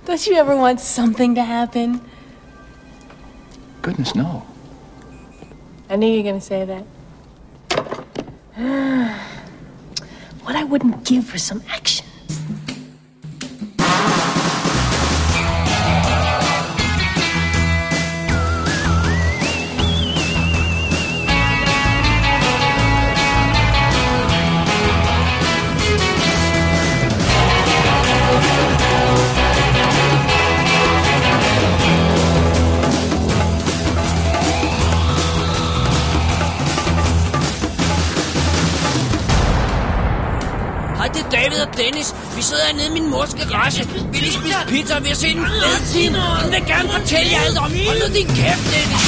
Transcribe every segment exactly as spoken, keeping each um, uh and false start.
Don't you ever want something to happen? Goodness, no. I knew you were going to say that. What I wouldn't give for some action. Det er David og Dennis. Vi sidder hernede i min mors garage. Vi lige spise pizza, og vi har set en fed film. Hun vil gerne fortælle jer alt om. Hold nu din kæft, Dennis.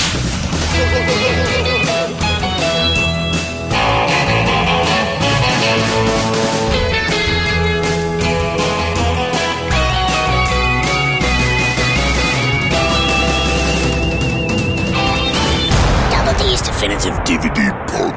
Double D's Definitive D V D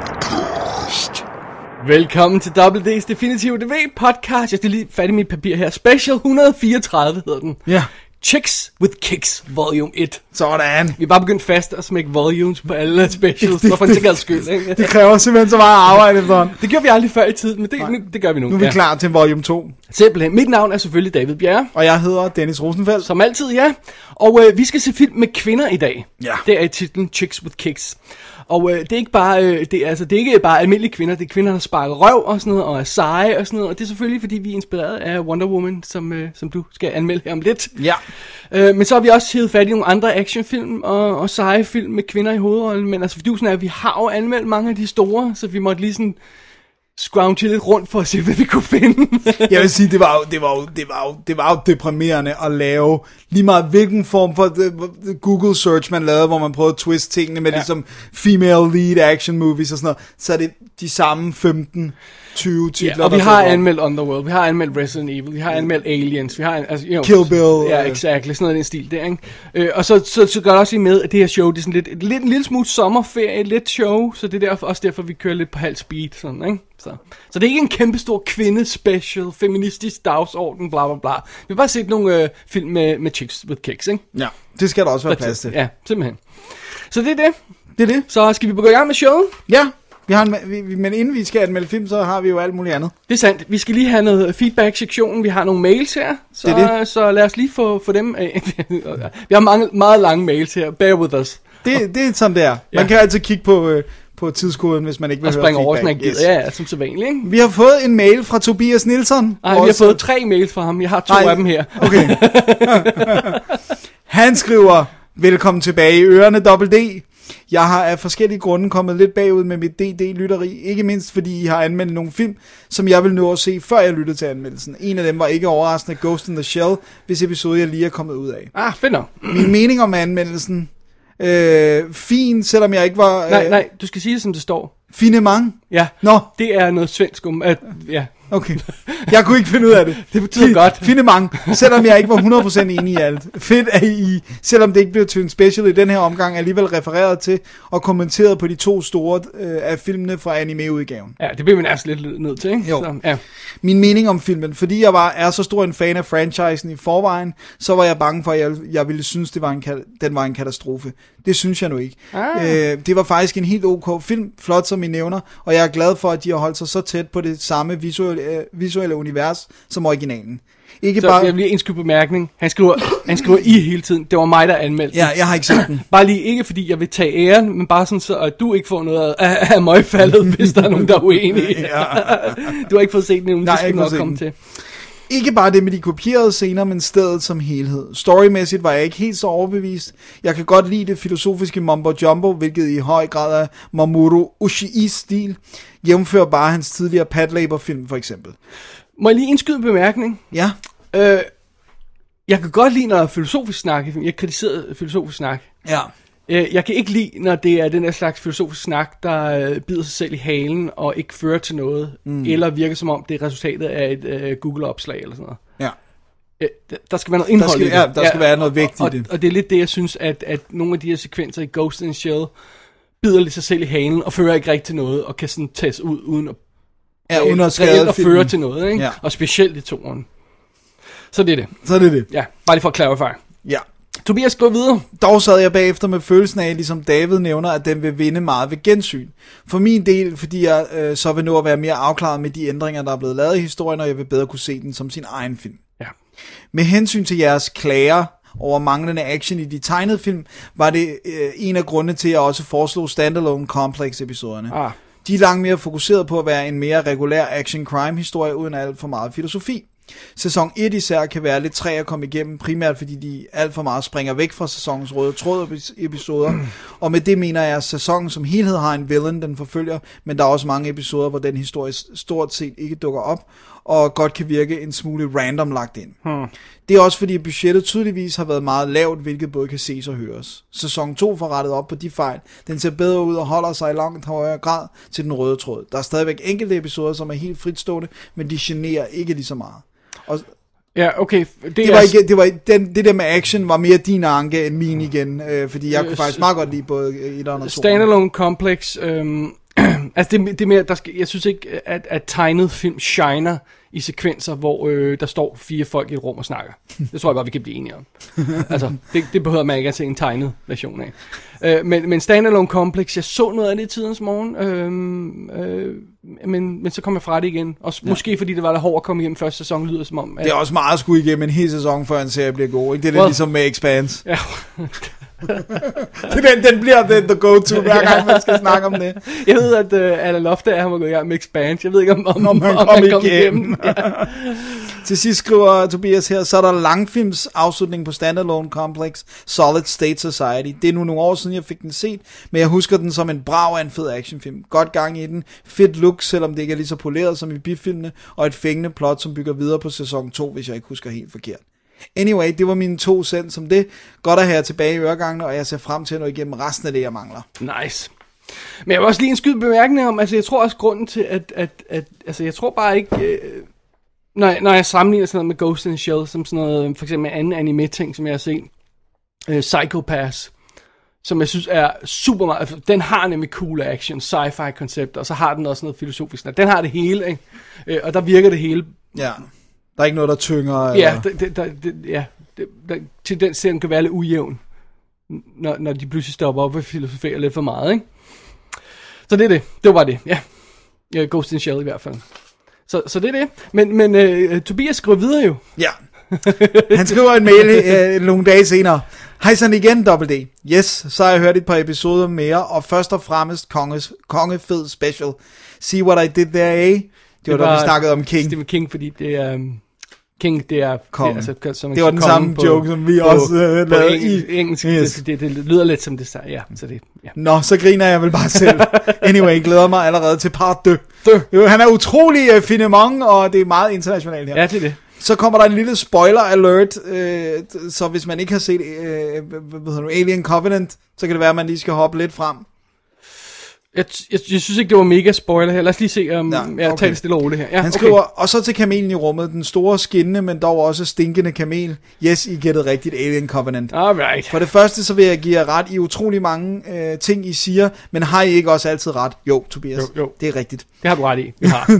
Podcast. Velkommen til Double D's Definitive D V D Podcast. Jeg skal lige fat i mit papir her. Special et hundrede og fireogtredive hedder den. Ja. Chicks with Kicks, volume et. Sådan. Vi er bare begyndt fast at smække volumes på alle specials, for en sikkerheds skyld, ikke? Det kræver simpelthen så meget arbejde efterhånden. Det gjorde vi aldrig før i tiden, men det, nu, det gør vi nu. Nu er vi ja. klar til volume to. Simpelthen. Mit navn er selvfølgelig David Bjerre. Og jeg hedder Dennis Rosenfeldt. Som altid, ja. Og øh, vi skal se film med kvinder i dag. Ja. Det er i titlen Chicks with Kicks. Og øh, det er ikke bare øh, det, er, altså, det er ikke bare almindelige kvinder, det er kvinder, der sparker røv og sådan noget, og er seje og sådan noget. Og det er selvfølgelig, fordi vi er inspireret af Wonder Woman, som, øh, som du skal anmelde her om lidt. Ja. Øh, men så har vi også hævet fat i nogle andre actionfilm og, og seje film med kvinder i hovedrollen. Men altså, fordi er, at vi har jo anmeldt mange af de store, så vi måtte lige sådan scrounge lidt rundt for at se, hvad vi kunne finde. Jeg vil sige, det var, jo, det, var jo, det, var jo, det var jo deprimerende at lave lige meget hvilken form for Google search man lavede, hvor man prøvede at twist tingene med ja. ligesom female lead action movies og sådan noget. Så er det de samme femten tyve titler. Ja, og vi har anmeldt Underworld, vi har anmeldt Resident Evil, vi har anmeldt Aliens, vi har altså, you know, Kill Bill. Ja, exakt, sådan noget i den stil der, ikke? Øh, og så, så, så gør det også lige med, at det her show, det er sådan lidt, lidt en lille smule sommerferie, lidt show, så det er derfor, også derfor, vi kører lidt på halv speed, sådan, ikke? Så, så det er ikke en kæmpestor kvinde-special, feministisk dagsorden, bla bla bla. Vi har bare set nogle øh, film med, med Chicks with Kicks, ikke? Ja, det skal der også være plads til. Ja, simpelthen. Så det er det. Det er det. Så skal vi begynde i gang med showet? Ja. Vi har en, vi, men inden vi skal anmelde film, så har vi jo alt muligt andet. Det er sandt. Vi skal lige have noget feedback-sektionen. Vi har nogle mails her, så, det det. så lad os lige få, få dem af. Vi har mange, meget lange mails her. Bear with us. Det, det er som det er. Man ja. kan altid kigge på, øh, på tidskoden, hvis man ikke vil og høre springe over, feedback. Yes. Ja, ja, som så vanligt, ikke? Vi har fået en mail fra Tobias Nielsen. Nej, vi har fået tre mails fra ham. Jeg har to Nej. af dem her. Okay. Han skriver, velkommen tilbage i ørerne, Double D. Jeg har af forskellige grunde kommet lidt bagud med mit D D-lytteri, ikke mindst fordi I har anmeldt nogle film, som jeg vil nå at se, før jeg lyttede til anmeldelsen. En af dem var ikke overraskende Ghost in the Shell, hvis episode jeg lige er kommet ud af. Ah, fedt nok. Min mening om anmeldelsen, øh, fin, selvom jeg ikke var... Øh, nej, nej, du skal sige det, som det står. Finement? Ja, Nå. Det er noget svensk om, at, ja. Okay, jeg kunne ikke finde ud af det. Det betyder F- godt. Finement, selvom jeg ikke var hundrede procent enig i alt. Fedt at I, selvom det ikke blev til en special i den her omgang, alligevel refereret til og kommenteret på de to store øh, af filmene fra anime-udgaven. Ja, det bliver vi næsten lidt nødt til, ikke? Jo. Så, ja. Min mening om filmen, fordi jeg var, er så stor en fan af franchisen i forvejen, så var jeg bange for, at jeg, jeg ville synes, det var en, den var en katastrofe. Det synes jeg nu ikke. Ah. Øh, det var faktisk en helt ok film, flot som I nævner, og jeg er glad for, at de har holdt sig så tæt på det samme visuelle, øh, visuelle univers som originalen. Ikke så bare... jeg vil lige indskyde bemærkning. Han skriver, han skriver I hele tiden. Det var mig, der anmeldte. Ja, jeg har ikke set den. Bare lige, ikke fordi jeg vil tage æren, men bare sådan så, at du ikke får noget af, af møgfaldet, hvis der er nogen, der er uenige. Ja. Du har ikke fået set den endnu, det skal nok komme til. Ikke bare det med de kopierede scener, men stedet som helhed. Storymæssigt var jeg ikke helt så overbevist. Jeg kan godt lide det filosofiske mumbo jumbo, hvilket i høj grad er Mamoru Oshiis stil. Jævnfører bare hans tidligere Pad Labor film for eksempel. Må jeg lige indskyde en bemærkning? Ja. Øh, jeg kan godt lide, når der er filosofisk snak. Jeg kritiserer filosofisk snak. Ja. Jeg kan ikke lide, når det er den her slags filosofisk snak, der bider sig selv i halen og ikke fører til noget, mm. eller virker som om det er resultatet af et uh, Google-opslag eller sådan noget. Ja. Der skal være noget indhold der skal, i det. Ja, der skal ja, være noget vigtigt og, i det. Og, og det er lidt det, jeg synes, at, at nogle af de her sekvenser i Ghost in the Shell bider lidt sig selv i halen og fører ikke rigtig til noget, og kan sådan tages ud uden at, ja, uden at skade og føre til noget, ikke? Ja. Og specielt i toeren. Så det er det. Så er det det. Ja, bare lige for at clarify. Ja. Tobias, gå videre. Dog sad jeg bagefter med følelsen af, ligesom David nævner, at den vil vinde meget ved gensyn. For min del, fordi jeg øh, så vil nå at være mere afklaret med de ændringer, der er blevet lavet i historien, og jeg vil bedre kunne se den som sin egen film. Ja. Med hensyn til jeres klager over manglende action i de tegnede film, var det øh, en af grundene til, at jeg også foreslog standalone complex-episoderne. Ah. De er langt mere fokuseret på at være en mere regulær action-crime-historie, uden alt for meget filosofi. Sæson et især kan være lidt træ at komme igennem, primært fordi de alt for meget springer væk fra sæsonens røde tråd episoder. Og med det mener jeg, at sæsonen som helhed har en villain, den forfølger, men der er også mange episoder, hvor den historie stort set ikke dukker op, og godt kan virke en smule random lagt ind. Hmm. Det er også fordi budgettet tydeligvis har været meget lavt, hvilket både kan ses og høres. Sæson to får rettet op på de fejl. Den ser bedre ud og holder sig i langt højere grad til den røde tråd. Der er stadigvæk enkelte episoder, som er helt fritstående, men de generer ikke lige så meget. Og ja, okay. Det, det, var ikke, det, var, den, det der med action var mere din anke end min igen, øh, fordi jeg kunne faktisk meget godt lide både et og to. Standalone Complex, øhm, altså det, det er mere, der skal, jeg synes ikke, at, at tegnet film shiner i sekvenser, hvor øh, der står fire folk i et rum og snakker. Det tror jeg godt, vi kan blive enige om. Altså, det, det behøver man ikke at se en tegnet version af. Øh, men, men Standalone Complex, jeg så noget af det i tidens morgen, øh, øh, men, men så kom jeg fra det igen. Og ja. Måske fordi det var lidt hårdt at komme igennem første sæson, lyder som om. At det er også meget at skulle igennem en hel sæson, før en serie bliver god. Ikke? Det er well, ligesom med Expanse. Ja. den, den bliver the, the go-to, hver gang man skal snakke om det. Jeg ved, at uh, Anna Loftager har gået i gang med Expanse. Jeg ved ikke, om, om, om man kommer igennem. Ja. Til sidst skriver Tobias her, så er der langfilms afslutning på Standalone Complex, Solid State Society. Det er nu nogle år siden, jeg fik den set, men jeg husker den som en brav af en fed actionfilm. Godt gang i den, fedt look, selvom det ikke er lige så poleret som i bifilmene, og et fængende plot, som bygger videre på sæson to, hvis jeg ikke husker helt forkert. Anyway, det var mine to cent som det. Godt at have jer tilbage i øregangene, og jeg ser frem til at nå igennem resten af det, jeg mangler. Nice. Men jeg vil også lige en skyd bemærkning om, altså jeg tror også grunden til, at, at, at altså jeg tror bare ikke, øh, når, jeg, når jeg sammenligner sådan noget med Ghost in the Shell, som sådan noget, for eksempel en anden anime-ting, som jeg har set, øh, Psycho-Pass, som jeg synes er super meget, altså, den har nemlig cool action, sci-fi koncepter, og så har den også noget filosofisk. Den har det hele, ikke? Øh, og der virker det hele. Ja. Der er ikke noget, der tynger? Eller? Ja, det, det, det, ja det, det, til den scene kan være lidt ujævn, når, når de pludselig stopper op og filosoferer lidt for meget, ikke? Så det er det. Det var bare det, ja. ja Ghost in the Shell i hvert fald. Så, så det er det. Men, men uh, Tobias skriver videre jo. Ja. Han skriver en mail uh, nogle dage senere. Hej sådan igen, Double D. Yes, så har jeg hørt et par episoder mere, og først og fremmest konges, kongefed special. See what I did there, eh? Det var, det var da vi snakkede om King. Stephen King, fordi det er... Um, King, det er... Kong. Det, altså, som det var den samme på, joke, som vi på, også uh, lavede i engelsk. Yes. Det, det, det lyder lidt som det, ja. Så det ja. Nå, så griner jeg vel bare selv. Anyway, glæder mig allerede til part to. Jo, han er utrolig uh, finement, og det er meget internationalt her. Ja, det er det. Så kommer der en lille spoiler alert, øh, så hvis man ikke har set øh, hvad hedder det, Alien Covenant, så kan det være, at man lige skal hoppe lidt frem. Jeg, jeg, jeg synes ikke, det var mega spoiler her. Lad os lige se, om ja, okay. jeg tager det stille og roligt her. Ja, Han skriver, okay. Og så til kamelen i rummet, den store skinnende, men dog også stinkende kamel. Yes, I gættede rigtigt, Alien Covenant. Alright. For det første, så vil jeg give jer ret i utrolig mange øh, ting, I siger, men har I ikke også altid ret? Jo, Tobias, jo, jo. Det er rigtigt. Det har du ret i. Vi har.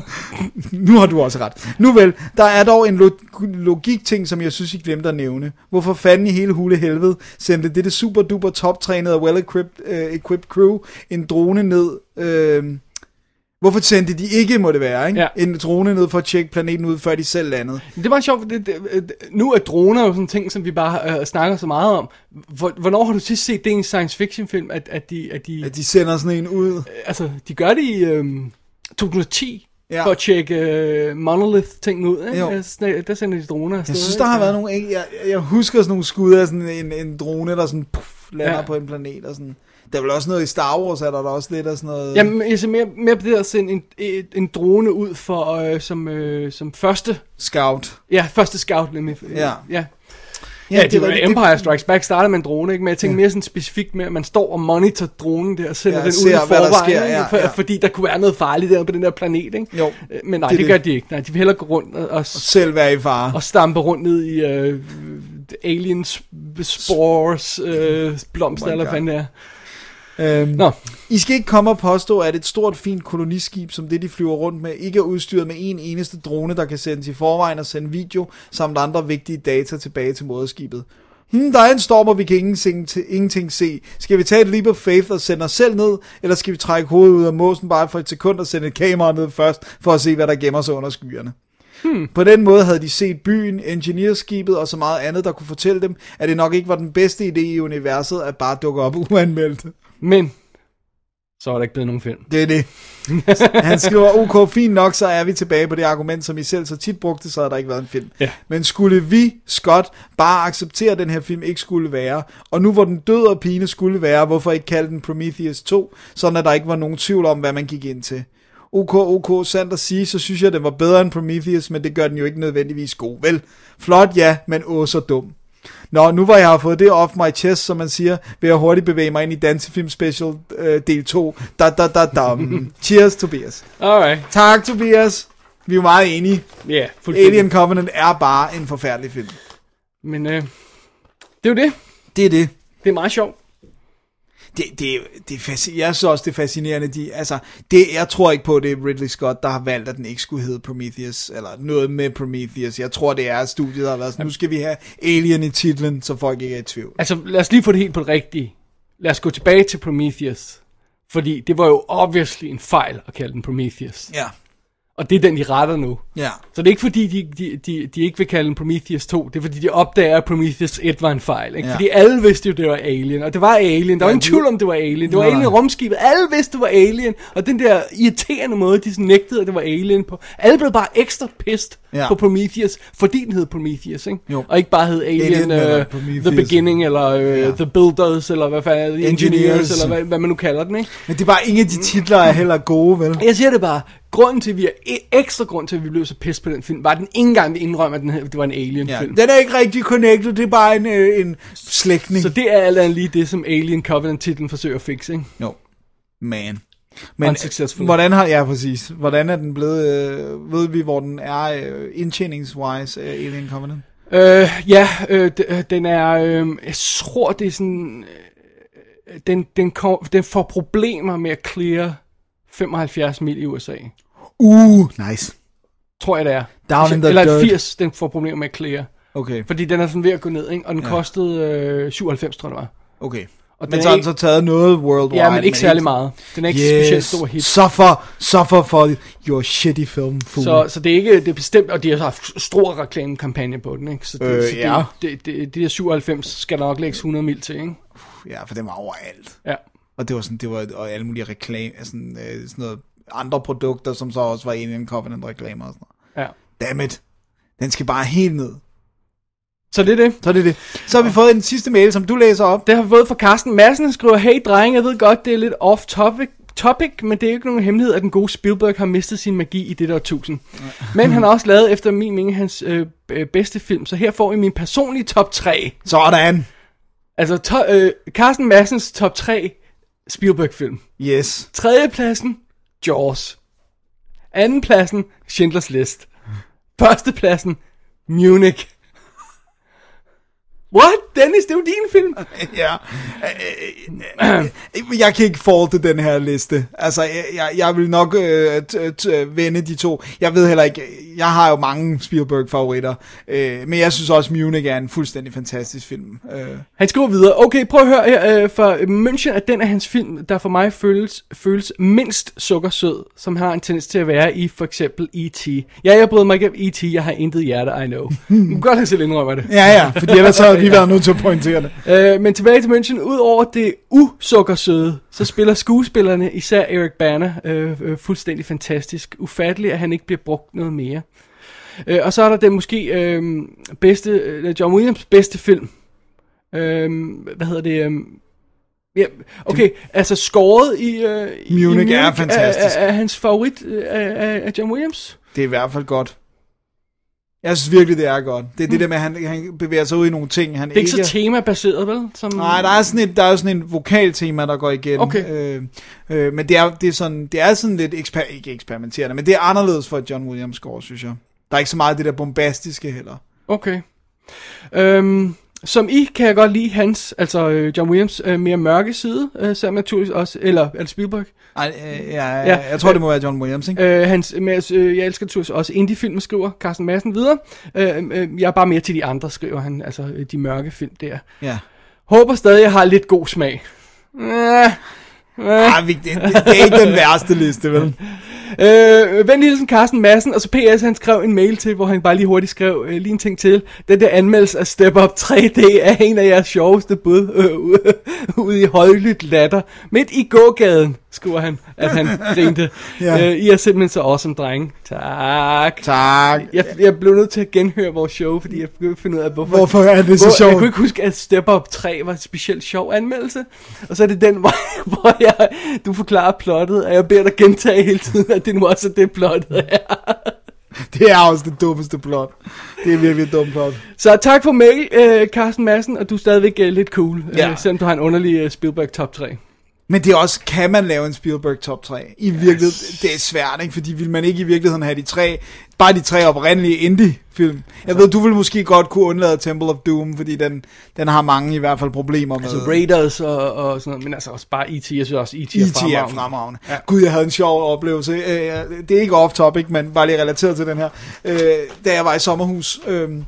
Nu har du også ret. Nu vel, der er dog en lo- logik-ting, som jeg synes, I glemte at nævne. Hvorfor fanden i hele hule helvede sendte dette super duper top-trænede og well-equipped uh, equipped crew en drone ned? Uh, hvorfor sendte de ikke, må det være, ikke? Ja. En drone ned for at tjekke planeten ud, før de selv landede? Det var sjovt, det, det, nu er droner jo sådan en ting, som vi bare uh, snakker så meget om. Hvornår har du sidst set det i en science fiction film, at, at, de, at, de, at de sender sådan en ud? Altså, de gør det i um, to tusind og ti. Ja. For at tjekke uh, Monolith-ting ud, ikke? Der, der sender de droner afsted. Jeg synes, der har været nogle... Jeg, jeg husker sådan nogle skud af sådan en, en drone, der sådan puff, lander ja. på en planet og sådan... Der er vel også noget i Star Wars, er der, der også lidt af sådan noget... Jamen, jeg ser mere, mere på det at sende en, en, en drone ud for, øh, som, øh, som første... Scout. Ja, første scout, nemlig. Ja. Ja. Ja, det, det var Empire Strikes Back starter med en drone, ikke? Men jeg tænker ja. mere sådan specifikt med, at man står og monitor dronen der, og sender ja, den ud i forvejen, sker, ja, for, ja. fordi der kunne være noget farligt der på den der planet, ikke? Jo. Men nej, det, det gør de ikke. Nej, de vil hellere gå rundt og, og, og selv være i fare. Og stampe rundt ned i uh, aliens spores, uh, blomster, oh eller hvad det er. Øhm, Nå. I skal ikke komme og påstå, at et stort, fint koloniskib, som det de flyver rundt med, ikke er udstyret med en eneste drone, der kan sendes i forvejen og sende video, samt andre vigtige data tilbage til moderskibet. Hmm, der er en storm, og vi kan ingenting, til, ingenting se. Skal vi tage et leap of faith og sende os selv ned, eller skal vi trække hovedet ud af måsen bare for et sekund og sende et kamera ned først, for at se, hvad der gemmer sig under skyerne? Hmm. På den måde havde de set byen, engineerskibet og så meget andet, der kunne fortælle dem, at det nok ikke var den bedste idé i universet at bare dukke op uanmeldt. Men så er der ikke blevet nogen film. Det er det. Han skriver, ok, fint nok, så er vi tilbage på det argument, som I selv så tit brugte, så havde der ikke været en film. Ja. Men skulle vi, Scott, bare acceptere, at den her film ikke skulle være, og nu hvor den død og pine skulle være, hvorfor ikke kalde den Prometheus to, sådan at der ikke var nogen tvivl om, hvad man gik ind til. Ok, ok, sandt at sige, så synes jeg, den var bedre end Prometheus, men det gør den jo ikke nødvendigvis god. Vel, flot ja, men åh så dum. Nå, nu hvor jeg har fået det off my chest, som man siger, vil jeg hurtigt bevæge mig ind i Dansefilm Special øh, del to. Da, da, da, da. Cheers, Tobias. Alright. Tak, Tobias. Vi er jo meget enige. Ja, yeah, fuldstændig. Alien Covenant er bare en forfærdelig film. Men øh, det er jo det. Det er det. Det er meget sjovt. Det, det, det fasc- jeg synes også, det er fascinerende. De, altså, det, jeg tror ikke på, det er Ridley Scott, der har valgt, at den ikke skulle hedde Prometheus, eller noget med Prometheus. Jeg tror, det er studiet, der har været sådan, nu skal vi have Alien i titlen, så folk ikke er i tvivl. Altså, lad os lige få det helt på det rigtige. Lad os gå tilbage til Prometheus. Fordi det var jo obviously en fejl at kalde den Prometheus. Ja. Og det er den, de retter nu. Ja. Så det er ikke fordi, de, de, de, de ikke vil kalde den Prometheus to. Det er fordi, de opdager, at Prometheus et var en fejl. Ikke? Ja. Fordi alle vidste jo, det var Alien. Og det var Alien. Der var Ja, ingen tvivl om, det var Alien. Det var Nej. Alien rumskibet. Alle vidste, det var Alien. Og den der irriterende måde, de sådan nægtede, at det var Alien på. Alle blev bare ekstra pissed Ja. på Prometheus, fordi den hed Prometheus. Ikke? Jo. Og ikke bare hed Alien, Alien eller uh, Prometheus. The Beginning, eller uh, Ja. The Builders, eller hvad fanden er det? The Engineers, Engineers. eller hvad, hvad man nu kalder den. Ikke? Men det er bare, ingen af de titler er heller gode, vel? Jeg siger det bare, grunden til, at vi er ekstra grund til, at vi blev så pissed på den film, var den ikke engang, vi indrømmer, at den, det var en Alien-film. Ja, den er ikke rigtig connected, det er bare en, øh, en slægtning. Så det er alt andet lige det, som Alien Covenant-titlen forsøger at fikse, ikke? Jo, man. Men Unsuccessful. hvordan har, ja præcis, hvordan er den blevet, øh, ved vi, hvor den er øh, indtjeningswise, øh, Alien Covenant? Øh, ja, øh, d- den er, øh, jeg tror, det er sådan, øh, den, den, kom, den får problemer med at clear femoghalvfjerds mil i U S A. Uh, nice. Tror jeg, det er. Down in the Eller dirt. firs, den får problemer med at clear. Okay, Fordi den er sådan ved at gå ned, ikke? Og den Ja. kostede øh, syvoghalvfems, tror jeg, det var. okay. Og Men den så er har den ikke- så taget noget worldwide. Ja, men ikke særlig meget. Den er ikke yes. specielt stor hit. Suffer, suffer for your shitty film, fool. Så, så det er ikke, det er bestemt, og de har haft stor reklamekampagne på den, ikke? Så det, Øh, så det, ja. det, det, det, de der syvoghalvfems skal der nok lægges hundrede mil til, ikke? Ja, for den var overalt. Ja. Og det var sådan, det var og alle mulige reklame, sådan, øh, sådan noget andre produkter, som så også var Alien Covenant reklamer og sådan noget. Ja. Dammit. Den skal bare helt ned. Så det er det. Så er det det. Så har vi fået en sidste mail, som du læser op. Det har vi fået fra Carsten Madsen, der skriver, hey dreng, jeg ved godt, det er lidt off topic, topic, men det er jo ikke nogen hemmelighed, at den gode Spielberg har mistet sin magi i det der tusind. Men han har også lavet, efter min mening, hans øh, øh, bedste film, så her får I min personlige top tre. Sådan. Altså, to, øh, Carsten Madsens top tre Spielberg-film. Yes. Tredjepladsen, Jaws. Andenpladsen, Schindlers List. Førstepladsen, Munich. What? Dennis, det er jo din film. Ja. Jeg kan ikke falte den her liste. Altså, jeg, jeg, jeg vil nok øh, t- t- vende de to. Jeg ved heller ikke, jeg har jo mange Spielberg-favoritter, øh, men jeg synes også, Munich er en fuldstændig fantastisk film. Øh. Han skriver videre, okay, prøv at høre her, øh, for München er den af hans film, der for mig føles, føles mindst sukkersød, som har en tendens til at være i for eksempel E T. Ja, jeg bryder mig ikke om E T, jeg har intet hjerte, I know. Du kan godt have selv indrømmer det. Ja, ja, fordi ellers så har vi været nødt til at pointere det. Øh, men tilbage til München, udover det usukkersøde, så spiller skuespillerne, især Eric Bana, øh, øh, fuldstændig fantastisk. Ufatteligt, at han ikke bliver brugt noget mere. Øh, og så er der den måske øh, bedste, øh, John Williams bedste film. Øh, hvad hedder det? Øh, ja, okay, det, altså skåret i, øh, i Munich, Munich er fantastisk. Er, er, er hans favorit øh, af, af John Williams? Det er i hvert fald godt. Jeg synes virkelig, det er godt. Det er mm. det der med, at han, han bevæger sig ud i nogle ting, han det er ikke ikke... så temabaseret, vel? Som... Nej, der er sådan et, der er jo sådan en vokaltema, der går igen. Okay. Øh, øh, men det er, det, er sådan, det er sådan lidt, eksper- ikke eksperimenterende, men det er anderledes for John Williams score, synes jeg. Der er ikke så meget af det der bombastiske heller. Okay. Øhm, som I kan jeg godt lide hans, altså øh, John Williams øh, mere mørke side, øh, sammen naturligvis også, eller er det Spielberg? Ej, øh, ja, ja, jeg tror, øh, det må være John Williams, ikke? Øh, hans, med, øh, jeg elsker naturligvis også indie-film, skriver Carsten Madsen videre. Øh, øh, jeg er bare mere til de andre, skriver han, altså øh, de mørke film der. Ja. Håber stadig, jeg har lidt god smag. Øh, øh. Ah, det, det, det er ikke den værste liste, vel? Øh, venlig hilsen Carsten Madsen, og så P S han skrev en mail til, hvor han bare lige hurtigt skrev øh, lige en ting til. Den der anmeldelse af Step Up tre D er en af jeres sjoveste bud øh, ude, ude i højlydt latter. Midt i gågaden, skriver han, at han grinte. Ja. øh, I er simpelthen så awesome, drenge. Tak. Tak. Jeg, jeg blev nødt til at genhøre vores show, fordi jeg kunne finde ud af, hvorfor, hvorfor er det så hvor, sjovt. Jeg kunne ikke huske, at Step Up tre var en specielt sjov anmeldelse. Og så er det den, hvor, hvor jeg, du forklarer plottet, og jeg beder dig gentage hele tiden, at det nu også er det plottet er. Det er også det dummeste plot. Det er virkelig et dumt plot. Så tak for mail, øh, Carsten Madsen, og du er stadigvæk øh, lidt cool, ja. øh, selvom du har en underlig øh, Spielberg top tre. Men det er også, kan man lave en Spielberg top tre? I virkeligheden, yes. Det er svært, ikke? Fordi vil man ikke i virkeligheden have de tre, bare de tre oprindelige indie-film. Jeg ved, du vil måske godt kunne undlade Temple of Doom, fordi den, den har mange i hvert fald problemer med. Altså Raiders og, og sådan noget, men altså også bare E T, jeg synes også E T er fremragende. E T er fremragende. Ja. Gud, jeg havde en sjov oplevelse. Det er ikke off-topic, men bare lige relateret til den her. Da jeg var i sommerhus,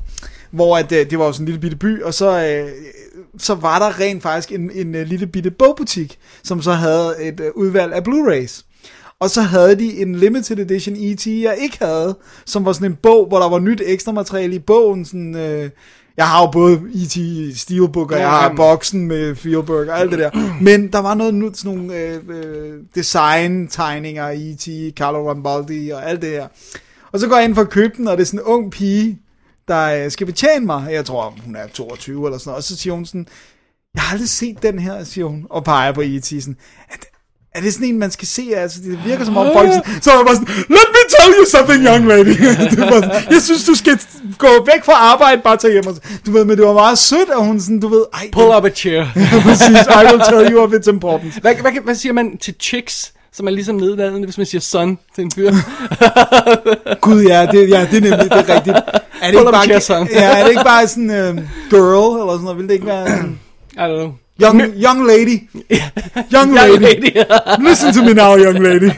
hvor at, det var jo sådan en lille bitte by, og så... så var der rent faktisk en, en, en lille bitte bogbutik, som så havde et uh, udvalg af Blu-rays. Og så havde de en limited edition E T, jeg ikke havde, som var sådan en bog, hvor der var nyt ekstra materiale i bogen. Sådan, øh, jeg har jo både E T Steelbook, og jeg har boksen med Spielberg og alt det der. Men der var noget, sådan nogle øh, øh, design-tegninger i E T, Carlo Rambaldi og alt det her. Og så går jeg ind for at købe den, og det er sådan en ung pige, der skal betjene mig. Jeg tror, hun er toogtyve eller sådan noget. Og så siger hun sådan, jeg har aldrig set den her, siger hun, og peger på E T sådan, er, er det sådan en, man skal se? Altså, det virker som om folk sådan, så er jeg bare sådan, let me tell you something, young lady. Det var sådan, jeg synes, du skal gå væk fra arbejde, bare tage hjem. Og, du ved, men det var meget sødt, at hun sådan, du ved, ej. Pull up a chair. Præcis, I will tell you if it's important. Hvad, hvad, hvad siger man til chicks? Som er ligesom nedladende, hvis man siger son til en fyr. Gud, ja, det, ja, det er nemlig, det er rigtigt. Er det, ikke bare, ja, er det ikke bare sådan uh, girl, eller sådan noget? Vil det ikke være sådan... I don't know. Young, young lady. Young lady. Young lady. Listen to me now, young lady.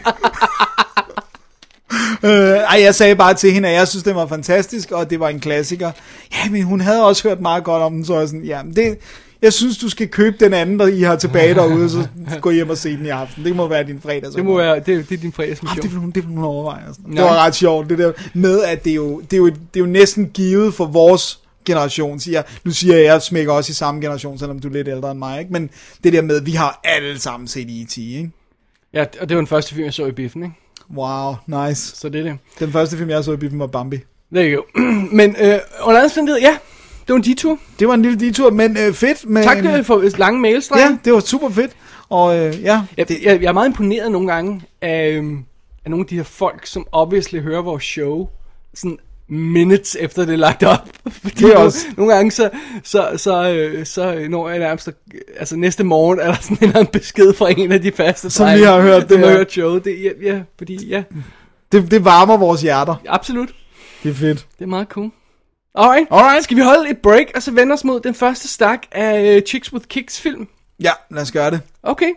uh, ej, jeg sagde bare til hende, at jeg synes, det var fantastisk, og det var en klassiker. Ja, men hun havde også hørt meget godt om den, så jeg sådan, ja, det... Jeg synes, du skal købe den anden, der I har tilbage derude, så gå hjem og se den i aften. Det må være din fredags. Det må være, det, det er din fredagsmission. Ah, det vil hun, det vil hun overveje. Altså. Det var ret sjovt, det der med, at det er jo, det er jo, det er jo næsten givet for vores generation. Siger, nu siger jeg, at jeg smækker også i samme generation, selvom du er lidt ældre end mig. Ikke? Men det der med, at vi har alle sammen set E T, ikke? Ja, og det var den første film, jeg så i biffen, ikke? Wow, nice. Så det er det. Den første film, jeg så i biffen, var Bambi. Det er jo. Men øh, under anden ja. Det var en detur. Det var en lille detur, men øh, fedt. Med tak en... for lange mails, ja, det var super fedt. Og øh, ja. Jeg, jeg, jeg er meget imponeret nogle gange af, af nogle af de her folk, som obviously hører vores show, sådan minutes efter det er lagt op. Fordi det er også. Nogle gange, så, så, så, øh, så når jeg nærmest, altså næste morgen, er der sådan en eller anden besked fra en af de faste, som vi har hørt det, som har hørt showet. Det, ja, ja, fordi, ja. Det, det varmer vores hjerter. Absolut. Det er fedt. Det er meget cool. Alright. Alright. Skal vi holde et break, og så vende os mod den første stak af uh, Chicks with Kicks film? Ja, lad os gøre det. Okay.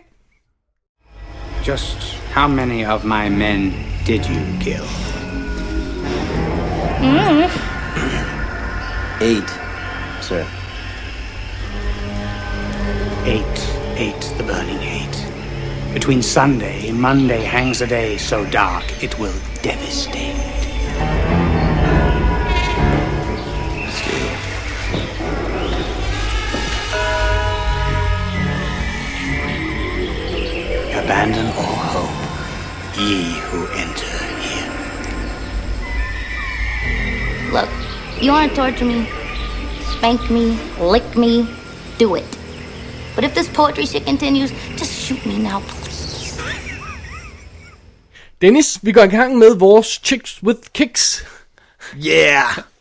Just how many of my men did you kill? Mm. Eight, sir. Eight, eight, the burning eight. Between Sunday and Monday hangs a day so dark it will devastate. Abandon all hope, ye who enter here. Look, you want to torture me, spank me, lick me, do it. But if this poetry shit continues, just shoot me now, please. Dennis, vi går i gang med vores Chicks with Kicks. Yeah!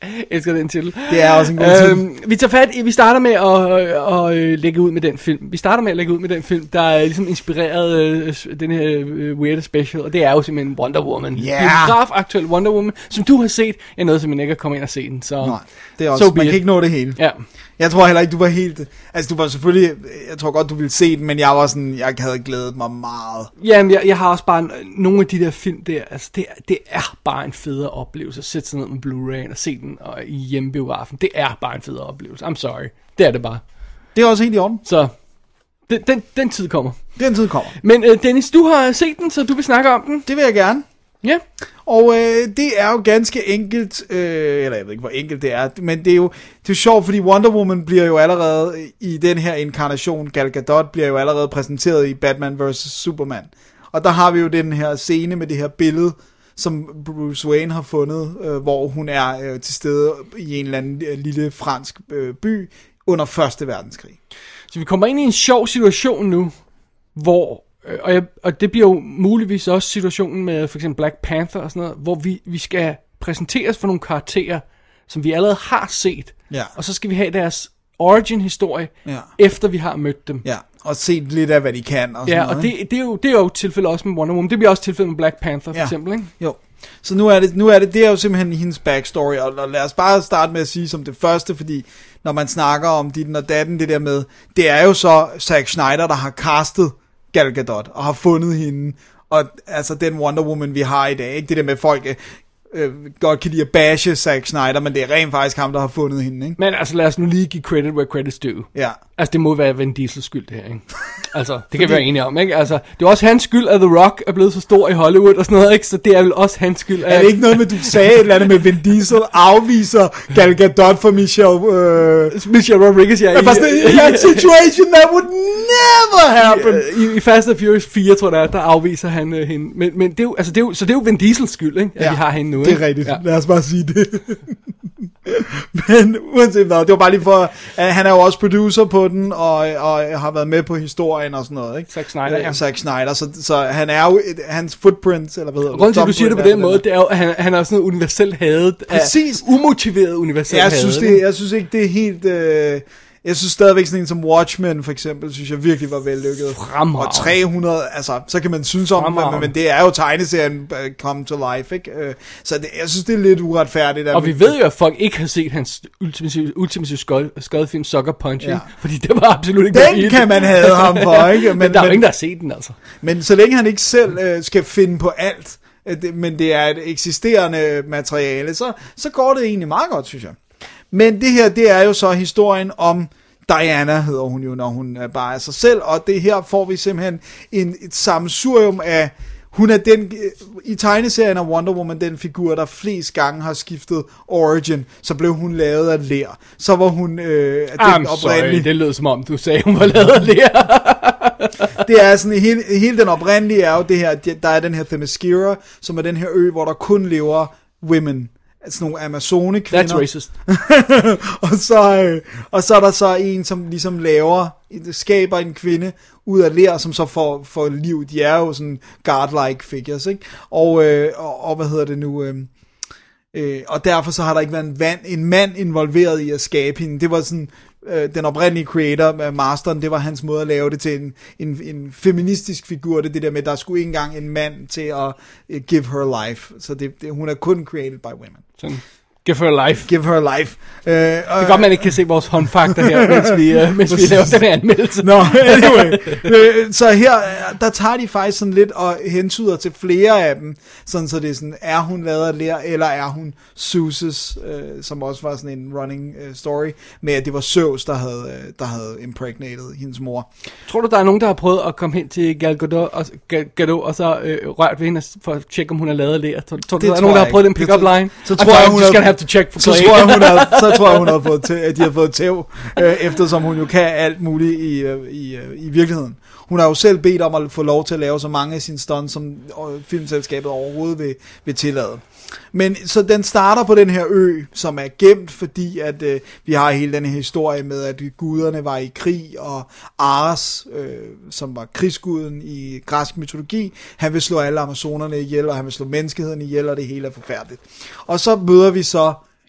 Jeg elsker den titel. Det er også en god titel. Øhm, vi tager fat, vi starter med at, at, at lægge ud med den film. Vi starter med at lægge ud med den film, der er ligesom inspireret øh, den her øh, weird special, og det er jo simpelthen Wonder Woman. Ja. Yeah. Biograf aktuel Wonder Woman, som du har set. Jeg nåede simpelthen ikke at komme ind og se den, så... Nej, det er også, so man kan ikke nå det hele. Ja. Jeg tror heller ikke, du var helt... Altså, du var selvfølgelig... Jeg tror godt, du ville se den, men jeg var sådan... Jeg havde glædet mig meget. Jamen, jeg, jeg har også bare... Nogle af de der film der... Altså, det, det er bare en federe oplevelse at sætte sig ned med Blu-ray og se den og i hjemmebiografen. Det er bare en federe oplevelse. I'm sorry. Det er det bare. Det er også helt i orden. Så... Den, den, den tid kommer. Den tid kommer. Men øh, Dennis, du har set den, så du vil snakke om den. Det vil jeg gerne. Ja. Og øh, det er jo ganske enkelt, øh, eller jeg ved ikke, hvor enkelt det er, men det er jo det er jo sjovt, fordi Wonder Woman bliver jo allerede i den her inkarnation, Gal Gadot bliver jo allerede præsenteret i Batman versus. Superman. Og der har vi jo den her scene med det her billede, som Bruce Wayne har fundet, øh, hvor hun er øh, til stede i en eller anden øh, lille fransk øh, by under første verdenskrig. Så vi kommer ind i en sjov situation nu, hvor... Og, jeg, og det bliver jo muligvis også situationen med for eksempel Black Panther og sådan noget, hvor vi, vi skal præsenteres for nogle karakterer, som vi allerede har set. Ja. Og så skal vi have deres origin-historie, ja. efter vi har mødt dem. Ja, og set lidt af, hvad de kan. Og sådan ja, noget, og det, det, er jo, det er jo tilfældet også med Wonder Woman. Det bliver også tilfældet med Black Panther for ja. eksempel, ikke? Jo. Så nu er det, nu er det, det er jo simpelthen hendes backstory, og, og lad os bare starte med at sige som det første, fordi når man snakker om ditten og datten, det der med, det er jo så Zack Snyder, der har castet Gal Gadot, og har fundet hende, og altså den Wonder Woman, vi har i dag, ikke det der med folk øh, godt kan lide at bashe Zack Snyder, men det er rent faktisk ham, der har fundet hende, ikke? Men altså lad os nu lige give credit where credit's due. Ja. Altså det må være Vin Diesels skyld det her, ikke? Altså det kan vi være enige om, ikke? Altså det er også hans skyld, at The Rock er blevet så stor i Hollywood og sådan noget, ikke? Så det er vel også hans skyld. At... Er det ikke noget med, du sagde et eller andet med Vin Diesel afviser Gal Gadot for Michelle... Øh... Michelle Rodriguez, ja. I, I that situation that would never happen. I, i Fast and Furious fire, tror jeg, der afviser han øh, hende. Men, men det er jo, altså det er jo, så det er jo Vin Diesels skyld, ikke? At ja, vi har hende nu, ikke? Det er rigtigt. Ja. Lad os bare sige det. Men uanset hvad, det var bare lige for, at han er jo også producer på den, og, og har været med på historien og sådan noget, ikke? Zack Snyder, ja. Zack Snyder, så, så han er jo, et, hans footprint, eller hvad hedder det? Grunden til, at du siger det på den måde, det er jo, at han, han er sådan noget universelt hadet. Præcis. Umotiveret universelt hadet. Jeg synes, det, jeg synes ikke, det er helt... Øh, jeg synes stadigvæk sådan en som Watchmen for eksempel, synes jeg virkelig var vellykket. Fremragende. Og tre hundrede, altså, så kan man synes om det, men, men det er jo tegneserien uh, Come to Life, ikke? Uh, så det, jeg synes, det er lidt uretfærdigt. Og vi ved jo, at folk ikke har set hans ultimative, ultimative skadefilm Sucker Punch, ja. Fordi det var absolut ikke den kan man have ham for, ikke? Men, men der er jo ingen, der har set den, altså. Men så længe han ikke selv uh, skal finde på alt, uh, det, men det er et eksisterende materiale, så, så går det egentlig meget godt, synes jeg. Men det her, det er jo så historien om Diana, hedder hun jo, når hun er bare af sig selv, og det her får vi simpelthen en, et sammensurium af, hun er den, i tegneserien af Wonder Woman, den figur, der flest gange har skiftet origin, så blev hun lavet af ler. Så var hun øh, den I'm sorry, det lød som om, du sagde, hun var lavet af ler. Det er sådan, hele, hele den oprindelige er jo det her, der er den her Themyscira, som er den her ø, hvor der kun lever women. Altså nogle amazone-kvinder. That's racist. og, så, øh, og så er der så en, som ligesom laver, skaber en kvinde ud af ler, som så får, får liv. De er jo sådan godlike figures, ikke? Og, øh, og, og hvad hedder det nu... Øh, øh, og derfor så har der ikke været en, vand, en mand involveret i at skabe hende. Det var sådan... Den oprindelige creator, masteren, det var hans måde at lave det til en, en, en feministisk figur, det, det der med, at der skulle ikke engang en mand til at uh, give her life, så det, det, hun er kun created by women. Sådan. Give her life. Give her life. Uh, det er godt, man ikke kan se vores håndfakter her, mens vi, uh, mens vi laver den her anmeldelse. Nå, no, anyway. uh, så her, der tager de faktisk sådan lidt og hentyder til flere af dem, sådan så det er sådan, er hun lavet af ler, eller er hun Zeus, uh, som også var sådan en running uh, story, med at det var Zeus, der havde, uh, der havde impregnated hendes mor. Tror du, der er nogen, der har prøvet at komme hen til Gal Gadot og, Gal Gadot, og så øh, rørt ved hende for at tjekke, om hun er lavet af ler? Tror du, der er nogen, der har prøvet den pick-up line? Så tror jeg, hun har to check for så, tror jeg, hun har, så tror jeg, hun har fået tæv, at de har fået tæv, øh, eftersom hun jo kan alt muligt i, øh, i, øh, i virkeligheden. Hun har jo selv bedt om at få lov til at lave så mange af sine stunts, som filmselskabet overhovedet vil, vil tillade. Men så den starter på den her ø, som er gemt, fordi at øh, vi har hele den her historie med, at guderne var i krig, og Ares, øh, som var krigsguden i græsk mytologi, han vil slå alle amazonerne ihjel, og han vil slå menneskeheden ihjel, og det hele er forfærdeligt. Og så møder vi så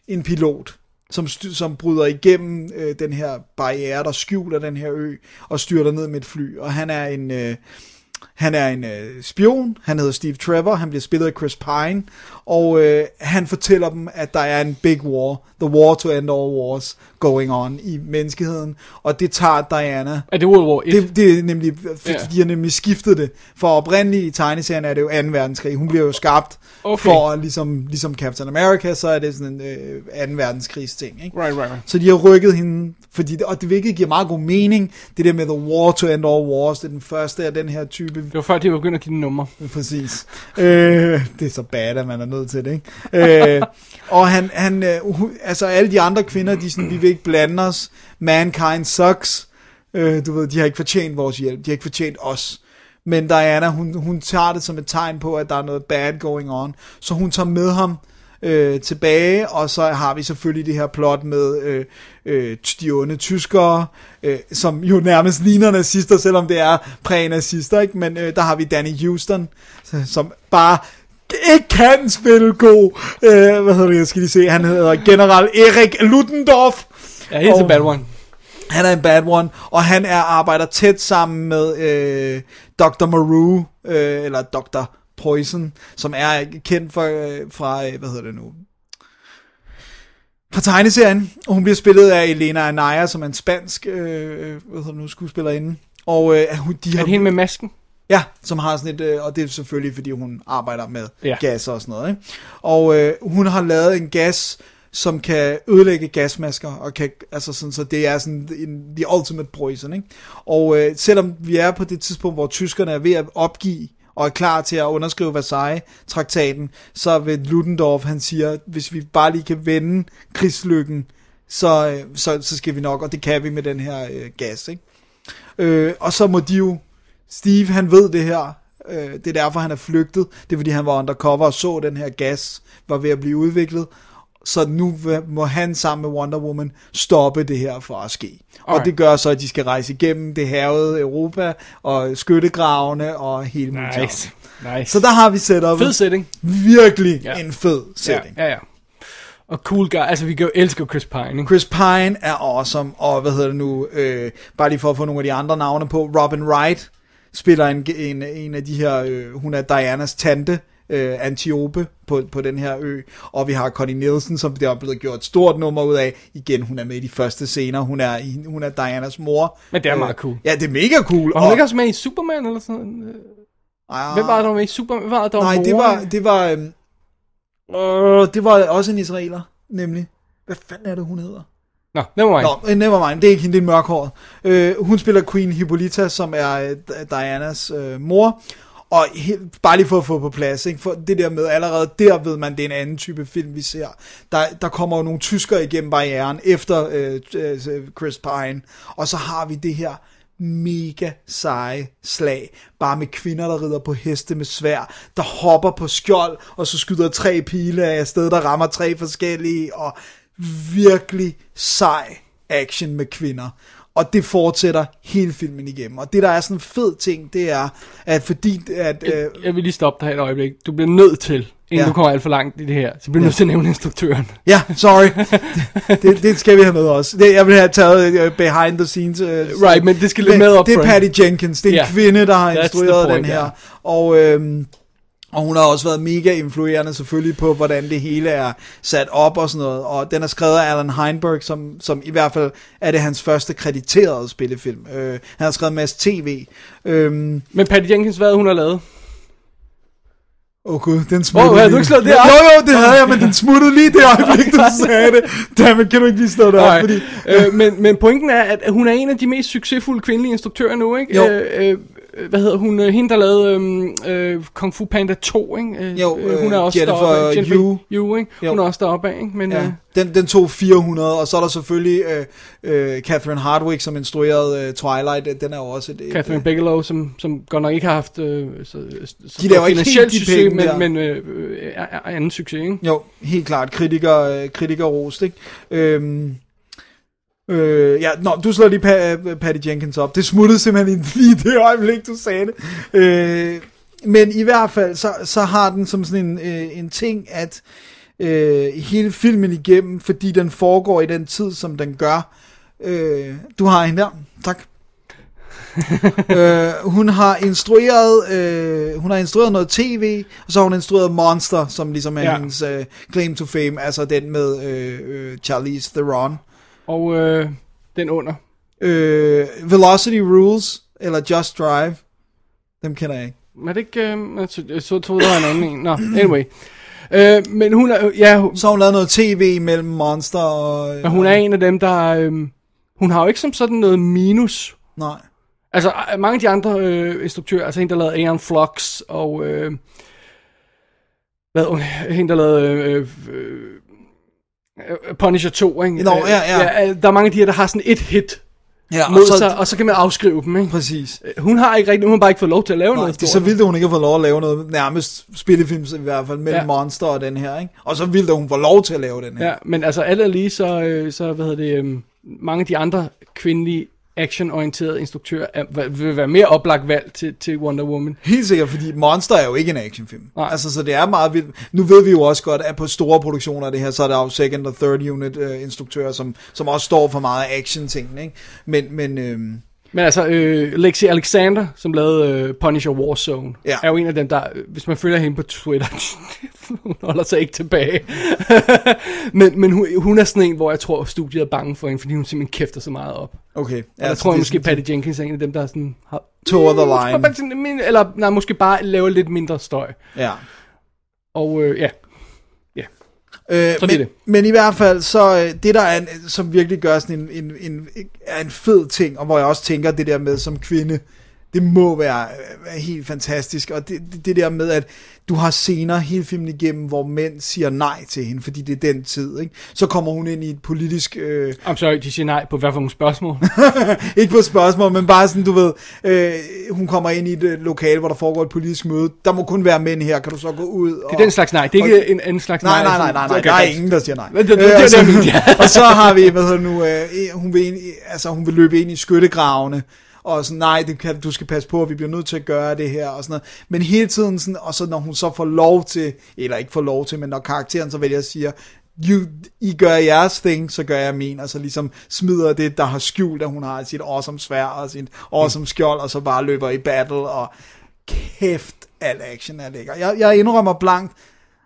en pilot, som, st- som bryder igennem øh, den her barriere, der skjuler den her ø, og styrter ned med et fly. Og han er en... Øh, Han er en øh, spion, han hedder Steve Trevor, han bliver spillet af Chris Pine, og øh, han fortæller dem, at der er en big war, the war to end all wars, going on i menneskeheden, og det tager Diana. Er det World War et? Det, det er nemlig, Ja. de har nemlig skiftet det, for oprindeligt i tegneserien er det jo anden verdenskrig, hun bliver jo skabt Okay. for, ligesom, ligesom Captain America, så er det sådan en øh, anden verdenskrigs ting, ikke? Right, right, right. Så de har rykket hende, fordi, og det hvilket giver meget god mening, det der med the war to end all wars, det er den første af den her type. Det var før, de begyndte at give den nummer. Præcis. Øh, det er så bad, at man er nødt til det, ikke? Øh, og han, han øh, hu- altså alle de andre kvinder, de er sådan, vi vil ikke blande os, mankind sucks, øh, du ved, de har ikke fortjent vores hjælp, de har ikke fortjent os. Men Diana, hun, hun tager det som et tegn på, at der er noget bad going on, så hun tager med ham øh, tilbage, og så har vi selvfølgelig det her plot med øh, øh, de onde tyskere, øh, som jo nærmest ligner nazister, selvom det er præ-nazister, ikke? Men øh, der har vi Danny Houston, som bare ikke kan spille god, øh, hvad hedder det, jeg skal lige se, han hedder General Erik Ludendorff. Ja, helt til bad one. Han er en bad one, og han er arbejder tæt sammen med øh, doktor Maru, øh, eller doktor Poison, som er kendt for, øh, fra, øh, hvad hedder det nu, fra tegneserien, og hun bliver spillet af Elena Anaya, som er en spansk, øh, hvad hedder det nu, skuespillerinde, og øh, hun, de Er har... det hende med masken? Ja, som har sådan et, øh, og det er selvfølgelig, fordi hun arbejder med Ja. gas og sådan noget, ikke? Og øh, hun har lavet en gas, som kan ødelægge gasmasker, og kan, altså sådan, så det er sådan en, the ultimate poison, ikke? Og øh, selvom vi er på det tidspunkt, hvor tyskerne er ved at opgive, og er klar til at underskrive Versailles-traktaten, så vil Ludendorff, han siger, hvis vi bare lige kan vende krigslykken, så, øh, så, så skal vi nok, og det kan vi med den her øh, gas, ikke? Øh, og så må de jo, Steve, han ved det her, øh, det er derfor, han er flygtet, det er fordi, han var undercover og så, den her gas var ved at blive udviklet, så nu må han sammen med Wonder Woman stoppe det her for at ske. Og Alright. det gør så, at de skal rejse igennem det hærgede Europa, og skyttegravene, og hele muligt. Nice. Nice. Så der har vi setup'et. Fed setting. Virkelig Ja. en fed setting. Ja, ja, ja. Og cool guy. Altså, vi kan jo elske Chris Pine, ikke? Chris Pine er awesome, og hvad hedder det nu, øh, bare lige for at få nogle af de andre navne på, Robin Wright spiller en, en, en af de her, øh, hun er Dianas tante, øh, Antiope på, på den her ø, og vi har Connie Nielsen, som der er blevet gjort et stort nummer ud af. Igen, hun er med i de første scener, hun er, hun er Dianas mor. Men det er meget cool. Ja, det er mega cool. Var hun ikke også med i Superman eller sådan noget? Ah, Hvem var der med i Superman? Hvem var der Nej, det var, det var, øhm, øh, det var også en israeler, nemlig. Hvad fanden er det, hun hedder? Nå, never mind. Nå, never mind, det er ikke hende, det er mørkhåret. Øh, hun spiller Queen Hippolyta, som er øh, Dianas øh, mor. Og helt, bare lige for at få på plads, ikke? For det der med, allerede der ved man, det er en anden type film, vi ser. Der, der kommer jo nogle tyskere igennem barrieren efter øh, øh, Chris Pine. Og så har vi det her mega seje slag, bare med kvinder, der rider på heste med svær, der hopper på skjold, og så skyder tre pile af sted, der rammer tre forskellige, og virkelig sej action med kvinder. Og det fortsætter hele filmen igennem. Og det, der er sådan en fed ting, det er, at fordi... At, Jeg, øh, jeg vil lige stoppe dig her et øjeblik. Du bliver nødt til, inden Ja. du kommer alt for langt i det her, så bliver du Ja. nødt til at nævne instruktøren. ja, sorry. det, det, det skal vi have med også. Det, jeg vil have taget uh, behind the scenes. Uh, Right, men det skal lidt men med op det er front. Patty Jenkins. Det er en Ja. kvinde, der har That's the instrueret point, den her. ja. Og... Øhm, Og hun har også været mega influerende selvfølgelig på, hvordan det hele er sat op og sådan noget. Og den er skrevet af Alan Heinberg, som, som i hvert fald er det hans første krediterede spillefilm. Øh, han har skrevet en masse tv. Øhm, Men Patty Jenkins, hvad hun har lavet? Åh oh gud, den smuttede Åh, havde lige. du ikke slået det Jo, op? jo, det havde jeg, men den smuttede lige det øjeblik, du sagde det. Dammit, kan du ikke lige slå det op? Nej, Fordi, øh, men, men pointen er, at hun er en af de mest succesfulde kvindelige instruktører nu, ikke? Jo. Øh, øh, hvad hedder hun? Øh, Hende, der lavede øhm, øh, Kung Fu Panda to, ikke? Øh, Jo, øh, hun er øh, også Jennifer deroppe af. Jennifer Yu. Yu, ikke? Jo. Hun er også deroppe af, ikke? Men, ja, øh, den, den tog fire hundrede, og så er der selvfølgelig øh, øh, Catherine Hardwicke, som instruerede øh, Twilight. Den er jo også et... Catherine øh, Bigelow, som, som godt nok ikke har haft øh, så, så De laver ikke finansiel helt de succes, penge men, der. men øh, øh, er, er anden succes, ikke? Jo, helt klart. Kritiker, øh, kritikerrost, ikke? Øhm, øh, ja, nå, du slår lige pa- Patty Jenkins op. Det smuttede simpelthen lige det øjeblik, du sagde det. Øh, men i hvert fald, så, så har den som sådan en, øh, en ting, at øh, hele filmen igennem, fordi den foregår i den tid, som den gør. Øh, du har hende der. Tak. øh, hun har instrueret øh, hun har instrueret noget tv, og så har hun instrueret Monster, som ligesom er ja. hendes øh, claim to fame, altså den med øh, øh, Charlize Theron. Og øh, den under øh, Velocity Rules eller Just Drive. Dem kender jeg ikke. Er det ikke øh, så troede jeg var en anden en. Nå, anyway. Øh, men hun er ja, hun, så har hun lavet noget tv mellem Monster og øh, og hun er en af dem der øh, hun har jo ikke som sådan noget minus. Nej. Altså, mange af de andre øh, instruktører, altså hende, der lavede Aeon Flux, og øh, hvad, hende, der lavede øh, øh, Punisher to, ikke? Nå, ja, ja. ja. Der er mange af de her, der har sådan et hit ja, mod og så, sig, og så kan man afskrive dem, ikke? Præcis. Hun har ikke rigtig, hun har bare ikke fået lov til at lave Nej, noget stort. Så ville hun ikke have fået lov at lave noget, nærmest spillefilms i hvert fald, mellem ja. Monster og den her, ikke? Og så ville hun få lov til at lave den her. Ja, men altså alt er lige, så, øh, så hvad hedder det, øh, mange af de andre kvindelige actionorienterede instruktør vil være mere oplagt valg til, til Wonder Woman. Helt sikkert, fordi Monster er jo ikke en actionfilm. Nej. Altså, så det er meget vildt. Nu ved vi jo også godt, at på store produktioner af det her, så er der jo second og third unit uh, instruktører, som, som også står for meget action-ting, ikke? Men, men øhm... Men altså, øh, Lexi Alexander, som lavede øh, Punisher Warzone, ja. er jo en af dem, der, hvis man følger hende på Twitter, hun holder sig ikke tilbage. men men hun, hun er sådan en, hvor jeg tror, studiet er bange for hende, fordi hun simpelthen kæfter så meget op. Okay. Og ja, jeg tror jeg måske, Patty Jenkins er en af dem, der sådan har... Toe the line. Eller nej, måske bare laver lidt mindre støj. Ja. Og øh, ja. Ja. Øh, men, det. men i hvert fald så det der er en, som virkelig gør sådan en, en, en, er en fed ting, og hvor jeg også tænker det der med som kvinde, det må være, være helt fantastisk, og det, det, det der med at du har scener hele filmen igennem, hvor mænd siger nej til hende, fordi det er den tid, ikke? Så kommer hun ind i et politisk... Øh... I'm sorry, de siger nej på hvad for nogle spørgsmål? Ikke på spørgsmål, men bare sådan, du ved, øh, hun kommer ind i et lokale, hvor der foregår et politisk møde. Der må kun være mænd her, kan du så gå ud? Og... Det er den slags nej, det er ikke og... en, en slags nej. Nej, nej, nej, nej, nej, der er ingen, der siger nej. Det, det, det, øh, og, så, det, og så har vi, hvad hedder nu, øh, hun, vil ind, altså, hun vil løbe ind i skyttegravene, og sådan, nej, det kan, du skal passe på, vi bliver nødt til at gøre det her, og sådan noget. Men hele tiden sådan, og så når hun så får lov til, eller ikke får lov til, men når karakteren så vælger at sige, you, I gør jeres ting, så gør jeg min, og så ligesom smider det, der har skjult, at hun har sit awesome sværd, og sit awesome skjold, og så bare løber i battle, og kæft, al action er lækker. Jeg, jeg indrømmer blankt,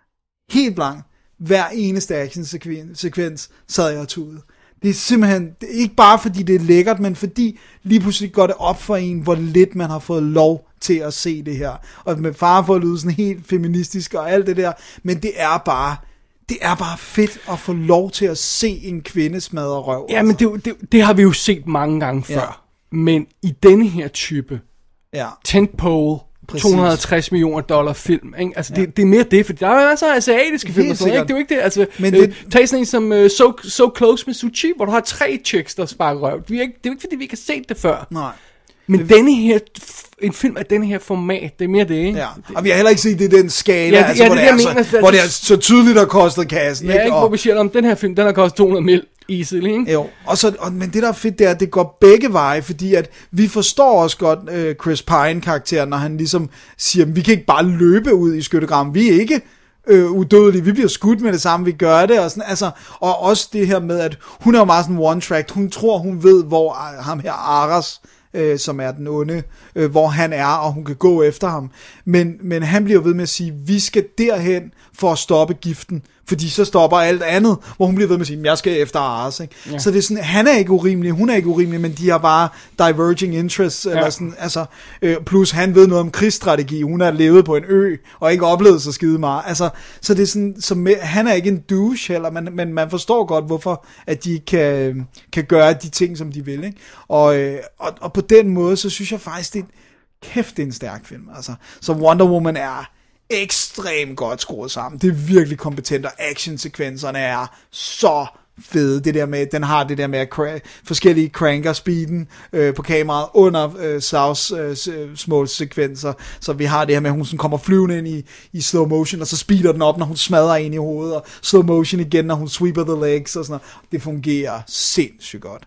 helt blankt, hver eneste action-sekvens sad jeg og tude. Det er simpelthen, det er ikke bare fordi det er lækkert, men fordi lige pludselig går det op for en, hvor lidt man har fået lov til at se det her. Og med fare for at lyde sådan helt feministisk og alt det der, men det er bare, det er bare fedt at få lov til at se en kvinde smadre røv. Ja, men det, det, det har vi jo set mange gange før. Ja. Men i denne her type, ja. tentpole, præcis. to hundrede og halvtreds millioner dollar film, ikke? Altså ja. det, det er mere det, for der er masser af asiatiske film og sådan, ikke? Det er jo ikke det, altså men det... øh, tag sådan en som uh, so, so Close med Suchi, hvor du har tre chicks, der sparker røv. Det er, ikke, det er jo ikke fordi, vi ikke har set det før. Nej. Men det... denne her, en film af denne her format, det er mere det, ikke? Ja, og vi har heller ikke set det i den skala, ja, det, altså, ja, hvor, det, det, det, er mener, så, hvor det er så tydeligt, der kostet kassen, ja, ikke? ikke? Og... Hvor vi siger, om den her film, den har kostet to hundrede mil easily, ikke? Jo, og så, og, men det der er fedt, det er, at det går begge veje, fordi at vi forstår også godt uh, Chris Pine-karakteren, når han ligesom siger, vi kan ikke bare løbe ud i skyttegraven, vi er ikke øh, udødelige, vi bliver skudt med det samme, vi gør det, og sådan, altså, og også det her med, at hun er jo meget sådan one-track, hun tror, hun ved, hvor uh, ham her Aras, øh, som er den onde, øh, hvor han er, og hun kan gå efter ham, men, men han bliver ved med at sige, vi skal derhen for at stoppe giften, fordi så stopper alt andet, hvor hun bliver ved med at sige, jeg skal efter Aras, ikke? Ja. Så det er sådan, han er ikke urimelig, hun er ikke urimelig, men de har bare diverging interests, ja. Eller sådan, altså, øh, plus han ved noget om krigsstrategi, hun har levet på en ø, og ikke oplevet så skide meget, altså, så det er sådan, så med, han er ikke en douche heller, men, men man forstår godt, hvorfor, at de kan, kan gøre de ting, som de vil, ikke? Og, øh, og, og på den måde, så synes jeg faktisk, det er, kæft, det er en stærk film, altså, så Wonder Woman er ekstremt godt skruet sammen. Det er virkelig kompetent, og actionsekvenserne er så fede. Det der med, den har det der med at cra- forskellige cranker speeden øh, på kameraet under øh, Souths øh, små sekvenser. Så vi har det her med, at hun sådan kommer flyvende ind i, i slow motion, og så speeder den op, når hun smadrer en i hovedet, og slow motion igen, når hun sweeper the legs og sådan noget. Det fungerer sindssygt godt.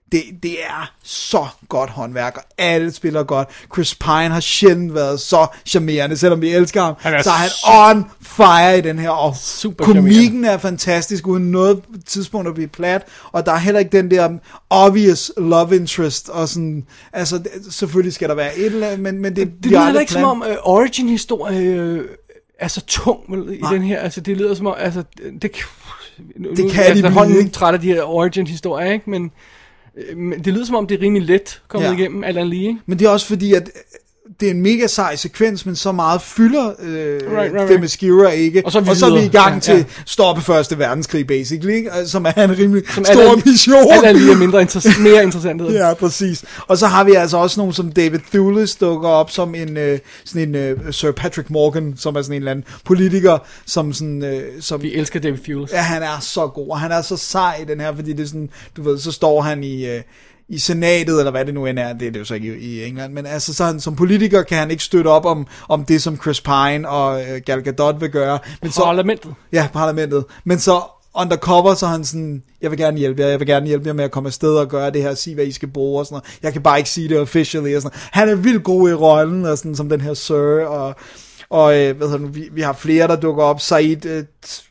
Det, det er så godt håndværk, og alle spiller godt. Chris Pine har sjældent været så charmerende, selvom vi elsker ham. Han er så er han on fire i den her, og super komikken charmerende. er fantastisk, uden noget tidspunkt at blive plat, og der er heller ikke den der obvious love interest, og sådan, altså, selvfølgelig skal der være et eller andet, men, men det, det lyder ikke som om uh, origin-historie uh, er så tung vel, i den her, altså det lyder som om, altså, det, nu, det nu, kan altså, de hånden ikke. træt af de her origin-historier, ikke, men Men det lyder som om, det er rimelig let kommet ja. igennem, alt andet lige. Ikke? Men det er også fordi, at det er en mega sej sekvens, men så meget fylder øh, right, right, right. Themyscira ikke. Og så er vi, og så er vi i gang ja, til ja. stoppe første verdenskrig, basically, ikke? Som er en rimelig som stor alle, mission. Alt er lige mindre inter- mere interessant. Ja, præcis. Og så har vi altså også nogen som David Thewlis dukker op som en, øh, sådan en øh, Sir Patrick Morgan, som er sådan en eller anden politiker, som sådan... Øh, som, vi elsker David Thewlis. Ja, han er så god, og han er så sej i den her, fordi det er sådan, du ved, så står han i... Øh, i senatet, eller hvad det nu end er, det er det jo så ikke i, i England, men altså så han, som politiker kan han ikke støtte op om, om det, som Chris Pine og øh, Gal Gadot vil gøre. Men parlamentet. Så, ja, parlamentet. Men så undercover, så han sådan, jeg vil gerne hjælpe jer, jeg vil gerne hjælpe jer med at komme afsted og gøre det her, sige hvad I skal bruge og sådan noget. Jeg kan bare ikke sige det officially og sådan noget. Han er vildt god i rollen, og sådan, som den her Sir, og, og øh, hvad hedder nu, vi, vi har flere, der dukker op, Said øh,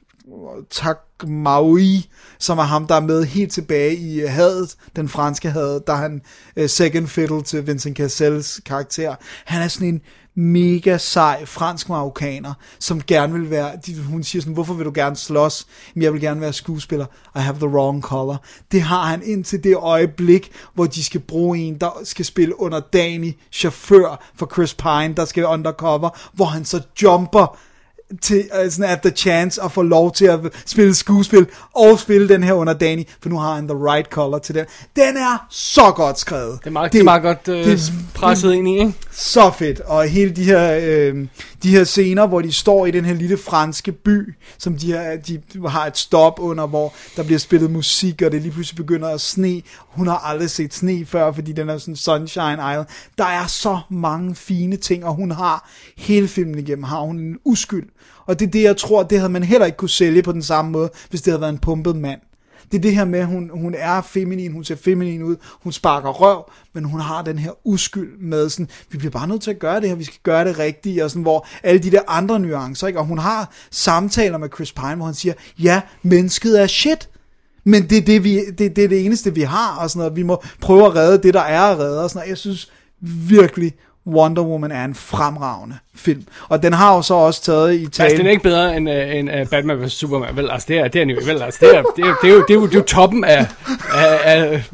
Takmaoui, som er ham, der er med helt tilbage i uh, Hadet, den franske Hadet, der er han uh, second fiddle til Vincent Cassels karakter. Han er sådan en mega sej fransk-marokkaner, som gerne vil være, de, hun siger sådan, hvorfor vil du gerne slås? Men jeg vil gerne være skuespiller. I have the wrong color. Det har han indtil det øjeblik, hvor de skal bruge en, der skal spille underdanig chauffør for Chris Pine, der skal undercover, hvor han så jumper til uh, sådan at the chance at få lov til at spille skuespil og spille den her underdanig, for nu har han the right color til den. Den er så godt skrevet. Det er meget, det, det er meget godt uh, det, presset ind i, ikke? Så fedt. Og hele de her øh, de her scener, hvor de står i den her lille franske by, som de har, de har et stop under, hvor der bliver spillet musik, og det lige pludselig begynder at sne. Hun har aldrig set sne før, fordi den er sådan Sunshine Island. Der er så mange fine ting, og hun har hele filmen igennem, har hun en uskyld. Og det er det, jeg tror, det havde man heller ikke kunne sælge på den samme måde, hvis det havde været en pumpet mand. Det er det her med, at hun, hun er feminin, hun ser feminin ud, hun sparker røv, men hun har den her uskyld med sådan, vi bliver bare nødt til at gøre det her, vi skal gøre det rigtigt, og sådan, hvor alle de der andre nuancer, ikke? Og hun har samtaler med Chris Pine, hvor han siger, ja, mennesket er shit, men det er det, vi, det, det, er det eneste, vi har, og sådan noget, vi må prøve at redde det, der er at redde, og sådan noget. Jeg synes virkelig, Wonder Woman er en fremragende film. Og den har jo så også taget i tale... Altså, den er ikke bedre end, uh, end uh, Batman versus. Superman, vel? Altså, det er, det er, vel, altså, det er, det er, det er, jo, det er, jo, det er jo toppen af... af, af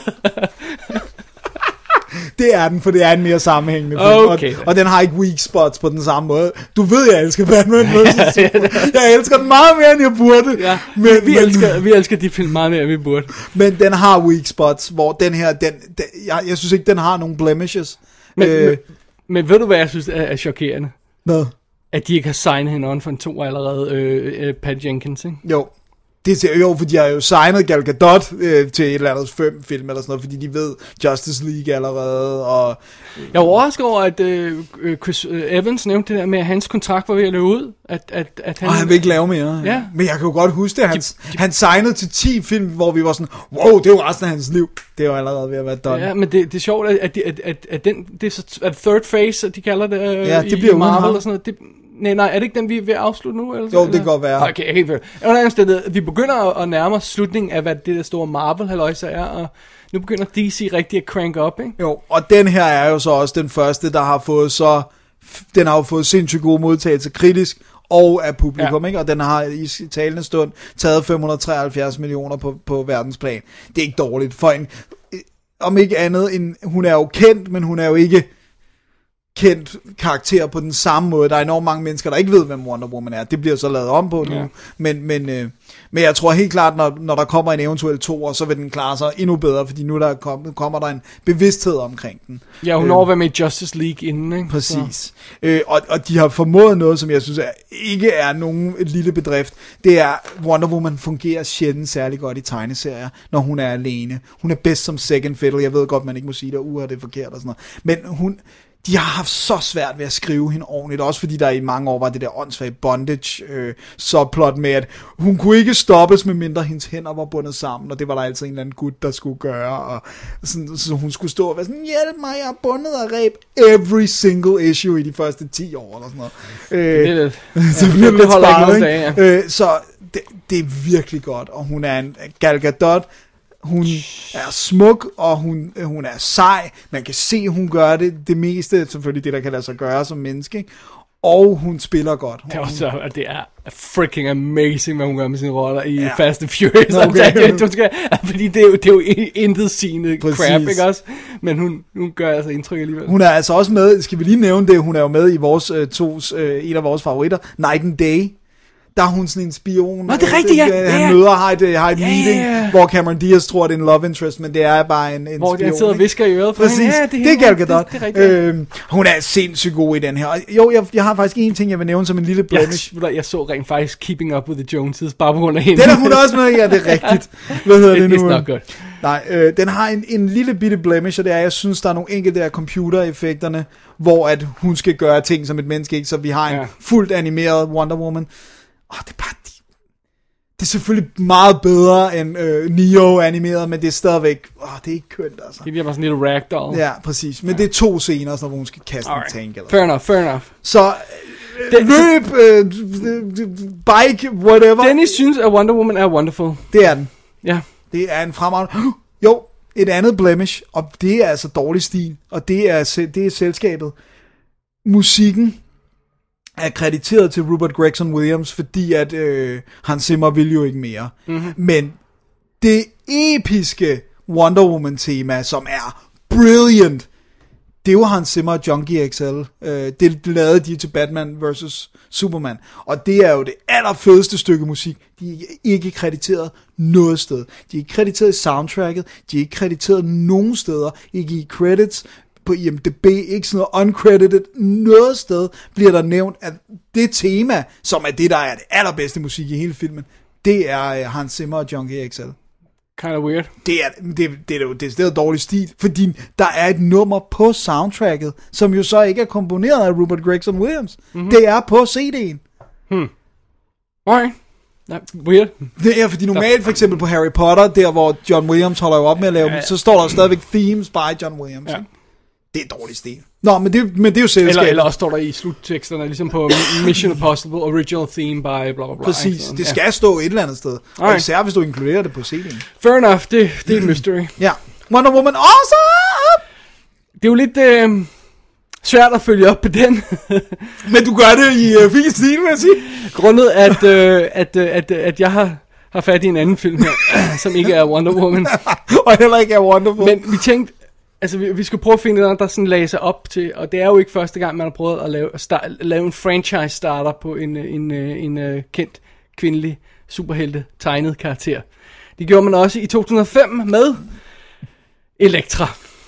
det er den, for det er en mere sammenhængende film. Okay. Og, og den har ikke weak spots på den samme måde. Du ved, jeg elsker Batman versus. Jeg elsker den meget mere, end jeg burde. Ja, men, vi, men, elsker, vi elsker de film meget mere, end vi burde. Men den har weak spots, hvor den her... Den, den, jeg, jeg synes ikke, den har nogen blemishes. Men, øh, men, men ved du, hvad jeg synes er, er chokerende? Hvad? At de ikke har signet hende on for en to allerede, øh, øh, Pat Jenkins, ikke? Jo. Det er jo, fordi de har jo signet Gal Gadot øh, til et eller andet fem film eller sådan noget, fordi de ved Justice League allerede, og... Jeg var overrasket over, at øh, Chris Evans nævnte det der med, at hans kontrakt var ved at løbe ud, at, at, at han... Og han vil ikke lave mere. Ja. Men jeg kan jo godt huske det, han, han signede til ti film, hvor vi var sådan, wow, det er jo resten af hans liv. Det er jo allerede ved at være done. Ja, men det, det er sjovt, at, at, at, at den, det er så, at third phase, de kalder det, øh, ja, det i, bliver i Marvel uden og sådan noget, det... Nej, nej, er det ikke den, vi er ved at afslutte nu? Eller jo, det kan godt være. Okay, helt vildt. Under sted, vi begynder at, at nærme os slutningen af, hvad det der store Marvel-halløjse er, og nu begynder D C rigtig at crank op, ikke? Jo, og den her er jo så også den første, der har fået så... Den har jo fået sindssygt god modtagelse kritisk og af publikum, ja. Ikke? Og den har i talende stund taget fem hundrede treoghalvfjerds millioner på, på verdensplan. Det er ikke dårligt for en... Om ikke andet end... Hun er jo kendt, men hun er jo ikke... kendt karakter på den samme måde. Der er enormt mange mennesker, der ikke ved, hvem Wonder Woman er. Det bliver så lavet om på nu. Ja. Men, men, øh, men jeg tror helt klart, når, når der kommer en eventuel toer, så vil den klare sig endnu bedre, fordi nu der kom, kommer der en bevidsthed omkring den. Ja, hun øh, overvejer med Justice League inden, ikke? Præcis. Øh, og, og de har formået noget, som jeg synes er, ikke er nogen et lille bedrift. Det er, Wonder Woman fungerer sjældent særlig godt i tegneserier, når hun er alene. Hun er bedst som second fiddle. Jeg ved godt, man ikke må sige det, uha, det er forkert og sådan noget. Men hun... de har haft så svært ved at skrive hende ordentligt, også fordi der i mange år var det der åndssvage bondage øh, subplot med, at hun kunne ikke stoppes, medmindre hendes hænder var bundet sammen, og det var der altid en eller anden gut, der skulle gøre, og sådan, så hun skulle stå og være sådan, hjælp mig, jeg er bundet af reb every single issue i de første ti år, eller sådan noget. Øh, det er lidt, så ja, bliver det lidt holder sparet, ikke nogen dage, ja. øh, Så det, det er virkelig godt, og hun er en Gal Gadot. Hun er smuk, og hun, hun er sej. Man kan se, hun gør det det meste, selvfølgelig det, der kan lade sig gøre som menneske, ikke? Og hun spiller godt. Hun, det er også, at det er freaking amazing, hvad hun gør med sine roller i ja. Fast and Furious. Okay. Altså, du skal, fordi det er jo, det er jo intet sigende crap, ikke også? Men hun, hun gør altså indtryk alligevel. Hun er altså også med, skal vi lige nævne det, hun er jo med i vores uh, tos, uh, en af vores favoritter, Night and Day. Der er hun sådan en spion. Nå, det er rigtigt, ja. Han ja, ja. møder, har et, har et ja, meeting, ja. hvor Cameron Diaz tror, det er en love interest, men det er bare en, en hvor spion. Hvor de sidder og visker i øret for Præcis, hende. Ja, det, det er Gal Gadot. Det, det er rigtigt. Øhm, hun er sindssygt god i den her. Og jo, jeg, jeg har faktisk en ting, jeg vil nævne som en lille blemish. Jeg, jeg så rent faktisk Keeping Up with the Joneses, bare på grund af hende. Den er hun også med, ja, det er rigtigt. Hvad hedder det nu? It's not good. Nej, øh, den har en, en lille bitte blemish, og det er, jeg synes, der er nogle enkelte af computereffekterne, hvor at hun skal gøre ting som et menneske, ikke? Så vi har en ja. fuldt animeret Wonder Woman. Åh, det er bare... Det er selvfølgelig meget bedre end øh, Neo animeret, men det er stadigvæk... Åh, det er ikke kønt, altså. Det bliver bare sådan en lille ragdoll. Ja, præcis. Men ja. det er to scener, så hvor hun skal kaste Alright. en tank. Eller fair enough, fair enough. Så... Øh, løb, øh, bike, whatever. Dennis synes, at Wonder Woman er wonderful. Det er den. Ja. Det er en fremragende... Jo, et andet blemish, og det er altså dårlig stil, og det er, det er selskabet. Musikken er krediteret til Rupert Gregson Williams, fordi at øh, Hans Zimmer vil jo ikke mere. Mm-hmm. Men det episke Wonder Woman tema, som er brilliant, det er jo Hans Zimmer og Junkie X L. Øh, det lavede de til Batman versus Superman. Og det er jo det allerfedeste stykke musik. De er ikke krediteret noget sted. De er ikke krediteret i soundtracket. De er ikke krediteret nogen steder. Ikke i credits på I M D B. Ikke sådan noget uncredited. Noget sted bliver der nævnt, at det tema, som er det, der er det allerbedste musik i hele filmen, det er Hans Zimmer og Junkie X L. Kind of weird. Det er, det, det er jo det er dårlig stil, fordi der er et nummer på soundtracket, som jo så ikke er komponeret af Rupert Gregson Williams. Mm-hmm. Det er på C D'en. Hmm. Okay. Nej, weird. Det er, fordi normalt for eksempel på Harry Potter, der hvor John Williams holder jo op med at lave ja, ja. dem, så står der stadigvæk themes by John Williams. Ja. Det er dårlig stil. Nå, men det, men det er jo selskabet. Eller, eller også står der i slutteksterne, ligesom på Mission Impossible, original theme by bla bla bla. Præcis, sådan, det skal ja. stå et eller andet sted. Okay. Og især hvis du inkluderer det på C D'en. Fair enough, det, det er et mystery. Ja. Wonder Woman awesome! Det er jo lidt øh, svært at følge op på den. Men du gør det i uh, fin stil, vil jeg sige. Grundet, at, øh, at, øh, at, at jeg har, har fat i en anden film her, som ikke er Wonder Woman. Og heller ikke er Wonder Woman. Men vi tænkte, altså vi, vi skulle prøve at finde noget, der sådan lagde sig op til, og det er jo ikke første gang, man har prøvet at lave, start, lave en franchise starter på en, en, en, en kendt kvindelig superhelte tegnet karakter. Det gjorde man også i to tusind og fem med Elektra.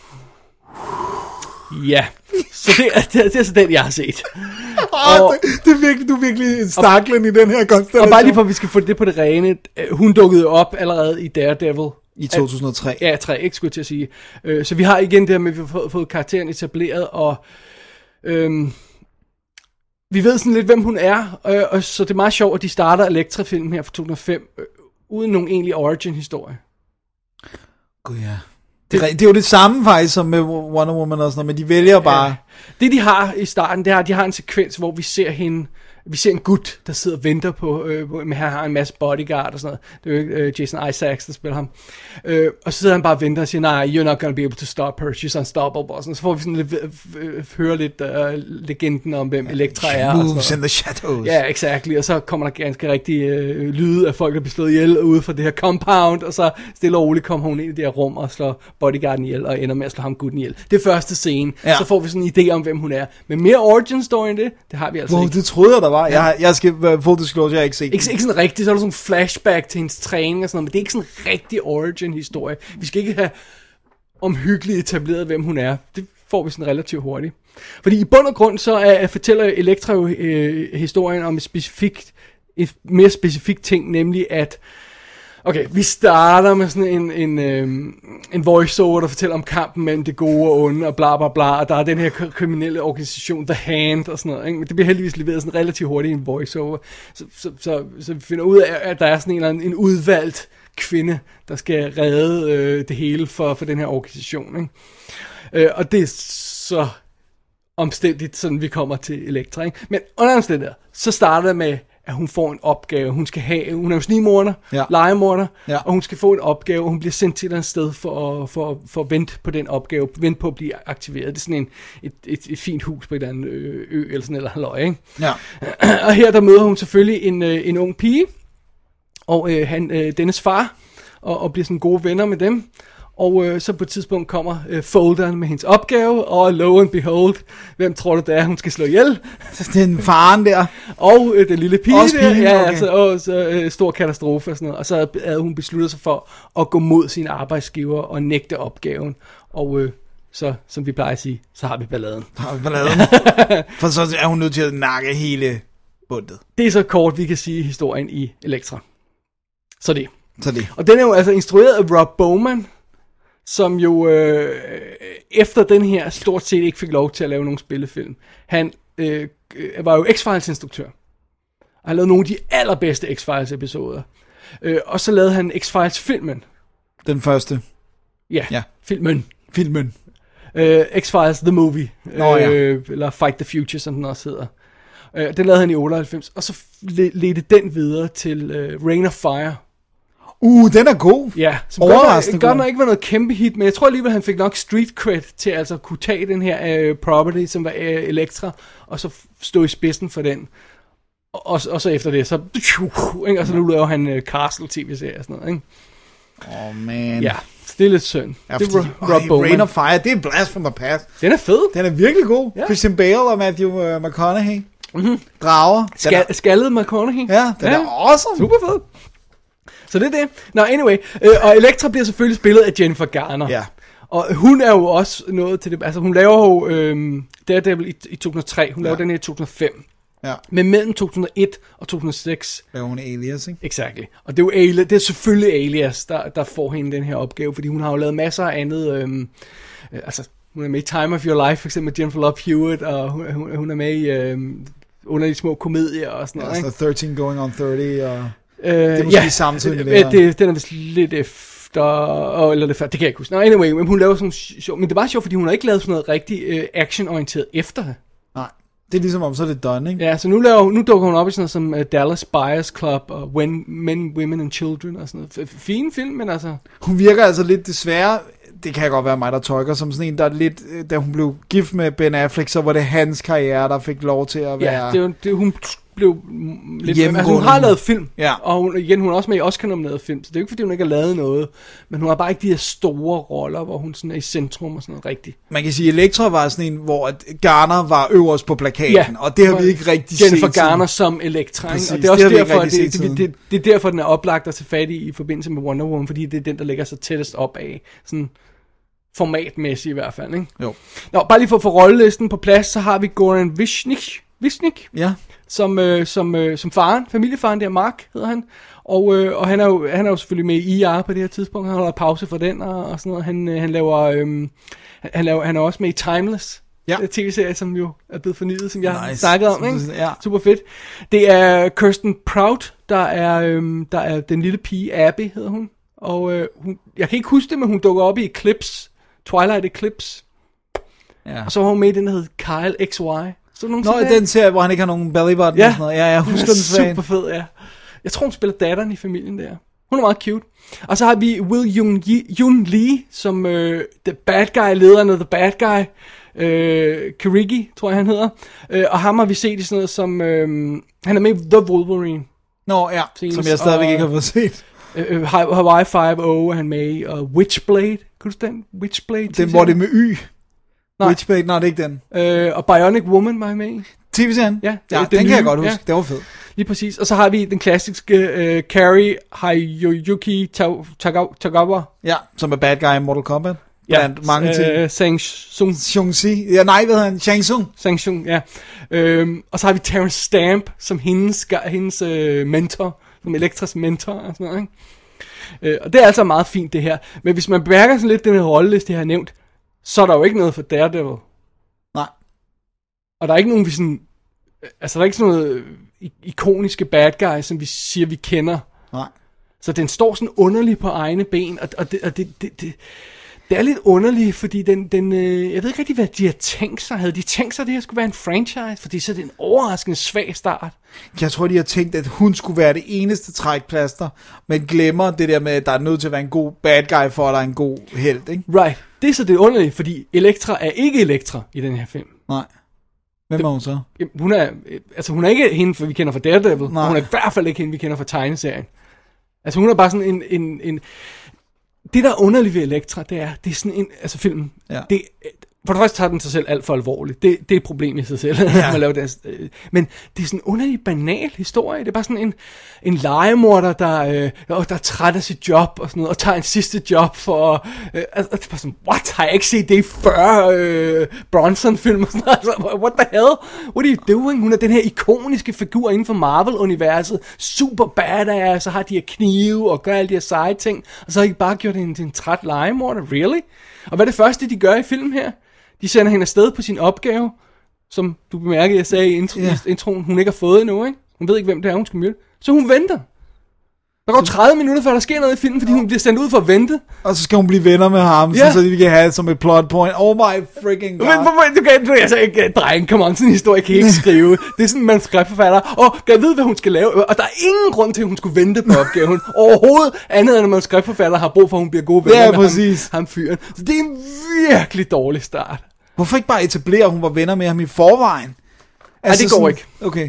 Ja, så det, det, det er så den, jeg har set. Oh, og, det, det er virkelig, du er virkelig staklen i den her konstellation. Og bare lige for, at vi skal få det på det rene, hun dukkede op allerede i Daredevil. I to tusind og tre. Ja, tre, ikke skulle jeg til at sige. Øh, så vi har igen det med, at vi har fået, fået karakteren etableret, og øhm, vi ved sådan lidt, hvem hun er, øh, og så det er meget sjovt, at de starter Elektra-filmen her fra to tusind og fem, øh, uden nogen egentlig origin-historie. Gud ja. Det, det er jo det samme faktisk som med Wonder Woman og sådan noget, men de vælger bare... Ja. Det de har i starten, det er, at de har en sekvens, hvor vi ser hende... Vi ser en gut, der sidder og venter på, øh, med han har en masse bodyguard og sådan noget. Det er jo ikke øh, Jason Isaacs, der spiller ham. Øh, og så sidder han bare og venter og siger, nej, you're not gonna be able to stop her, she's unstoppable. Og sådan. Så får vi sådan lidt, øh, høre lidt øh, legenden om, hvem Elektra er. Moves in the shadows. Ja, exactly. Og så kommer der ganske rigtig øh, lyde af folk, der bliver slået ihjel ude fra det her compound. Og så stille og roligt kommer hun ind i det her rum og slår bodyguarden ihjel og ender med at slå ham gutten ihjel. Det er første scene. Ja. Så får vi sådan en idé om, hvem hun er. Men mere origin story end det, det har vi altså wow, ikke. Det troede jeg, der var. Ja. Jeg, jeg skal full disclosure, jeg har ikke set ikke, ikke sådan rigtigt, så er der sådan en flashback til hendes træning og sådan noget, men det er ikke sådan en rigtig origin-historie. Vi skal ikke have omhyggeligt etableret, hvem hun er. Det får vi sådan relativt hurtigt. Fordi i bund og grund, så er, fortæller Elektra jo øh, historien om et specifikt, et mere specifikt ting, nemlig at Okay, vi starter med sådan en, en, øhm, en voiceover, der fortæller om kampen mellem det gode og onde, og bla bla bla, og der er den her kriminelle organisation, The Hand, og sådan noget, ikke? Men det bliver heldigvis leveret sådan relativt hurtigt i en voiceover, så, så, så, så vi finder ud af, at der er sådan en eller anden en udvalgt kvinde, der skal redde øh, det hele for, for den her organisation, ikke? Øh, og det er så omstændigt, sådan vi kommer til Elektra, ikke? Men under omstændigheder, så starter det med, at hun får en opgave. Hun skal have, hun er jo snigmorder, ja. legemorder, ja. Og hun skal få en opgave, og hun bliver sendt til et sted for at, for, for at vente på den opgave, vente på at blive aktiveret. Det er sådan en, et, et, et fint hus på et eller andet ø, eller sådan eller halløj, ikke? Ja. Og her der møder hun selvfølgelig en, en ung pige, og øh, han, øh, dennes far, og, og bliver sådan gode venner med dem. Og øh, så på et tidspunkt kommer øh, folderen med hendes opgave, og lo and behold, hvem tror du det er, hun skal slå ihjel? Det er den faren der. Og øh, den lille pige Også der, pigen, ja, okay. altså, og så øh, stor katastrofe og sådan noget. Og så havde hun besluttet sig for at gå mod sin arbejdsgiver og nægte opgaven. Og øh, så, som vi plejer at sige, så har vi balladen. Har vi balladen. For så er hun nødt til at nakke hele bundet. Det er så kort, vi kan sige historien i Elektra. Så det. Så det. Og den er jo altså instrueret af Rob Bowman, som jo øh, efter den her stort set ikke fik lov til at lave nogen spillefilm. Han øh, var jo X-Files instruktør. Og han lavede nogle af de allerbedste X-Files episoder. Øh, og så lavede han X-Files filmen. Den første. Ja, ja. filmen. Filmen. Øh, X-Files The Movie. Nå, ja. øh, eller Fight the Future, som den også hedder. Øh, den lavede han i otteoghalvfems. Og så ledte den videre til øh, Rain of Fire. Uh, den er god. Ja, som overraskende godt nok ikke var noget kæmpe hit, men jeg tror alligevel, han fik nok street cred til at altså kunne tage den her uh, property, som var uh, Elektra, og så stå i spidsen for den. Og, og, og så efter det, så, ikke? Og så nu laver han uh, Castle tv-serie og sådan noget, ikke? Åh, oh, man. Ja, så det er lidt synd. Ja, det er Rob Rob Bowman. Rain of Fire, det er Blast from the Past. Den er fed. Den er virkelig god. Ja. Christian Bale og Matthew uh, McConaughey. Mm-hmm. Drager. Skal, er... Skaldet McConaughey. Ja, den ja. er awesome. Super fed. Så det er det. Nå, anyway. Øh, og Elektra bliver selvfølgelig spillet af Jennifer Garner. Ja. Og hun er jo også noget til det. Altså hun laver jo øh, Daredevil i, i to tusind og tre. Hun laver ja. den her i to tusind og fem. Ja. Men mellem to tusind og et og to tusind og seks laver hun Alias, ikke? Exactly. Og det er jo Alias, det er selvfølgelig Alias, der, der får hende den her opgave. Fordi hun har jo lavet masser af andet. Øh, øh, altså hun er med i Time of Your Life, for eksempel med Jennifer Love Hewitt. Og hun, hun, hun er med i øh, under de små komedier og sådan noget. Ja, altså thirteen going on thirty og... Øh, det er måske ja, samtidig med det her. Det, den er vist lidt efter, oh, eller det før, det kan jeg ikke huske. No, anyway, men hun laver sådan sjov, men det var sjovt, fordi hun har ikke lavet sådan noget rigtig uh, actionorienteret efter det. Nej, det er ligesom om, så er det done, ikke? Ja, så nu, laver, nu dukker hun op i sådan noget som uh, Dallas Buyers Club og When Men, Women and Children og sådan noget. Fine film, men altså... Hun virker altså lidt desværre, det kan godt være mig, der tolker, som sådan en, der er lidt, da hun blev gift med Ben Affleck, så var det hans karriere, der fik lov til at være... Ja, det, det hun... blev lidt... Altså hun har lavet film, ja. Og hun, igen, hun er også med i Oscar-nomineret film, så det er jo ikke fordi, hun ikke har lavet noget, men hun har bare ikke de her store roller, hvor hun sådan er i centrum og sådan noget rigtigt. Man kan sige, at Elektra var sådan en, hvor Garner var øverst på plakaten, ja, og det har vi ikke rigtig Jennifer set. Jennifer Garner som Elektra, Præcis, og det er også det derfor, det, det, det, det, det er derfor, den er oplagt at tage fat i i forbindelse med Wonder Woman, fordi det er den, der ligger så tættest op af, sådan formatmæssigt i hvert fald, ikke? Jo. Nå, bare lige for at få rollelisten på plads, så har vi Goran Visnik, Visnik? Ja. Som, øh, som, øh, som faren, familiefaren der, Mark hedder han, og, øh, og han, er jo, han er jo selvfølgelig med i I R på det her tidspunkt, han holder pause for den, og, og sådan noget, han, øh, han laver, øh, han, laver, han er også med i Timeless, ja. tv-serie, som jo er blevet fornyet, som jeg nice. har snakket om, ikke? Ja. Super fedt. Det er Kirsten Prout, der er, øh, der er den lille pige, Abby hedder hun, og øh, hun, jeg kan ikke huske det, men hun dukker op i Eclipse, Twilight Eclipse, ja. Og så var hun med i den, der hed Kyle X Y. Så Nå, i den serie, hvor han ikke har nogen belly button ja. og sådan noget. Ja, jeg husker den super fed, ja. Jeg tror, hun spiller datteren i familien der. Hun er meget cute. Og så har vi Will Yun, Yun Lee, som øh, the bad guy, lederen af The Bad Guy. Øh, Karigi, tror jeg, han hedder. Øh, og ham har vi set i sådan noget som... Øh, han er med i The Wolverine. Nå, ja, senest, som jeg stadigvæk og, ikke har fået set. Øh, Hawaii five-O er han med i, og Witchblade. Kan du den? Witchblade? Den, hvor det er med Y. Nej. Witchblade, nej, det er ikke den. Øh, og Bionic Woman var jeg med i. tv-serien? Ja, ja den, den kan nye, jeg godt huske. Ja. Den var fed. Lige præcis. Og så har vi den klassiske uh, Carrie Hayuyuki Tagawa. Ja, som er bad guy i Mortal Kombat. Ja, blandt mange ting. Uh, Shang Tsung. Shang-Chi. Ja, nej, hvad hedder han? Shang Tsung. Shang Tsung, ja. Øhm, og så har vi Terrence Stamp som hendes, hendes uh, mentor, som Elektras mentor og sådan noget, ikke? Øh, og det er altså meget fint, det her. Men hvis man bemærker sådan lidt den her rolleliste, jeg har nævnt, så er der jo ikke noget for Daredevil. Nej. Og der er ikke nogen, vi sådan... Altså, der er ikke sådan noget ikoniske bad guy, som vi siger, vi kender. Nej. Så den står sådan underligt på egne ben, og, og, det, og det, det, det, det er lidt underligt, fordi den, den øh, jeg ved ikke rigtig, hvad de har tænkt sig. Havde de tænkt sig, at det her skulle være en franchise? Fordi så er det en overraskende svag start. Jeg tror, de har tænkt, at hun skulle være det eneste trækplaster, men glemmer det der med, at der er nødt til at være en god bad guy, for at der er en god helt, ikke? Right. Det er så det underlige, fordi Elektra er ikke Elektra i den her film. Nej. Hvem er hun så? Hun er, altså hun er ikke hende, for vi kender fra Daredevil. Nej. Hun er i hvert fald ikke hende, vi kender fra tegneserien. Altså hun er bare sådan en, en, en det der er underligt ved Elektra, det er, det er sådan en, altså filmen, ja. det, for det første tager den sig selv alt for alvorligt. Det, det er et problem i sig selv, ja. Man laver det. Men det er sådan en underlig banal historie. Det er bare sådan en, en legemorder, der, øh, der er træt af sit job og sådan noget, og tager en sidste job for, øh, altså, det er bare sådan, what? Har jeg ikke set det i fyrre øh, Bronson-film og sådan noget? Altså, what the hell? What are you doing? Hun er den her ikoniske figur inden for Marvel-universet. Super badass, så har de her knive og gør alle de her seje ting. Og så har I bare gjort hende til en træt legemorder. Really? Og hvad er det første, de gør i filmen her? De sender hende afsted på sin opgave, som du bemærkede, jeg sagde i intro, yeah. introen, hun ikke har fået endnu, ikke? Hun ved ikke, hvem det er, hun skal møde. Så hun venter. Der går tredive minutter, før der sker noget i filmen, fordi hun bliver sendt ud for at vente. Og så skal hun blive venner med ham, yeah. så de kan have det som et plot point. Oh my freaking god. Men du kan, du kan altså ikke, dreng, come on, sådan en historie kan ikke skrive. Det er sådan en manuskriptforfatter. Og kan jeg vide, hvad hun skal lave? Og der er ingen grund til, at hun skulle vente på opgaven. Overhovedet andet end en manuskriptforfatter har brug for, at hun bliver gode venner ja, med præcis. ham, ham fyren. Så det er en virkelig dårlig start. Hvorfor ikke bare etablere, at hun var venner med ham i forvejen? Nej, altså, det går sådan... ikke. Okay.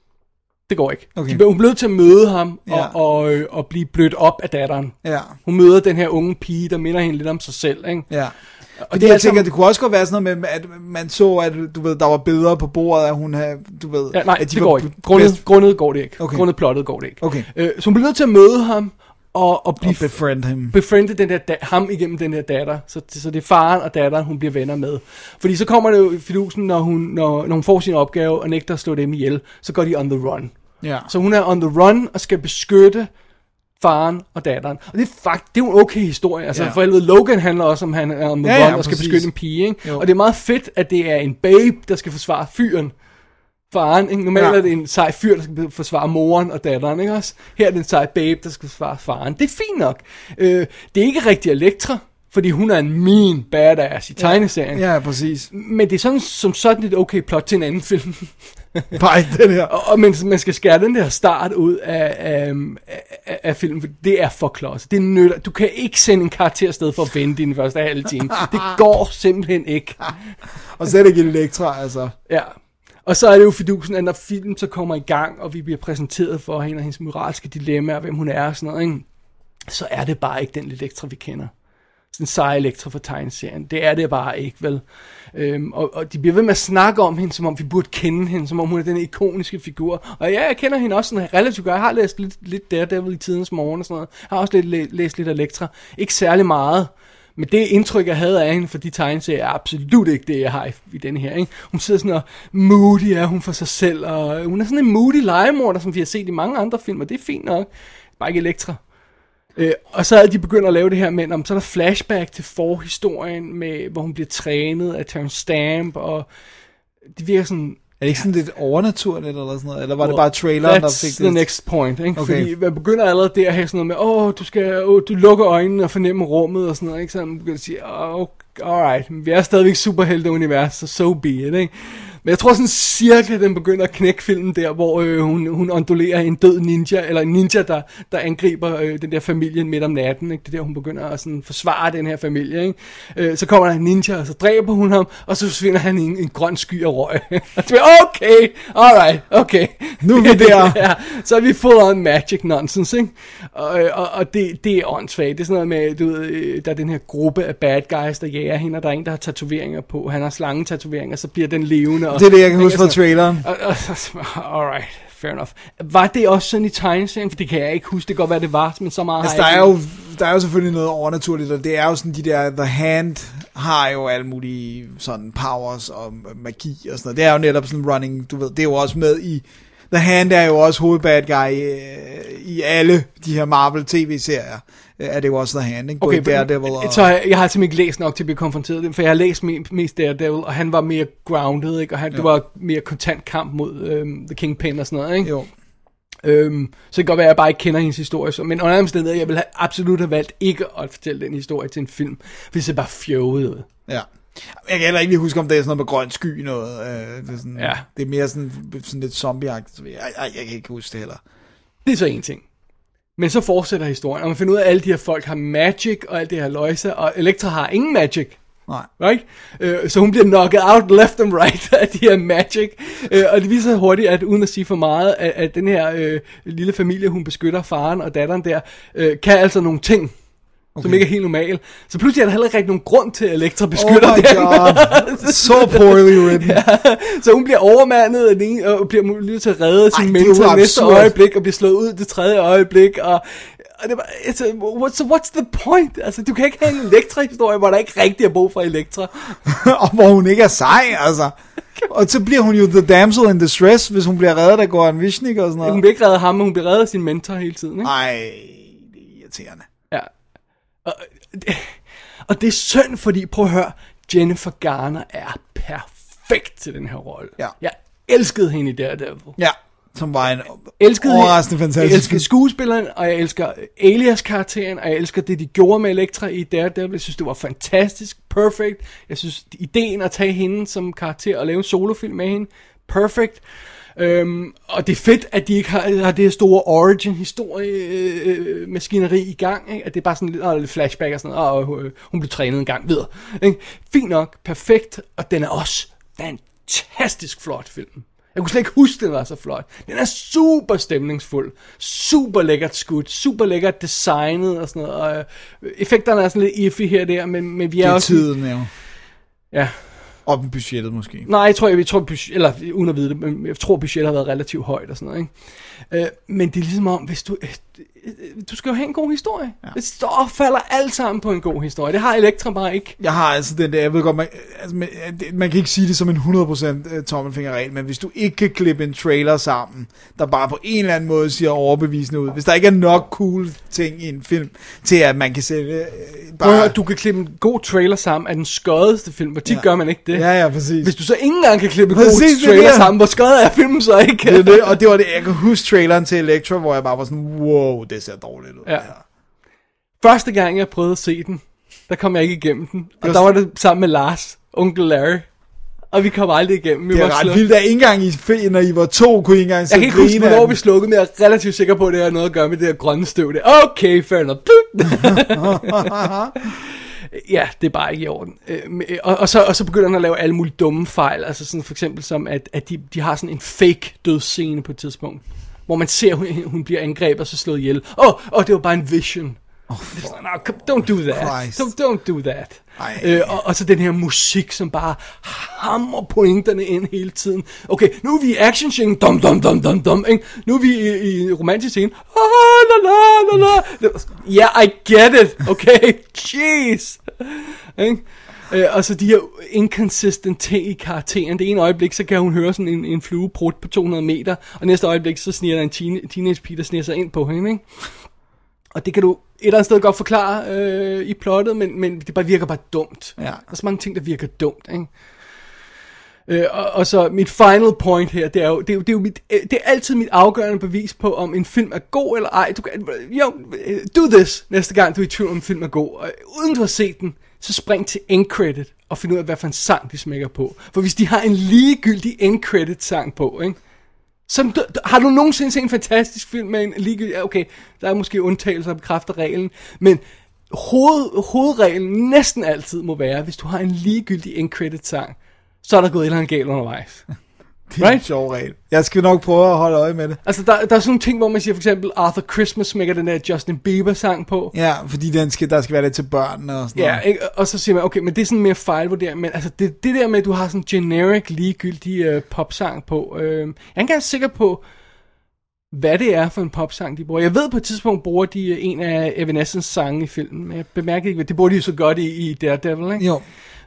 Det går ikke. Okay. Hun blev til at møde ham og, ja. og, og, og blive blødt op af datteren. Ja. Hun møder den her unge pige, der minder hende lidt om sig selv, ikke? Ja. Og det, det jeg altså... tænker, det kunne også godt være sådan noget med, at man så, at du ved, der var billeder på bordet, at hun havde, du ved... Ja, nej, at de det var går ikke. Grundet, grundet går det ikke. Okay. Grundet plottet går det ikke. Okay. Øh, så hun blev nødt til at møde ham, og, og blive... Og befriend ham. Befriende den der, da, ham igennem den der datter. Så, så det er faren og datteren, hun bliver venner med. Fordi så kommer det jo i fidusen, når hun, når, når hun får sin opgave og nægter at slå dem ihjel, så går de on the run. Ja. Så hun er on the run og skal beskytte faren og datteren. Og det er faktisk, det er jo en okay historie. Altså ja. For helvede, Logan handler også om, han er on the ja, run ja, og skal præcis. beskytte en pige, ikke? Og det er meget fedt, at det er en babe, der skal forsvare fyren. Faren, ikke? Normalt ja. Er det en sej fyr, der skal forsvare moren og datteren, ikke også? Her er det en sej babe, der skal forsvare faren. Det er fint nok. Øh, det er ikke rigtig Elektra, fordi hun er en mean badass i tegneserien. Ja, ja, præcis. Men det er sådan, som sådan et okay plot til en anden film. Bare ikke den her. og, og men man skal skære den der start ud af, af, af, af filmen, for det er for klods. Det nytter. Du kan ikke sende en karakter afsted for at vente i den første halve time. Det går simpelthen ikke. Og så er det ikke Elektra, altså. Ja. Og så er det jo fidusen, at når filmen så kommer i gang, og vi bliver præsenteret for hende og hendes moralske dilemmaer, hvem hun er og sådan noget, ikke? Så er det bare ikke den Elektra, vi kender. Sådan seje Elektra fra tegneserien. Det er det bare ikke, vel? Øhm, og, og de bliver ved med at snakke om hende, som om vi burde kende hende, som om hun er den ikoniske figur. Og ja, jeg kender hende også sådan relativt godt. Jeg har læst lidt, lidt Daredevil i tidens morgen og sådan noget. Jeg har også lidt, læ- læst lidt Elektra. Ikke særlig meget. Men det indtryk, jeg havde af hende for de tegneserier, er absolut ikke det, jeg har i, i denne her. Ikke? Hun sidder sådan og moody er hun for sig selv, og hun er sådan en moody legemorder, som vi har set i mange andre film, og det er fint nok. Bare ikke Elektra. Øh, og så er de begyndt at lave det her med, om så er der flashback til forhistorien, med, hvor hun bliver trænet af Terrence Stamp, og det virker sådan... Er det ikke sådan lidt overnaturligt eller sådan noget? Eller var well, det bare traileren, der fik det? That's the next point, ikke? Okay. Fordi man begynder allerede der at have sådan noget med, åh, oh, du skal, oh, du lukker øjnene og fornemmer rummet og sådan noget, ikke? Så man begynder at sige, åh, oh, alright, vi er stadigvæk superhelte-univers, så so be it, ikke? Men jeg tror sådan cirka, den begynder at knække filmen der, hvor øh, hun, hun ondulerer en død ninja, eller en ninja, der, der angriber øh, den der familie midt om natten, ikke? Det der, hun begynder at sådan forsvare den her familie, ikke? Øh, så kommer der en ninja, og så dræber hun ham, og så forsvinder han i en, en grøn sky af røg. Og så er okay, alright, okay. Nu er vi der. Ja, så er vi full on magic nonsense, ikke? Og, og, og det, det er åndssvagt. Det er sådan noget med, du ved, der er den her gruppe af bad guys, der jager hende, og der er en, der har tatoveringer på. Han har slange-tatoveringer, så bliver den levende. Det er det, jeg kan huske fra traileren. Alright, fair enough. Var det også sådan i tegneserien? For det kan jeg ikke huske. Det kan godt være, det var, men så meget altså, har der jeg er, jo, der er jo selvfølgelig noget overnaturligt, og det er jo sådan, de der, The Hand har jo alle mulige sådan powers og magi og sådan noget. Det er jo netop sådan running, du ved, det er jo også med i The Hand er jo også hovedbad guy i, i alle de her Marvel tv-serier. Er det jo også The Hand, ikke? Okay, Daredevil og... så jeg, jeg har simpelthen ikke læst nok til at blive konfronteret, for jeg har læst mest, mest Daredevil, og han var mere grounded, ikke? Og han, det var mere kontant kamp mod øhm, The Kingpin og sådan noget, ikke? Jo. Øhm, så det kan godt være, at jeg bare ikke kender hendes historie, så, men under omstændigheder, jeg ville have absolut have valgt ikke at fortælle den historie til en film, hvis det bare fjovede ud. Ja. Jeg kan heller ikke lige huske, om det er sådan noget med grøn sky noget. Øh, det, er sådan, ja. det er mere sådan, sådan lidt zombie-agtigt. Jeg, jeg, jeg kan ikke huske det heller. Det er så en ting. Men så fortsætter historien, og man finder ud af, at alle de her folk har magic, og alt det her løjse, og Elektra har ingen magic. Nej. Right? Øh, så hun bliver knocked out left and right af de her magic. Øh, og det viser sig hurtigt, at uden at sige for meget, at, at den her øh, lille familie, hun beskytter faren og datteren der, øh, kan altså nogle ting, okay, som ikke er helt normale. Så pludselig er der heller ikke rigtig nogen grund til, at Elektra beskytter oh my dem. God. So poorly written. Ja, så hun bliver overmandet af den ene, og bliver nødt til at redde sin mentor i næste øjeblik, og bliver slået ud det tredje øjeblik, og Og det var, it's a, what's, what's the point? Altså, du kan ikke have en Elektra-historie, hvor der ikke rigtig er brug for Elektra. Og hvor hun ikke er sej, altså. Og så bliver hun jo the damsel in distress, hvis hun bliver reddet af Goran Vishnik og sådan noget. Hun bliver ikke reddet af ham, men hun bliver reddet af sin mentor hele tiden, ikke? Ej, det er irriterende. Ja. Og, og det er synd, fordi, prøv at høre, Jennifer Garner er perfekt til den her rolle. Ja. Jeg elskede hende i Daredevil. Ja. Som var en elskede overraskende fantastisk. Jeg elsker skuespilleren, og jeg elsker Alias-karakteren, og jeg elsker det, de gjorde med Elektra i Daredevil. Jeg synes, det var fantastisk, perfect. Jeg synes, ideen at tage hende som karakter og lave en solofilm med hende, perfect. Øhm, og det er fedt, at de ikke har, har det her store origin-historie-maskineri øh, i gang. Ikke? At det er bare sådan lidt, øh, lidt flashback og sådan noget. Og øh, hun blev trænet en gang videre. Ikke? Fint nok, perfekt, og den er også fantastisk flot film. Jeg kunne slet ikke huske, den var så flot. Den er super stemningsfuld, super lækkert skudt, super lækkert designet og sådan noget. Og, øh, effekterne er sådan lidt iffy her og der, men, men vi er, det er også... tiden, ja. Ja. Og budgettet måske. Nej, jeg tror, jeg, jeg tror budget, eller uden at vide det, men jeg tror, budgettet har været relativt højt og sådan noget, ikke? Øh, men det er ligesom om, hvis du... Øh, du skal jo have en god historie. Ja. Det står falder alt sammen på en god historie. Det har Elektra bare ikke. Jeg har altså den der, jeg ved godt, man, altså, man, man kan ikke sige det som en hundrede procent tommelfingerregel, men hvis du ikke kan klippe en trailer sammen, der bare på en eller anden måde siger overbevisende ud, hvis der ikke er nok cool ting i en film, til at man kan sælge øh, bare... Prøv, du kan klippe en god trailer sammen af den skoddeste film, hvor tit ja. gør man ikke det. Ja, ja, præcis. Hvis du så ikke engang kan klippe en præcis, god trailer sammen, hvor skød er filmen så ikke? Det, det, og det var det, jeg kan huske traileren til Elektra, hvor jeg bare var sådan, wow, det ser dårligt ud. Ja. Første gang jeg prøvede at se den, der kom jeg ikke igennem den. Og der var det sammen med Lars, onkel Larry. Og vi kom aldrig igennem. Vi det er ret vildt, at ikke engang I, når I var to, kunne I ikke engang se. Jeg kan ikke huske, hvornår vi slukkede, men jeg er relativt sikker på, at det har noget at gøre med det her grønne støv. Det. Okay, fair enough. Ja, det er bare ikke i orden. Og, og, så, og så begynder han at lave alle mulige dumme fejl. Altså sådan for eksempel som, at, at de, de har sådan en fake dødsscene på et tidspunkt. Hvor man ser, hun, hun bliver angrebet og så slået ihjel. Åh, oh, oh, det var bare en vision. Oh, no, don't do that. Don't, don't do that. Øh, og, og så den her musik, som bare hammer pointerne ind hele tiden. Okay, nu er vi i action scene. Dum, dum, dum, dum, dum. Ikke? Nu er vi i, i romantisk scene. Ah, la, la, la, la. Yeah, I get it. Okay, jeez. Ikke? Øh, og så de her inconsistent ting i karakteren. Det ene øjeblik, så kan hun høre sådan en, en flue prut på to hundrede meter, og næste øjeblik, så sniger der en teen, teenage pige, der sniger sig ind på hende, ikke? Og det kan du et eller andet sted godt forklare øh, i plottet, men, men det bare virker bare dumt. Ja. Der er så mange ting, der virker dumt, ikke? Øh, og, og så mit final point her, det er jo, det er jo, det er jo mit, det er altid mit afgørende bevis på, om en film er god eller ej. Du kan, jo, do this næste gang, du er i tvivl om en film er god. Og uden du har set den, så spring til end credit og find ud af, hvad for en sang de smækker på. For hvis de har en ligegyldig end credit sang på, ikke? Så har du nogensinde set en fantastisk film med en ligegyldig... Okay, der er måske undtagelser, der bekræfter reglen, men hoved, hovedreglen næsten altid må være, hvis du har en ligegyldig end credit sang, så er der gået et eller andet galt undervejs. Det er right? En sjov regel. Jeg skal nok prøve at holde øje med det. Altså, der, der er sådan nogle ting, hvor man siger for eksempel, Arthur Christmas smækker den der Justin Bieber-sang på. Ja, fordi den skal, der skal være lidt til børnene og sådan ja, noget. Ikke? Og så siger man, okay, men det er sådan mere fejlvurdering. Men altså, det, det der med, at du har sådan en generic, ligegyldig uh, popsang på. Øh, jeg er ikke engang sikker på, hvad det er for en popsang, de bruger. Jeg ved på et tidspunkt, bruger de en af Evanescence sange i filmen. Men jeg bemærker ikke, det bruger de jo så godt i, i Daredevil, ikke? Jo.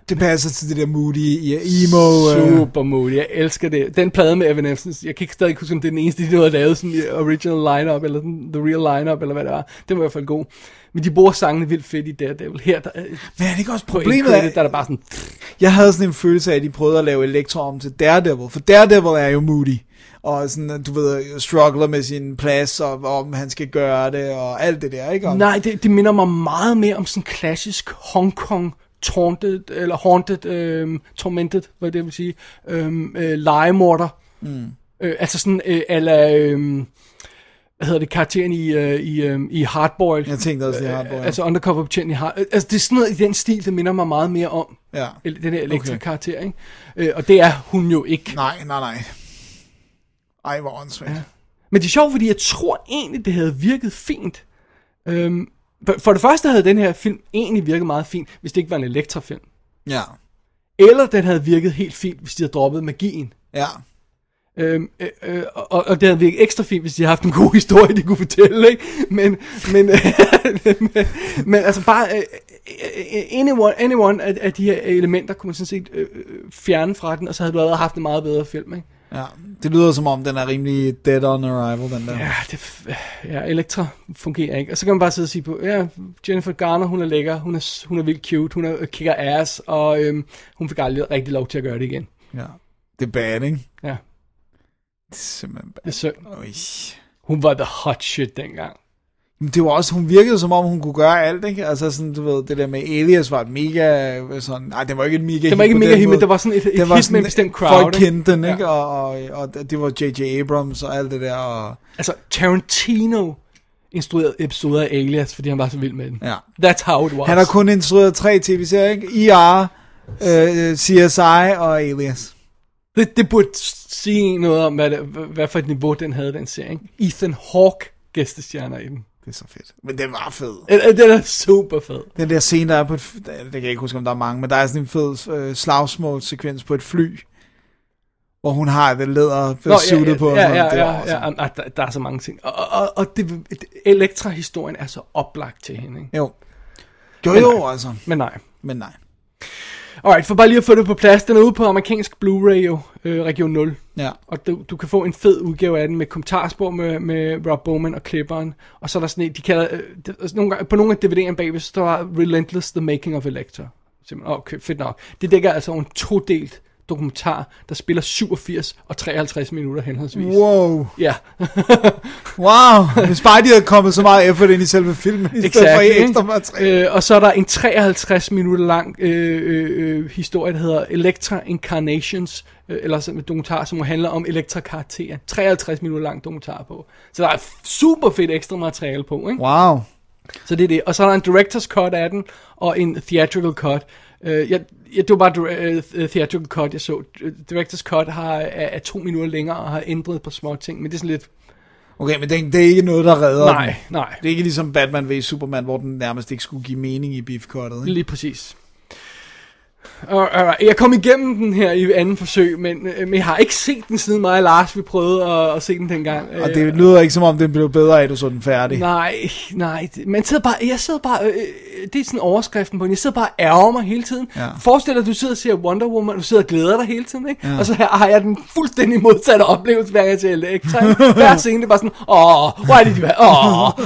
Det passer til det der moody, emo. Super moody, jeg elsker det. Den plade med Evanescence, jeg kan ikke stadig huske, om det er den eneste, de har lavet sådan original lineup eller den, the real lineup, eller hvad det var. Det var i hvert fald god. Men de bruger sangene vildt fedt i Daredevil. Her, der, men er det ikke også problemet problemet? Der er der bare sådan... Jeg havde sådan en følelse af, at de prøvede at lave Elektra om til Daredevil, for Daredevil er jo moody. Og sådan, du ved, struggler med sin plads, og om han skal gøre det, og alt det der, ikke? Om... Nej, det, det minder mig meget mere om sådan klassisk Hong Kong taunted, eller haunted, øhm, tormented, hvad det vil sige, øhm, øh, legemorder. Mm. Øh, altså sådan, øh, ala, øh, hvad hedder det, karakteren i, øh, i, øh, i Hardboiled. Jeg tænkte også, det er Hardboiled. Øh, altså undercover betjent i Hardboiled. Altså det er sådan noget i den stil, der minder mig meget mere om. Ja. Den her elektriske okay. karakter, ikke? Øh, og det er hun jo ikke. Nej, nej, nej. Ej, hvor åndssvagt. Ja. Men det er sjovt, fordi jeg tror egentlig, det havde virket fint. Øhm, for, for det første havde den her film egentlig virket meget fint, hvis det ikke var en Elektra-film. Ja. Eller den havde virket helt fint, hvis de havde droppet magien. Ja. Øhm, øh, øh, og, og det havde virket ekstra fint, hvis de havde haft en god historie, de kunne fortælle, ikke? Men, men, øh, men, men altså bare øh, anyone, anyone af, af de her elementer kunne man sådan set øh, fjerne fra den, og så havde du allerede haft en meget bedre film, ikke? Ja, det lyder som om, den er rimelig dead on arrival, den der. Ja, det, ja, Elektra fungerer ikke. Og så kan man bare sidde og sige på, ja, Jennifer Garner, hun er lækker, hun er, hun er vildt cute, hun er kicker ass, og øhm, hun fik aldrig rigtig lov til at gøre det igen. Ja, det er bad, ikke? Ja. Det er simpelthen bad. Det er synd. Oi. Hun var the hot shit dengang. Men det var også, hun virkede som om, hun kunne gøre alt, ikke? Altså sådan, du ved, det der med Alias var et mega, sådan, nej, det var ikke et mega hit. Det var ikke et mega hit, men det var sådan et, et hit sådan, med en bestemt crowd, folk kendte den, ikke? Ja. Og, og, og det var J J Abrams og alt det der, og... Altså, Tarantino instruerede episoder af Alias, fordi han var så vild med den. Ja. That's how it was. Han har kun instrueret tre tv-serier, ikke? I R, øh, C S I og Alias. Det, det burde sige noget om, hvad, det, hvad for et niveau den havde, den serie, ikke? Ethan Hawke gæstestjerner i den. Det er så fedt. Men den var fed. Den er super fed. Den der scene, der er på et... Det kan jeg ikke huske, om der er mange, men der er sådan en fed øh, slagsmålssekvens på et fly, hvor hun har det læder suited ja, ja, på. Ja, ja, ja, ja, ja, ja. Der, der er så mange ting. Og, og, og det, Elektra-historien er så oplagt til hende, ikke? Jo. Jo, men jo, nej. altså. Men nej. Men nej. Alright, for bare lige at få det på plads, den er ude på amerikansk Blu-ray jo, øh, region nul. Ja. Og du, du kan få en fed udgave af den med kommentarspor med, med Rob Bowman og klipperen. Og så er der sådan en, de kalder, øh, de, altså nogle gange, på nogle af D V D'erne bagved, så der er Relentless, The Making of Elektra. Okay, fedt nok. Det dækker altså en todelt dokumentar, der spiller syvogfirs og treoghalvtreds minutter henholdsvis. Wow. Ja. Wow. Hvis bare de havde kommet så meget effort ind i selve filmen, i stedet exactly. for i ekstra materiale. Øh, og så er der en treoghalvtreds minutter lang øh, øh, øh, historie, der hedder Elektra Incarnations, øh, eller sådan en dokumentar, som handler om Elektra-karakteren. treoghalvtreds minutter lang dokumentar på. Så der er super fedt ekstra materiale på, ikke? Wow. Så det er det. Og så er der en director's cut af den, og en theatrical cut. Uh, jeg, jeg, det var bare uh, theatrical cut, jeg så. Director's cut har, er, er to minutter længere og har ændret på små ting, men det er sådan lidt... Okay, men det, det er ikke noget, der redder Nej, den. nej. Det er ikke ligesom Batman v Superman, hvor den nærmest ikke skulle give mening i beef-cuttet, ikke? Lige præcis. Alright, jeg kom igennem den her i anden forsøg, men, men jeg har ikke set den siden mig og Lars, vi prøvede at, at se den dengang. Og det lyder ikke som om, den blev bedre af, at du så den færdig. Nej, nej. Man sidder bare, jeg sidder bare, øh, det er sådan overskriften på den, jeg sidder bare og ærger mig hele tiden. Ja. Forestil dig, at du sidder og ser Wonder Woman, du sidder og glæder dig hele tiden, ikke? Ja. Og så har jeg den fuldstændig modsatte oplevelse, hver gang jeg ser Elektra. Hver scene, det er bare sådan, åh, hvor er det, de var? Åh.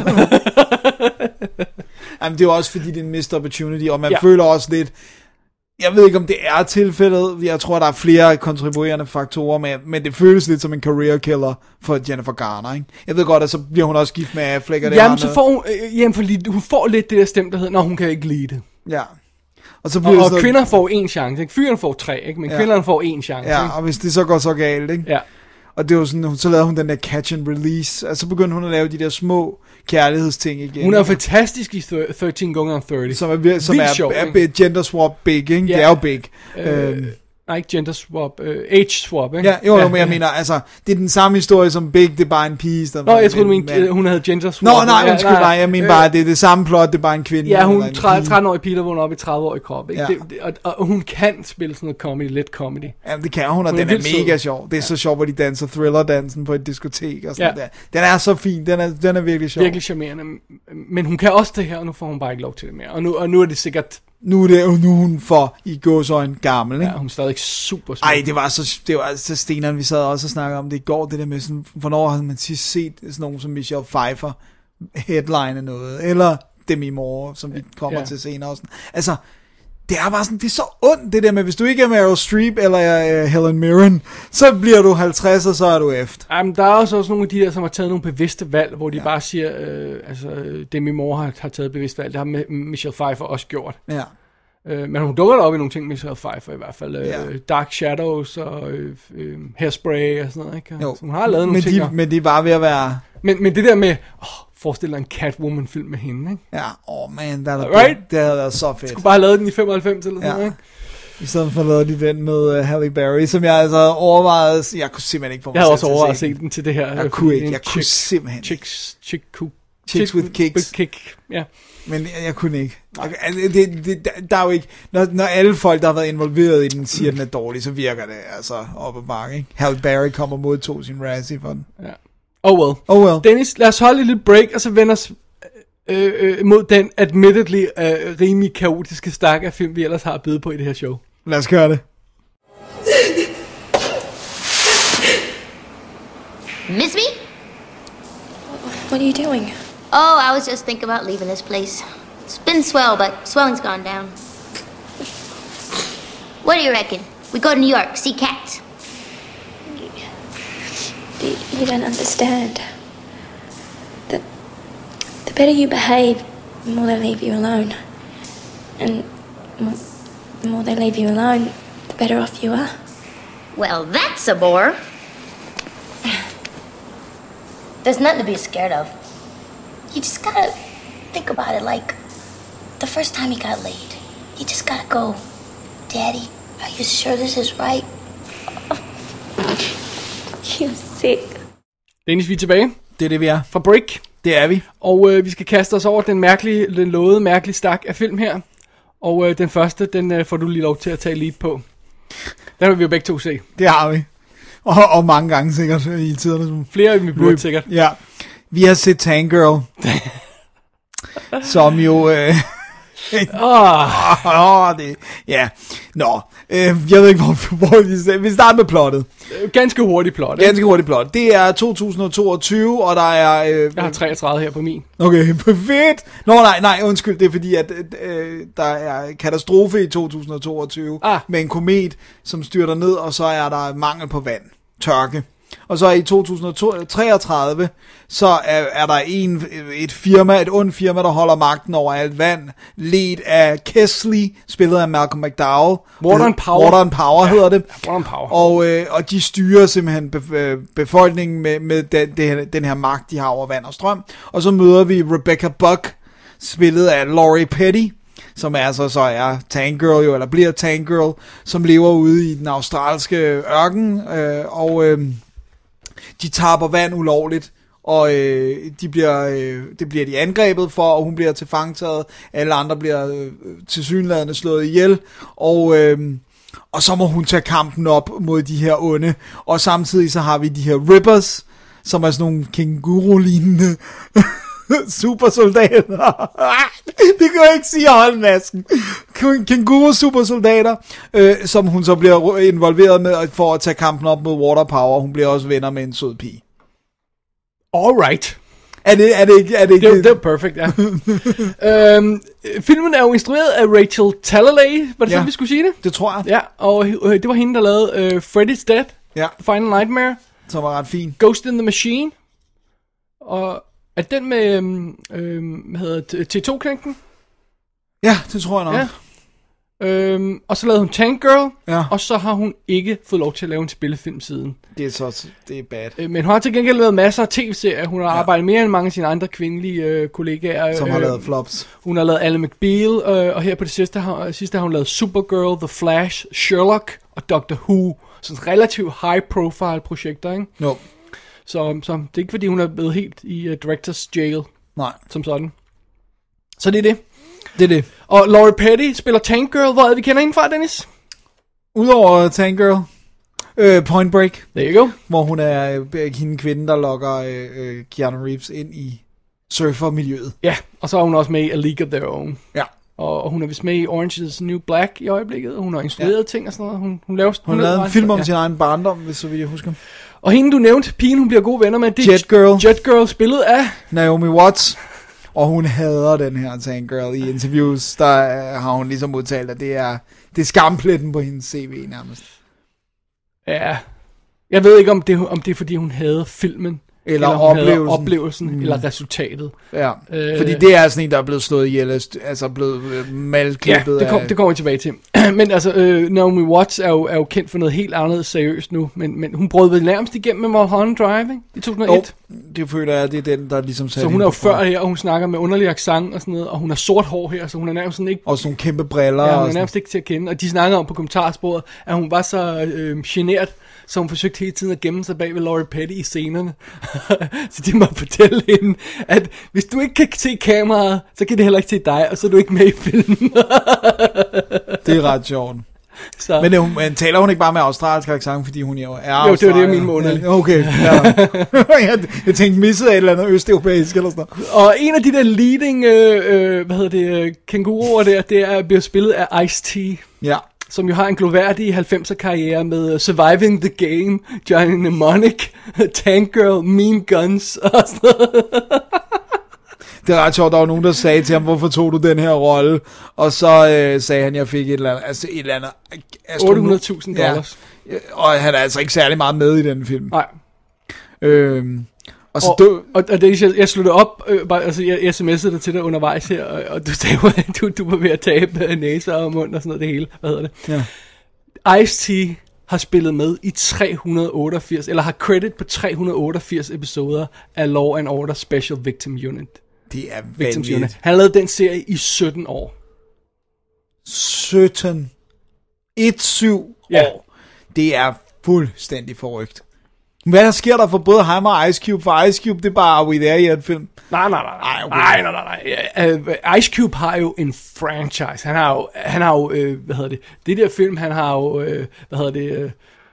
Jamen, det er jo også fordi, det er en missed opportunity, og man ja. føler også lidt... Jeg ved ikke, om det er tilfældet. Jeg tror, der er flere kontribuerende faktorer, med, men det føles lidt som en career killer for Jennifer Garner, ikke? Jeg ved godt, at så bliver hun også gift med Affleck og det. Jamen, så får hun, øh, jamen, fordi hun får lidt det der stemme, der hedder, når hun kan ikke lide det. Ja. Og, så bliver og, og så... kvinder får en chance, ikke? Fyren får tre, ikke? Men ja. kvinderne får en chance, ja, ikke? Og hvis det så går så galt, ikke? Ja. Og det var sådan, så lavede hun den der catch and release. Altså så begyndte hun at lave de der små kærlighedsting igen. Hun er fantastisk i thirteen going on thirty. Som er, som er, sjov, er, er gender swap big, ikke? Yeah. Det er jo big. Øh, øhm. Nej, ikke gender swap, uh, age swap, ikke? Ja, jo, jo, men jeg mener, altså, det er den samme historie som Big, det er bare en pige, der... Nå, jeg troede, du mente, hun havde gender swap. Nå, nej, undskyld, nej, jeg mener bare, det er det samme plot, det er bare en kvinde. Ja, hun er tretten-årig pige, der vågner op i tredive-årig krop, ikke? Ja. Det, det, og, og hun kan spille sådan noget comedy, let comedy. Ja, det kan hun, og hun den er, er mega sjov. Det er ja. så sjovt, hvor de danser thriller-dansen på et diskotek og sådan ja. der. Den er så fin, den er, den er virkelig sjov. Virkelig charmerende, men hun kan også det her, og nu får hun bare ikke lov til det mere. Og nu, og nu er det sikkert... nu er, det, nu er hun for i gåsøjne gammel, ikke? Ja, hun er stadig super smuk. Ej, det var så, det var så steneren, vi sad også og snakkede om det i går, det der med sådan, hvornår har man sidst set sådan nogen som Michelle Pfeiffer headline noget, eller Demi Moore, som vi kommer ja. til senere og sådan. Altså, det er bare sådan, det er så ondt det der med, hvis du ikke er Meryl Streep eller uh, Helen Mirren, så bliver du halvtreds, og så er du efter. Jamen, der er også, også nogle af de der, som har taget nogle bevidste valg, hvor de ja. bare siger, øh, altså, Demi Moore har, har taget bevidste valg, det har Michelle Pfeiffer også gjort. Ja. Øh, men hun dukker da op i nogle ting, Michelle Pfeiffer i hvert fald. Øh, ja. Dark Shadows og øh, øh, Hairspray og sådan noget, ikke? Jo. Så hun har lavet nogle men ting. De, men de er bare ved at være... Men, men det der med, åh, forestil dig en Catwoman-film med hende, ikke? Ja, åh oh man, det havde, right? det havde været så fedt. Skulle bare have lavet den i femoghalvfems eller sådan ja. noget, ikke? I stedet for lavede de den med uh, Halle Berry, som jeg altså overvejede, jeg kunne simpelthen ikke få mig jeg selv også overvejet at se den til det her. Jeg kunne ikke, jeg chick, kunne simpelthen chicks, chick, chick, Chicks with kicks. With kick, ja. Men jeg, jeg kunne ikke. Det, det, det, der er jo ikke, når, når alle folk, der har været involveret i den, siger, at den er dårlig, så virker det altså op ad bakke, ikke? Halle Berry kommer modtog sin Razzie for den. Ja. Oh well. Oh well. Dennis, lad os holde et lille break, og så vende os øh, øh, mod den admittedly øh, rimelig kaotiske stak af film, vi ellers har at byde på i det her show. Lad os gøre det. Miss me? What are you doing? Oh, I was just thinking about leaving this place. It's been swell, but swelling's gone down. What do you reckon? We go to New York, see cats. You, you don't understand. The, the better you behave, the more they leave you alone. And more, the more they leave you alone, the better off you are. Well, that's a bore. There's nothing to be scared of. You just gotta think about it like the first time you got laid. You just gotta go, Daddy, are you sure this is right? You're sick. Dennis, vi er tilbage. Det er det, vi er. Fra break. Det er vi. Og øh, vi skal kaste os over den mærkelige, den lovede mærkelige stak af film her. Og øh, den første, den øh, får du lige lov til at tage lead på. Den har vi jo begge to se. Det har vi. Og, og mange gange sikkert i tiderne. Som Flere end vi burde sikkert. Ja. Vi har set Tank som jo... Øh, Åh, oh. oh, det... Ja. Nå. Øh, jeg ved ikke, hvor, hvor vi, vi starter med plottet. Ganske hurtigt plot. Ikke? Ganske hurtigt plot. Det er to tusind toogtyve, og der er... Øh, jeg har treogtredive her på min. Okay, fedt. Nå, nej, nej, undskyld. Det er fordi, at øh, der er katastrofe i to tusind toogtyve ah. med en komet, som styrter ned, og så er der mangel på vand. Tørke. Og så i to tusind treogtredive, så er, er der en, et firma, et ondt firma, der holder magten over alt vand, ledt af Kesley, spillet af Malcolm McDowell. Water and Power. Water and Power hedder det. Ja, Water and Power. Og, øh, og de styrer simpelthen be, befolkningen med, med den, det, den her magt, de har over vand og strøm. Og så møder vi Rebecca Buck, spillet af Laurie Petty, som er så, så er Tank Girl jo, eller bliver Tank Girl, som lever ude i den australske ørken, øh, og... Øh, de tapper vand ulovligt, og øh, de bliver, øh, det bliver de angrebet for, og hun bliver tilfangetaget. Alle andre bliver øh, tilsyneladende slået ihjel, og, øh, og så må hun tage kampen op mod de her onde. Og samtidig så har vi de her Rippers, som er sådan nogle kænguru-lignende supersoldater. Det kan jeg ikke sige, hold masken. Kænguru-supersoldater, øh, som hun så bliver involveret med for at tage kampen op mod Water Power. Hun bliver også venner med en sød pige. Alright. Er det, er det ikke... Er det, ikke... det, det er perfekt, ja. øhm, filmen er jo instrueret af Rachel Talalay. Var det ja, sådan, vi skulle sige det? Det tror jeg. Ja, og øh, det var hende, der lavede øh, Freddy's Dead, ja. Final Nightmare. Som var ret fin. Ghost in the Machine. Og er den med, øhm, øhm, hvad hedder T to-knægten? Ja, det tror jeg nok. Ja. Øhm, og så lavede hun Tank Girl, ja. Og så har hun ikke fået lov til at lave en spillefilm siden. Det er så, det er bad. Øh, men hun har til gengæld lavet masser af tv-serier. Hun har ja. arbejdet mere end mange af sine andre kvindelige øh, kollegaer. Som øh, har lavet flops. Hun har lavet Ally McBeal, øh, og her på det sidste har, sidste har hun lavet Supergirl, The Flash, Sherlock og Doctor Who. Sådan relativt high-profile projekter, ikke? Jo. Så, så det er ikke fordi, hun er blevet helt i uh, Directors Jail. Nej. Som sådan. Så det er det. Det er det. Og Laurie Petty spiller Tank Girl. Hvor er det, vi kender hende fra, Dennis? Udover Tank Girl. Øh, Point Break. There you go. Hvor hun er øh, hende kvinde, der lokker øh, Keanu Reeves ind i surfermiljøet. Ja, og så er hun også med i A League of Their Own. Ja. Og, og hun er vist med i Orange is the New Black i øjeblikket, og hun har instrueret ja. ting og sådan noget. Hun, hun laver... Hun, hun har lavet en film om ja. sin egen barndom, hvis så vidt jeg husker. Og hende, du nævnte, pigen, hun bliver gode venner med, det Jet Girl. Jet Girl, spillet af... Naomi Watts. Og hun hader den her Tank Girl i interviews. Der har hun ligesom udtalt, at det er, det er skampletten på hendes C V nærmest. Ja. Jeg ved ikke, om det, om det er, fordi hun hader filmen. Eller, eller oplevelsen, oplevelsen mm. eller resultatet. Ja, øh, fordi det er sådan en, der er blevet slået ihjel, altså blevet malklippet. Ja, det, kom, af... det kommer vi tilbage til. Men altså, øh, Naomi Watts er jo, er jo kendt for noget helt andet seriøst nu, men, men hun brød vel nærmest igennem med Mulholland Drive, ikke? I to tusind og et. Oh, det føler jeg, det er den, der ligesom så hun er jo før her, og hun snakker med underlig accent og sådan noget, og hun har sort hår her, så hun er nærmest sådan ikke... Og sådan nogle kæmpe briller. Ja, hun er og nærmest ikke til at kende, og de snakker om på kommentarsporet, at hun var så øh, genert, så hun forsøgte hele tiden at gemme sig bag ved Laurie Petty i scenerne. Så de må fortælle hende, at hvis du ikke kan se kameraet, så kan det heller ikke se dig, og så er du ikke med i filmen. Det er ret sjovt. Så. Men, hun, men taler hun ikke bare med australsk accent, fordi hun jo er jo, det var det, jeg mente med underligt. Okay, ja. jeg, jeg tænkte misset af et eller andet østeuropæisk eller sådan noget. Og en af de der leading, øh, øh, hvad hedder det, kænguruer der, det er bliver spillet af Ice-T. Ja. Som jo har en gloværdig halvfemser karriere med Surviving the Game, Johnny Mnemonic, Tank Girl, Mean Guns og sådan noget. Det er ret sjovt, der var nogen, der sagde til ham, hvorfor tog du den her rolle? Og så øh, sagde han, jeg fik et eller andet, altså et eller andet... otte hundrede tusind dollars. Ja, og han er altså ikke særlig meget med i den film. Nej. Øhm, og, så og, dø- og, og det, jeg, jeg sluttede op, øh, bare, altså jeg sms'ede dig til dig undervejs her, og, og du sagde at du, du var ved at tabe næse og mund og sådan noget, det hele. Hvad hedder det? Ja. Ice-T har spillet med i tre hundrede otteogfirs, eller har credit på tre hundrede otteogfirs episoder af Law and Order Special Victim Unit. Det er vanvittigt. Han har lavet den serie i sytten år. sytten. et syv ja. år. Det er fuldstændig forrygt. Hvad sker der for både ham og Ice Cube? For Ice Cube, det er bare Are We There Yet film. Nej, nej, nej. Nej, okay. nej, nej, nej, nej. Uh, Ice Cube har jo en franchise. Han har jo, han har jo uh, hvad hedder det? Det der film, han har jo, uh, hvad hedder det? Uh,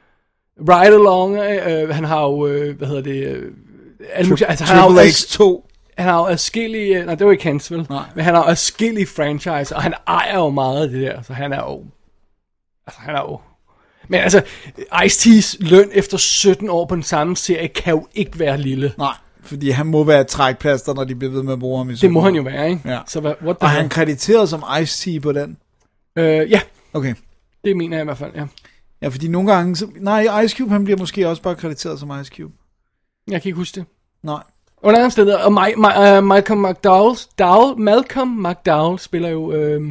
Ride Along. Uh, han har jo, uh, hvad hedder det? Uh, Tri- altså, han Triple X to. Han har jo adskillige, nej, det var ikke hans, vel? Nej. Men han har jo adskillige franchise, og han ejer jo meget af det der, så han er jo, altså han er jo, men altså, Ice-T's løn efter sytten år på den samme serie kan jo ikke være lille. Nej, fordi han må være et trækplaster, når de bliver ved med at bruge ham i det må han jo være, ikke? Ja. Så hvad, what og han krediteret som Ice-T på den? Øh, ja. Okay. Det mener jeg i hvert fald, ja. Ja, fordi nogle gange, så, nej, Ice Cube, han bliver måske også bare krediteret som Ice Cube. Jeg kan ikke huske det. Nej. Under andre steder, og My, My, uh, Malcolm McDowell, Dowell, Malcolm McDowell spiller jo, øh,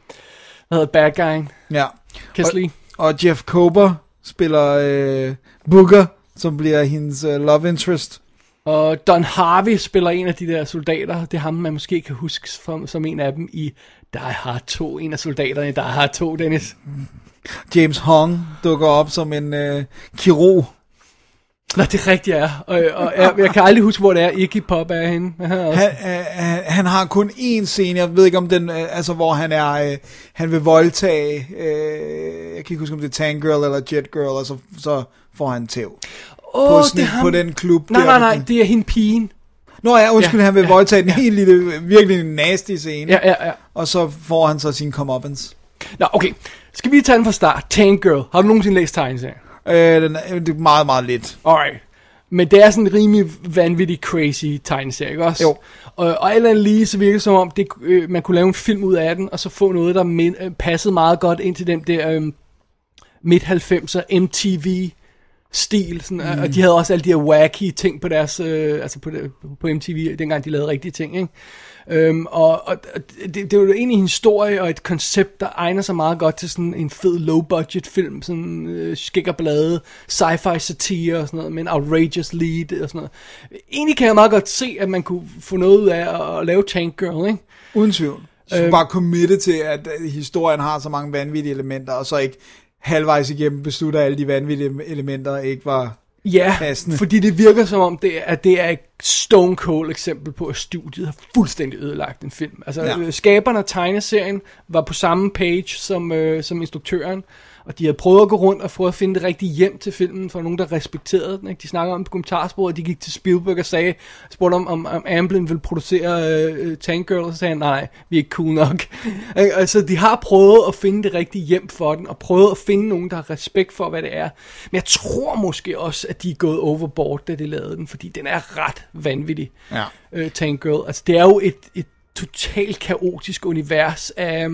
hvad hedder bad guy. Ja. Kesley. Og, og Jeff Kober spiller øh, Booker, som bliver hendes øh, love interest. Og Don Harvey spiller en af de der soldater. Det er ham, man måske kan huske som, som en af dem i Die Hard to. En af soldaterne i Die Hard to, Dennis. James Hong dukker op som en øh, kirurg. Nå, det er rigtigt, ja. Og, og jeg, jeg kan aldrig huske, hvor det er, Iggy Pop er henne. Han, han, øh, han har kun én scene, jeg ved ikke om den, øh, altså hvor han er, øh, han vil voldtage, øh, jeg kan ikke huske om det er Tank Girl eller Jet Girl, og så, så får han tæv. Oh, på, sådan, på den klub. Nej, der, nej, nej, det er hende pigen. Nå ja, undskyld, ja, han vil ja, voldtage den ja. helt lille, virkelig nasty scene. Ja, ja, ja. Og så får han så sin comeuppance. Nå, okay. Skal vi tage den fra start? Tank Girl. Har du nogensinde læst tegneserien? Øh, den er, det er meget, meget lidt. Alright. Men det er sådan en rimelig vanvittig, crazy tegneserie, ikke også? Jo. Og, og alt andet lige, så virker det som om, det, øh, man kunne lave en film ud af den, og så få noget, der min, øh, passede meget godt ind til den der øh, midt halvfemser M T V-stil. Sådan, mm. Og de havde også alle de her wacky ting på deres, øh, altså på, på M T V, dengang de lavede rigtige ting, ikke? Øhm, og, og det, det er jo egentlig en historie og et koncept, der egner sig meget godt til sådan en fed low-budget film, sådan øh, skæg og blade, sci-fi satire og sådan noget, med en outrageous lead og sådan noget. Egentlig kan jeg meget godt se, at man kunne få noget ud af at, at lave Tank Girl, ikke? Uden tvivl. Så øhm, bare committe til, at historien har så mange vanvittige elementer, og så ikke halvvejs igennem beslutter, at alle de vanvittige elementer ikke var... Ja, passende. Fordi det virker som om, det, at det er et stone cold eksempel på, at studiet har fuldstændig ødelagt en film. Altså, Ja. øh, skaberne af tegneserien var på samme page som, øh, som instruktøren, og de havde prøvet at gå rundt og prøve at finde det rigtige hjem til filmen, for nogen, der respekterede den. Ikke? De snakker om på kommentarsporet, de gik til Spielberg og sagde, spurgte om, om, om Amblin ville producere øh, Tank Girl, og så sagde han, nej, vi er ikke cool nok. Altså, de har prøvet at finde det rigtige hjem for den, og prøvet at finde nogen, der har respekt for, hvad det er. Men jeg tror måske også, at de er gået overboard, da de lavede den, fordi den er ret vanvittig, Ja. øh, Tank Girl. Altså, det er jo et, et totalt kaotisk univers af...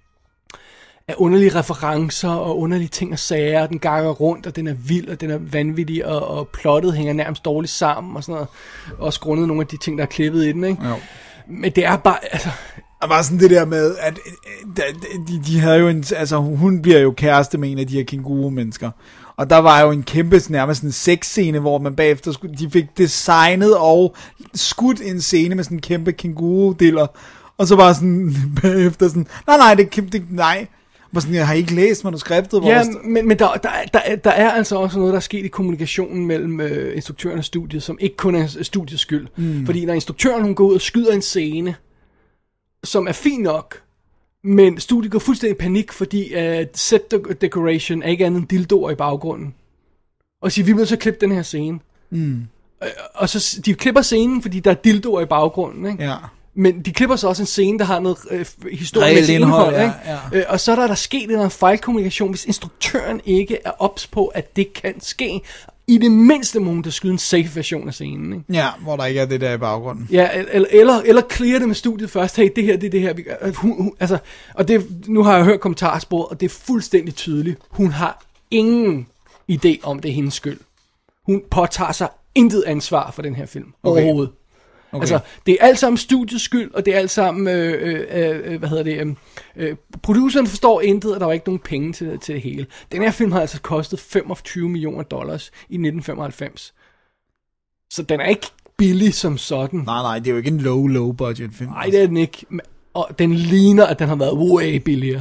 af underlige referencer og underlige ting og sager. Den ganger rundt, og den er vild, og den er vanvittig, og, og plottet hænger nærmest dårligt sammen, og sådan noget. Også grundet nogle af de ting, der er klippet i den, ikke? Jo. Men det er bare, altså... Der var sådan det der med, at øh, de, de havde jo en, altså hun bliver jo kæreste med en af de her kænguru-mennesker. Og der var jo en kæmpe, nærmest en sexscene, hvor man bagefter skulle, de fik designet og skudt en scene med sådan en kæmpe kænguru-diller. Og så bare sådan bagefter sådan, nej, nej, det, det nej. Var sådan, jeg har ikke læst manuskriptet. Ja, hvor men, men der, der, der, der er altså også noget, der er sket i kommunikationen mellem øh, instruktøren og studiet, som ikke kun er studiets skyld. Mm. Fordi når instruktøren hun går ud og skyder en scene, som er fin nok, men studiet går fuldstændig i panik, fordi uh, set decoration er ikke andet end dildoer i baggrunden. Og siger, vi må så klippe den her scene. Mm. Og, og så de klipper scenen, fordi der er dildoer i baggrunden, ikke? Ja. Men de klipper så også en scene, der har noget øh, historisk indhold, ja, ikke? ja. Øh, og så er der, der sket en fejlkommunikation, hvis instruktøren ikke er ops på, at det kan ske. I det mindste må hun da skyde en safe version af scenen, ikke? Ja, hvor der ikke er det der i baggrunden. Ja, eller, eller, eller clear det med studiet først. Hey, det her, det er det her. Vi, hun, hun, altså, og det, nu har jeg hørt kommentarsporet, og det er fuldstændig tydeligt. Hun har ingen idé om, det er hendes skyld. Hun påtager sig intet ansvar for den her film. Okay. Overhovedet. Okay. Altså, det er alt sammen studiets skyld, og det er alt sammen, øh, øh, øh, hvad hedder det, øh, øh, produceren forstår intet, og der var ikke nogen penge til, til det hele. Den her film har altså kostet femogtyve millioner dollars i nitten femoghalvfems. Så den er ikke billig som sådan. Nej, nej, det er jo ikke en low, low budget film. Nej, det er den ikke. Og den ligner, at den har været way billigere.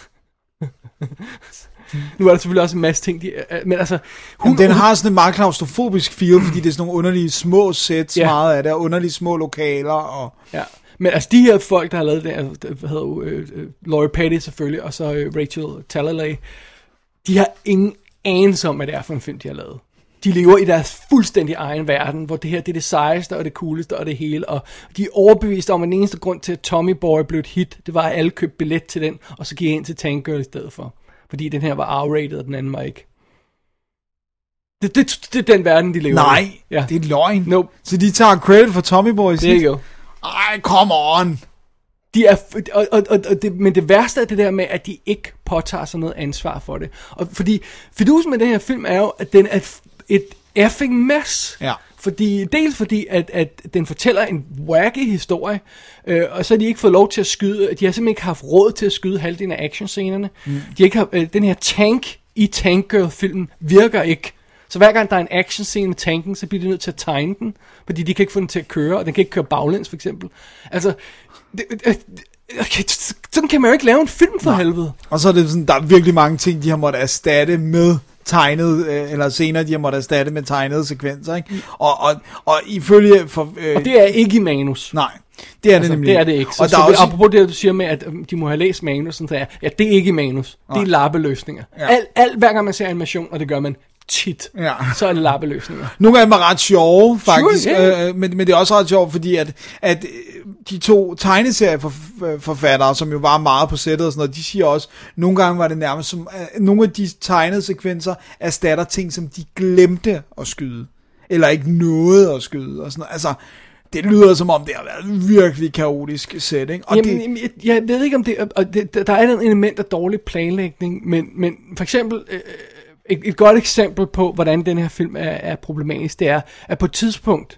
Nu er der selvfølgelig også en masse ting, de, men altså... Hun, Jamen, den hun, har sådan en meget klaustrofobisk feel, fordi det er sådan nogle underlige små sets, Ja. meget af det, og underlige små lokaler, og... Ja, men altså de her folk, der har lavet det, altså, hvad hedder øh, øh, Laurie Petty selvfølgelig, og så øh, Rachel Talalay, de har ingen anelse om, hvad det er for en film, de har lavet. De lever i deres fuldstændig egen verden, hvor det her det er det sejeste og det cooleste og det hele, og de er overbevist om, at den eneste grund til, at Tommy Boy blev et hit, det var, at alle købte billet til den, og så gik jeg ind til Tank Girl i stedet for. Fordi den her var R-rated, og den anden var ikke. Det, det, det er den verden, de lever Nej, i. Ja. det er løgn. Nope. Så de tager credit for Tommy Boy. Det er jo. Ej, come on. De er, og, og, og, og det, men det værste er det der med, at de ikke påtager sig noget ansvar for det. Og fordi fidusen med den her film er jo, at den er et, et effing mess. Ja. Fordi, dels fordi, at, at den fortæller en wacky historie, øh, og så har de ikke fået lov til at skyde, de har simpelthen ikke haft råd til at skyde halvdelen af actionscenerne. Mm. De har ikke haft, øh, den her tank i Tank Girl-filmen virker ikke. Så hver gang der er en actionscene med tanken, så bliver de nødt til at tegne den, fordi de kan ikke få den til at køre, og den kan ikke køre baglæns for eksempel. Altså, det, det, okay, sådan kan man jo ikke lave en film for Nej. helvede. Og så er det sådan, der er virkelig mange ting, de har måttet erstatte med tegnet, øh, eller senere de har måttet erstatte med tegnede sekvenser, ikke? Og, og, og ifølge... For, øh, Og det er ikke i manus. Nej, det er Altså, det nemlig. det er det ikke. Så, og så der er det, også... apropos det, du siger med, at øhm, de må have læst manus, sådan så er, ja, det er ikke i manus. Det er lappeløsninger. Ja. Alt, alt, hver gang man ser animation, og det gør man tit, Ja. så er det lappeløsninger. Nogle af dem er ret sjove, faktisk, Sure, yeah. øh, men, men det er også ret sjovt, fordi at, at de to tegneserieforfattere, som jo var meget på sættet og sådan noget, de siger også, nogle gange var det nærmest som, øh, nogle af de tegnede sekvenser erstatter ting, som de glemte at skyde, eller ikke nåede at skyde, og sådan noget. Altså, det lyder som om, det har været virkelig kaotisk sæt, ikke? Og Jamen, det, jamen, jeg, jeg ved ikke om det, og det, der er et element af dårlig planlægning, men, men for eksempel, øh, et, et godt eksempel på, hvordan den her film er, er problematisk, det er, at på et tidspunkt,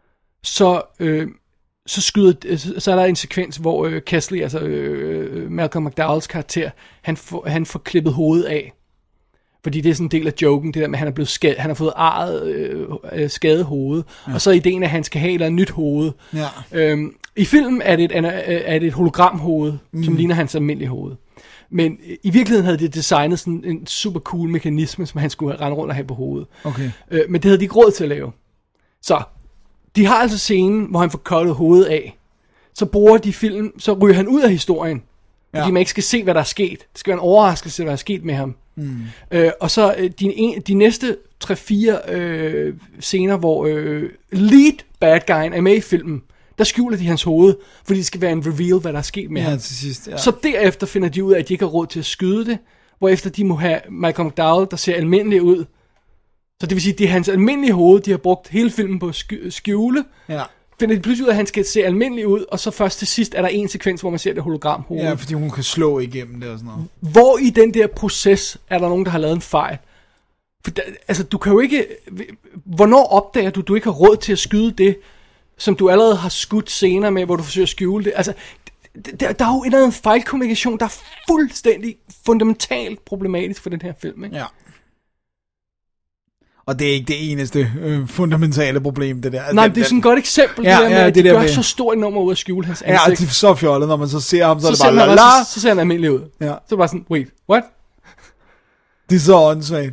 så, øh, så, skyder, så er der en sekvens, hvor øh, Kesley, altså øh, Malcolm McDowells karakter, han får, han får klippet hovedet af. Fordi det er sådan en del af joken, det der med, at han er blevet skadet, han har fået arret øh, skadet hoved, ja. Og så er ideen, at han skal have et eller andet nyt hoved. Ja. Øhm, I filmen er det et, er det et hologramhoved, mm. som ligner hans almindelige hoved. Men i virkeligheden havde de designet sådan en super cool mekanisme, som han skulle rende rundt og have på hovedet. Okay. Øh, men det havde de ikke råd til at lave. Så de har altså scenen, hvor han får cuttet hovedet af. Så bruger de film, så ryger han ud af historien. Ja. Fordi man ikke skal se, hvad der er sket. Det skal være en overraskelse, hvad der er sket med ham. Mm. Øh, og så øh, de, en, de næste tre-fire øh, scener, hvor øh, lead bad guyen er med i filmen, der skjuler de hans hoved, fordi det skal være en reveal, hvad der er sket med ja, ham. Til sidst, ja. Så derefter finder de ud af, at de ikke har råd til at skyde det, hvorefter de må have Malcolm McDowell, der ser almindelig ud. Så det vil sige, at det er hans almindelige hoved, de har brugt hele filmen på at skjule. Ja. Finder de pludselig ud af, at han skal se almindelig ud, og så først til sidst er der en sekvens, hvor man ser det hologram hoved. Ja, fordi hun kan slå igennem det og sådan noget. Hvor i den der proces er der nogen, der har lavet en fejl? For der, altså, du kan jo ikke... Hvornår opdager du, du ikke har råd til at skyde det, som du allerede har skudt senere med, hvor du forsøger at skjule det? Altså, der, der er jo en eller anden fejlkommunikation, der er fuldstændig fundamentalt problematisk for den her film, ikke? Ja. Og det er ikke det eneste øh, fundamentale problem, det der. Nej, den, det er sådan et godt eksempel, ja, det der med, ja, at det de der gør med, så stort nummer ud af at skjule hans ansigt. Ja, det er så fjollet, når man så ser ham, så, så er det bare, la, la, så, så ser han almindelig ud. Ja. Så er det bare sådan, wait, what? Det er så åndssvagt.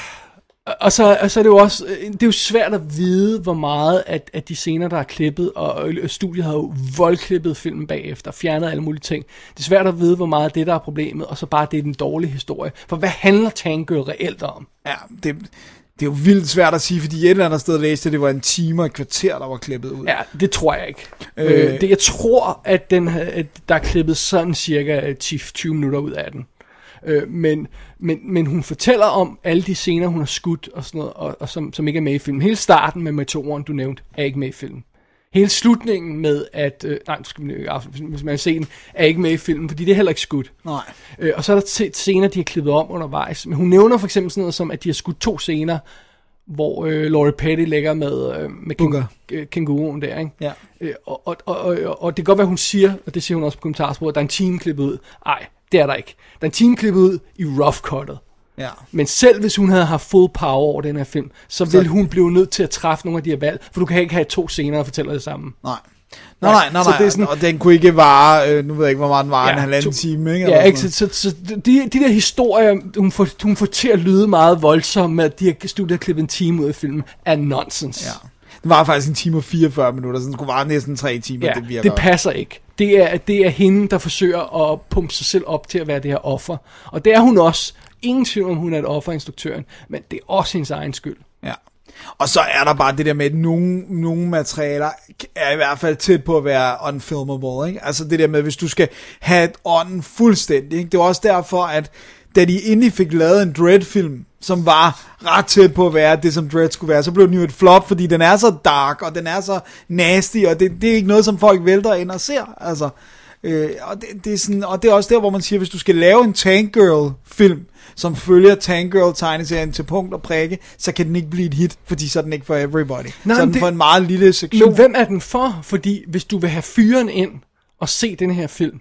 Og så, og så er det jo også, det er jo svært at vide, hvor meget at, at de scener, der er klippet, og, og studiet har jo voldklippet filmen bagefter, fjernet alle mulige ting. Det er svært at vide, hvor meget af det, der er problemet, og så bare det er den dårlige historie. For hvad handler Tank Girl reelt om? Ja, det, det er jo vildt svært at sige, fordi et eller andet sted læste, det var en time og et kvarter, der var klippet ud. Ja, det tror jeg ikke. Øh, det, jeg tror, at, den, at der er klippet sådan cirka ti til tyve minutter ud af den. Øh, men, men, men hun fortæller om alle de scener, hun har skudt, og sådan noget, og, og som, som ikke er med i filmen. Hele starten med meteoren, du nævnte, er ikke med i filmen. Hele slutningen med, at... Øh, nej, skal man, hvis man ser den, er ikke med i filmen, fordi det er heller ikke skudt. Nej. Øh, og så er der scener, de har klippet om undervejs. Men hun nævner for eksempel sådan noget som, at de har skudt to scener, hvor øh, Laurie Petty ligger med, øh, med king, kænguruen der, ikke? Ja. Øh, og, og, og, og, og det kan godt være, hun siger, og det siger hun også på kommentarsporet, at der er en time klippet ud. Ej, det er der ikke. Der er en time klippet ud i rough cuttet. Ja. Men selv hvis hun havde haft full power over den her film, så, så ville hun blive nødt til at træffe nogle af de her valg, for du kan ikke have to scener og fortælle det samme. Nej. Nej, nej, nej, nej. Det er sådan, og den kunne ikke vare, øh, nu ved jeg ikke, hvor meget den var, ja, en halvanden to, time, ikke? Ja, ikke, så, så, så de, de der historier, hun får, hun får til at lyde meget voldsomt med, at de har studiet klippet en time ud af filmen, er nonsens. Ja. Det var faktisk en time og fireogfyrre minutter, så den skulle vare næsten tre timer, ja, det virker. det passer ikke. Det er, det er hende, der forsøger at pumpe sig selv op til at være det her offer. Og det er hun også. Ingen tvivl om, hun er et offer, instruktøren, men det er også hendes egen skyld. Ja. Og så er der bare det der med, at nogle, nogle materialer er i hvert fald tæt på at være unfilmable, ikke? Altså det der med, hvis du skal have ånden fuldstændig, ikke? Det var også derfor, at da de endelig fik lavet en Dredd-film, som var ret tæt på at være det, som Dredd skulle være, så blev den jo et flop, fordi den er så dark, og den er så nasty, og det, det er ikke noget, som folk vælter ind og ser, altså. Øh, og, det, det er sådan, og det er også der, hvor man siger, hvis du skal lave en Tank Girl-film, som følger Tank Girl-tegneserien til punkt og prikke, så kan den ikke blive et hit, fordi så er den ikke for everybody. Nej, så er den det, for en meget lille sektion. Men hvem er den for? Fordi hvis du vil have fyren ind og se den her film,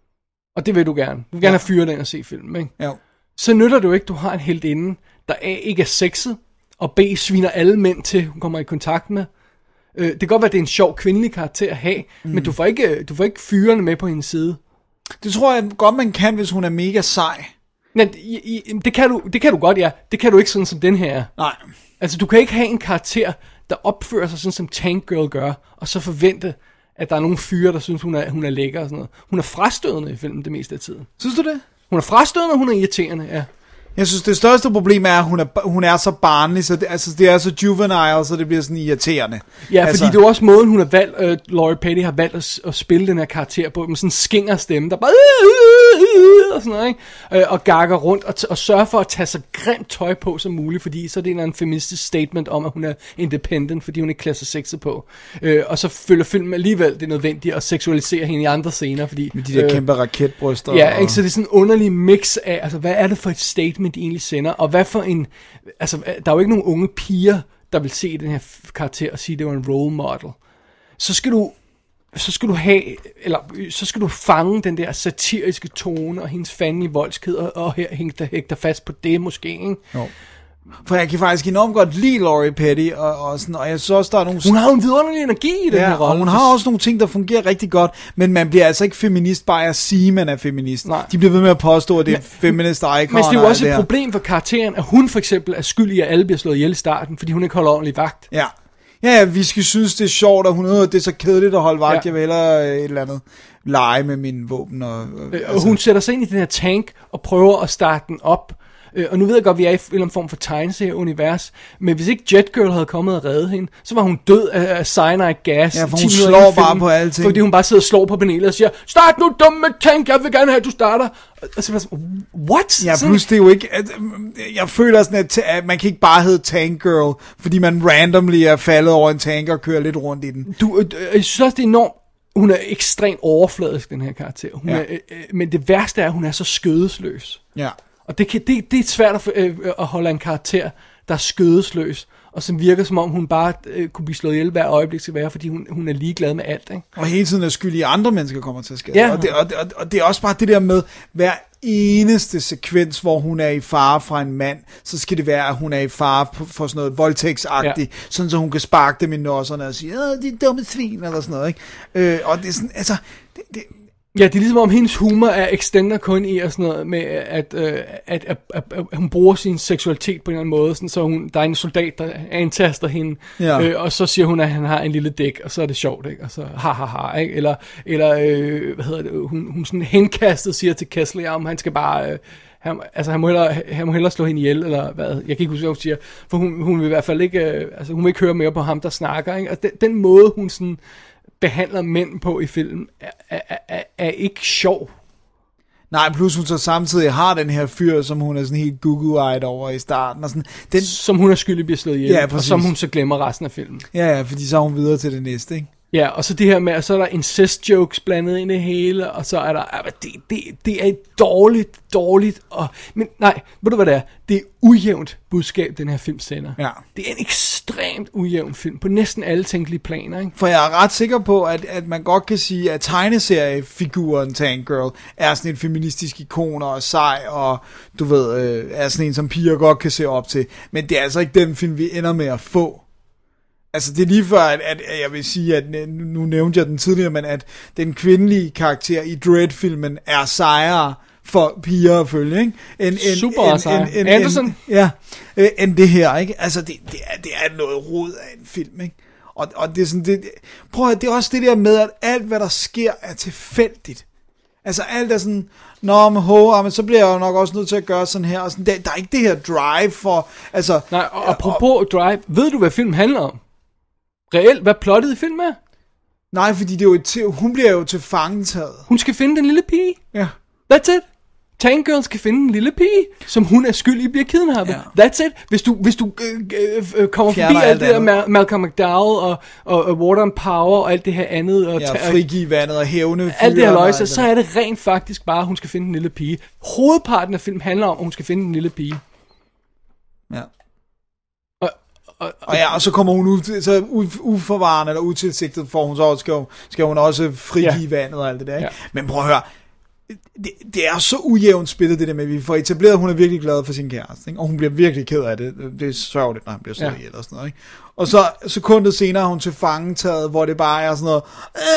og det vil du gerne, du vil gerne ja. have fyren ind og se filmen, ikke? Ja. Så nytter det jo ikke, du har en heltinde, der A ikke er sexet, og B sviner alle mænd til, hun kommer i kontakt med. Det kan godt være, at det er en sjov kvindelig karakter at have, mm. men du får ikke, du får ikke fyrene med på hendes side. Det tror jeg godt, man kan, hvis hun er mega sej. Men det kan du, det kan du godt, ja. Det kan du ikke sådan som den her. Nej. Altså, du kan ikke have en karakter, der opfører sig sådan, som Tank Girl gør, og så forvente, at der er nogle fyre, der synes, hun er, hun er lækker og sådan noget. Hun er frastødende i filmen det meste af tiden. Synes du det? Hun er frastødende, og hun er irriterende, ja. Jeg synes, det største problem er, at hun er, hun er så barnlig, så det, altså, det er så juvenile, så det bliver sådan irriterende. Ja, altså, fordi det er også måden, hun har valgt, uh, Laurie Petty har valgt at, at spille den her karakter på, med sådan en skinger stemme, der bare og sådan noget, ikke? Uh, og gakker rundt, og, t- og sørger for at tage så grimt tøj på som muligt, fordi så er det en, en feministisk statement om, at hun er independent, fordi hun ikke klæder sig sexet på. Uh, og så følger filmen alligevel, det er nødvendigt at seksualisere hende i andre scener, fordi... Med de der uh, kæmpe raketbryster. Ja, og... ikke? Så det er sådan en underlig mix af, altså, hvad er det for et statement, de egentlig sender, og hvad for en, altså, der er jo ikke nogen unge piger, der vil se den her karakter og sige, at det var en role model. Så skal du, så skal du have, eller så skal du fange den der satiriske tone, og hendes fanden i voldsked, og, og her hænger der, hænger der fast på det måske, ikke? Jo. For jeg kan faktisk enormt godt lide Laurie Petty, og, og, sådan, og jeg synes også, der er nogle... Hun har jo en vidunderlig energi i den ja, her rolle. Og hun har også nogle ting, der fungerer rigtig godt, men man bliver altså ikke feminist bare at sige, man er feminist. Nej. De bliver ved med at påstå, at det er feminist icon. Men det er jo også et problem for karakteren, at hun for eksempel er skyldig, at alle bliver slået ihjel i starten, fordi hun ikke holder ordentligt vagt. Ja. Ja, ja, vi skal synes, det er sjovt, og hun ved, det er så kedeligt at holde vagt. Ja. Jeg vil hellere et eller andet lege med mine våben. Og, og, øh, altså. og hun sætter sig ind i den her tank og prøver at starte den op. Øh, og nu ved jeg godt, at vi er i en eller anden form for tegneserie-univers, men hvis ikke Jetgirl havde kommet og reddet hende, så var hun død af, af cyanide gas. Ja, for hun slår bare på alting. Fordi hun bare sidder og slår på panelet og siger, start nu, dumme tank, jeg vil gerne have, at du starter. Og så var sådan, what? Ja, plus det er jo ikke, at, jeg føler sådan, at, at man kan ikke bare hedde Tank Girl, fordi man randomly er faldet over en tank og kører lidt rundt i den. Du, øh, jeg synes også, det er enormt. Hun er ekstremt overfladisk, den her karakter. Hun ja. er, øh, men det værste er, at hun er så skødesløs. Ja. Og det, kan, det, det er svært at, øh, at holde en karakter, der er skødesløs, og som virker som om, hun bare øh, kunne blive slået ihjel hver øjeblik skal være, fordi hun, hun er ligeglad med alt. Ikke? Og hele tiden er skyldig, at andre mennesker kommer til at skade. Ja. Og, det, og, og, og det er også bare det der med, hver eneste sekvens, hvor hun er i fare fra en mand, så skal det være, at hun er i fare for sådan noget voldtægtsagtigt, ja. Sådan så hun kan sparke dem i nosserne og sige, åh, de dumme svin, eller sådan noget. Ikke? Øh, og det er sådan, altså... Det, det, Ja, det er ligesom om hendes humor er extender kun i og sådan noget med, at, øh, at, at, at, at hun bruger sin seksualitet på en eller anden måde, sådan, så hun, der er en soldat, der antaster hende, ja. øh, og så siger hun, at han har en lille dæk, og så er det sjovt, ikke? Og så ha ha ha, ikke? Eller, eller øh, hvad hedder det, hun, hun sådan henkastet siger til Kessler, om han skal bare... Øh, Han, altså han må, hellere, han må hellere slå hende ihjel, eller hvad, jeg kan ikke huske, hvad hun siger, for hun, hun vil i hvert fald ikke, øh, altså hun vil ikke høre mere på ham, der snakker, ikke? Altså den, den måde, hun sådan behandler mænd på i filmen, er, er, er, er ikke sjov. Nej, plus hun så samtidig har den her fyr, som hun er sådan helt goo-goo-eyed over i starten, og sådan, den... som hun er skyldig bliver slået ihjel, ja, og som hun så glemmer resten af filmen. Ja, ja, fordi så er hun videre til det næste, ikke? Ja, og så det her med, at så er der incest jokes blandet ind i det hele, og så er der, ah, det, det, det er et dårligt, dårligt, og, men nej, ved du hvad det er? Det er ujævnt budskab, den her film sender. Ja. Det er en ekstremt ujævn film, på næsten alle tænkelige planer, ikke? For jeg er ret sikker på, at, at man godt kan sige, at tegneseriefiguren Tank Girl er sådan en feministisk ikon og sej, og du ved, øh, er sådan en, som piger godt kan se op til. Men det er altså ikke den film, vi ender med at få. Altså det er lige før, at, at jeg vil sige, at nu nævnte jeg den tidligere, men at den kvindelige karakter i Dread-filmen er sejere for piger at følge, ikke? En, en, Super en, sejre. En, en, Anderson? En, ja, øh, end det her, ikke? Altså det, det, er, det er noget rod af en film, ikke? Og, og det er sådan, det, prøv at det er også det der med, at alt hvad der sker er tilfældigt. Altså alt er sådan, nå, men, ho, men så bliver jeg jo nok også nødt til at gøre sådan her, og sådan, der, der er ikke det her drive for, altså... Nej, og apropos og, drive, ved du hvad filmen handler om? Reelt, hvad plottet i filmen er? Nej, fordi det er jo et, hun bliver jo til fangetaget. Hun skal finde den lille pige. Ja. That's it. Tank Girl skal finde en lille pige, som hun er skyldig i bliver kidnappet. Yeah. That's it. Hvis du, hvis du øh, øh, kommer Fjerner forbi alt det der med Malcolm McDowell og, og, og Water and Power og alt det her andet. Og ja, frigive vandet og hævne. Alt det her løjse, så er det rent faktisk bare, at hun skal finde en lille pige. Hovedparten af filmen handler om, at hun skal finde en lille pige. Ja. Og, og, og ja, og så kommer hun ud, så uforvarende eller utilsigtet, for hun så skal, skal hun også frigive ja. vandet og alt det der. Ikke? Ja. Men prøv at høre. Det, det er så ujævnt spillet, det der med, at vi får etableret, at hun er virkelig glad for sin kæreste, ikke? Og hun bliver virkelig ked af det. Det er sørgeligt, når han bliver slået ihjel og sådan noget, ikke? Og så sekundet senere er hun til fangetaget, hvor det bare er sådan noget,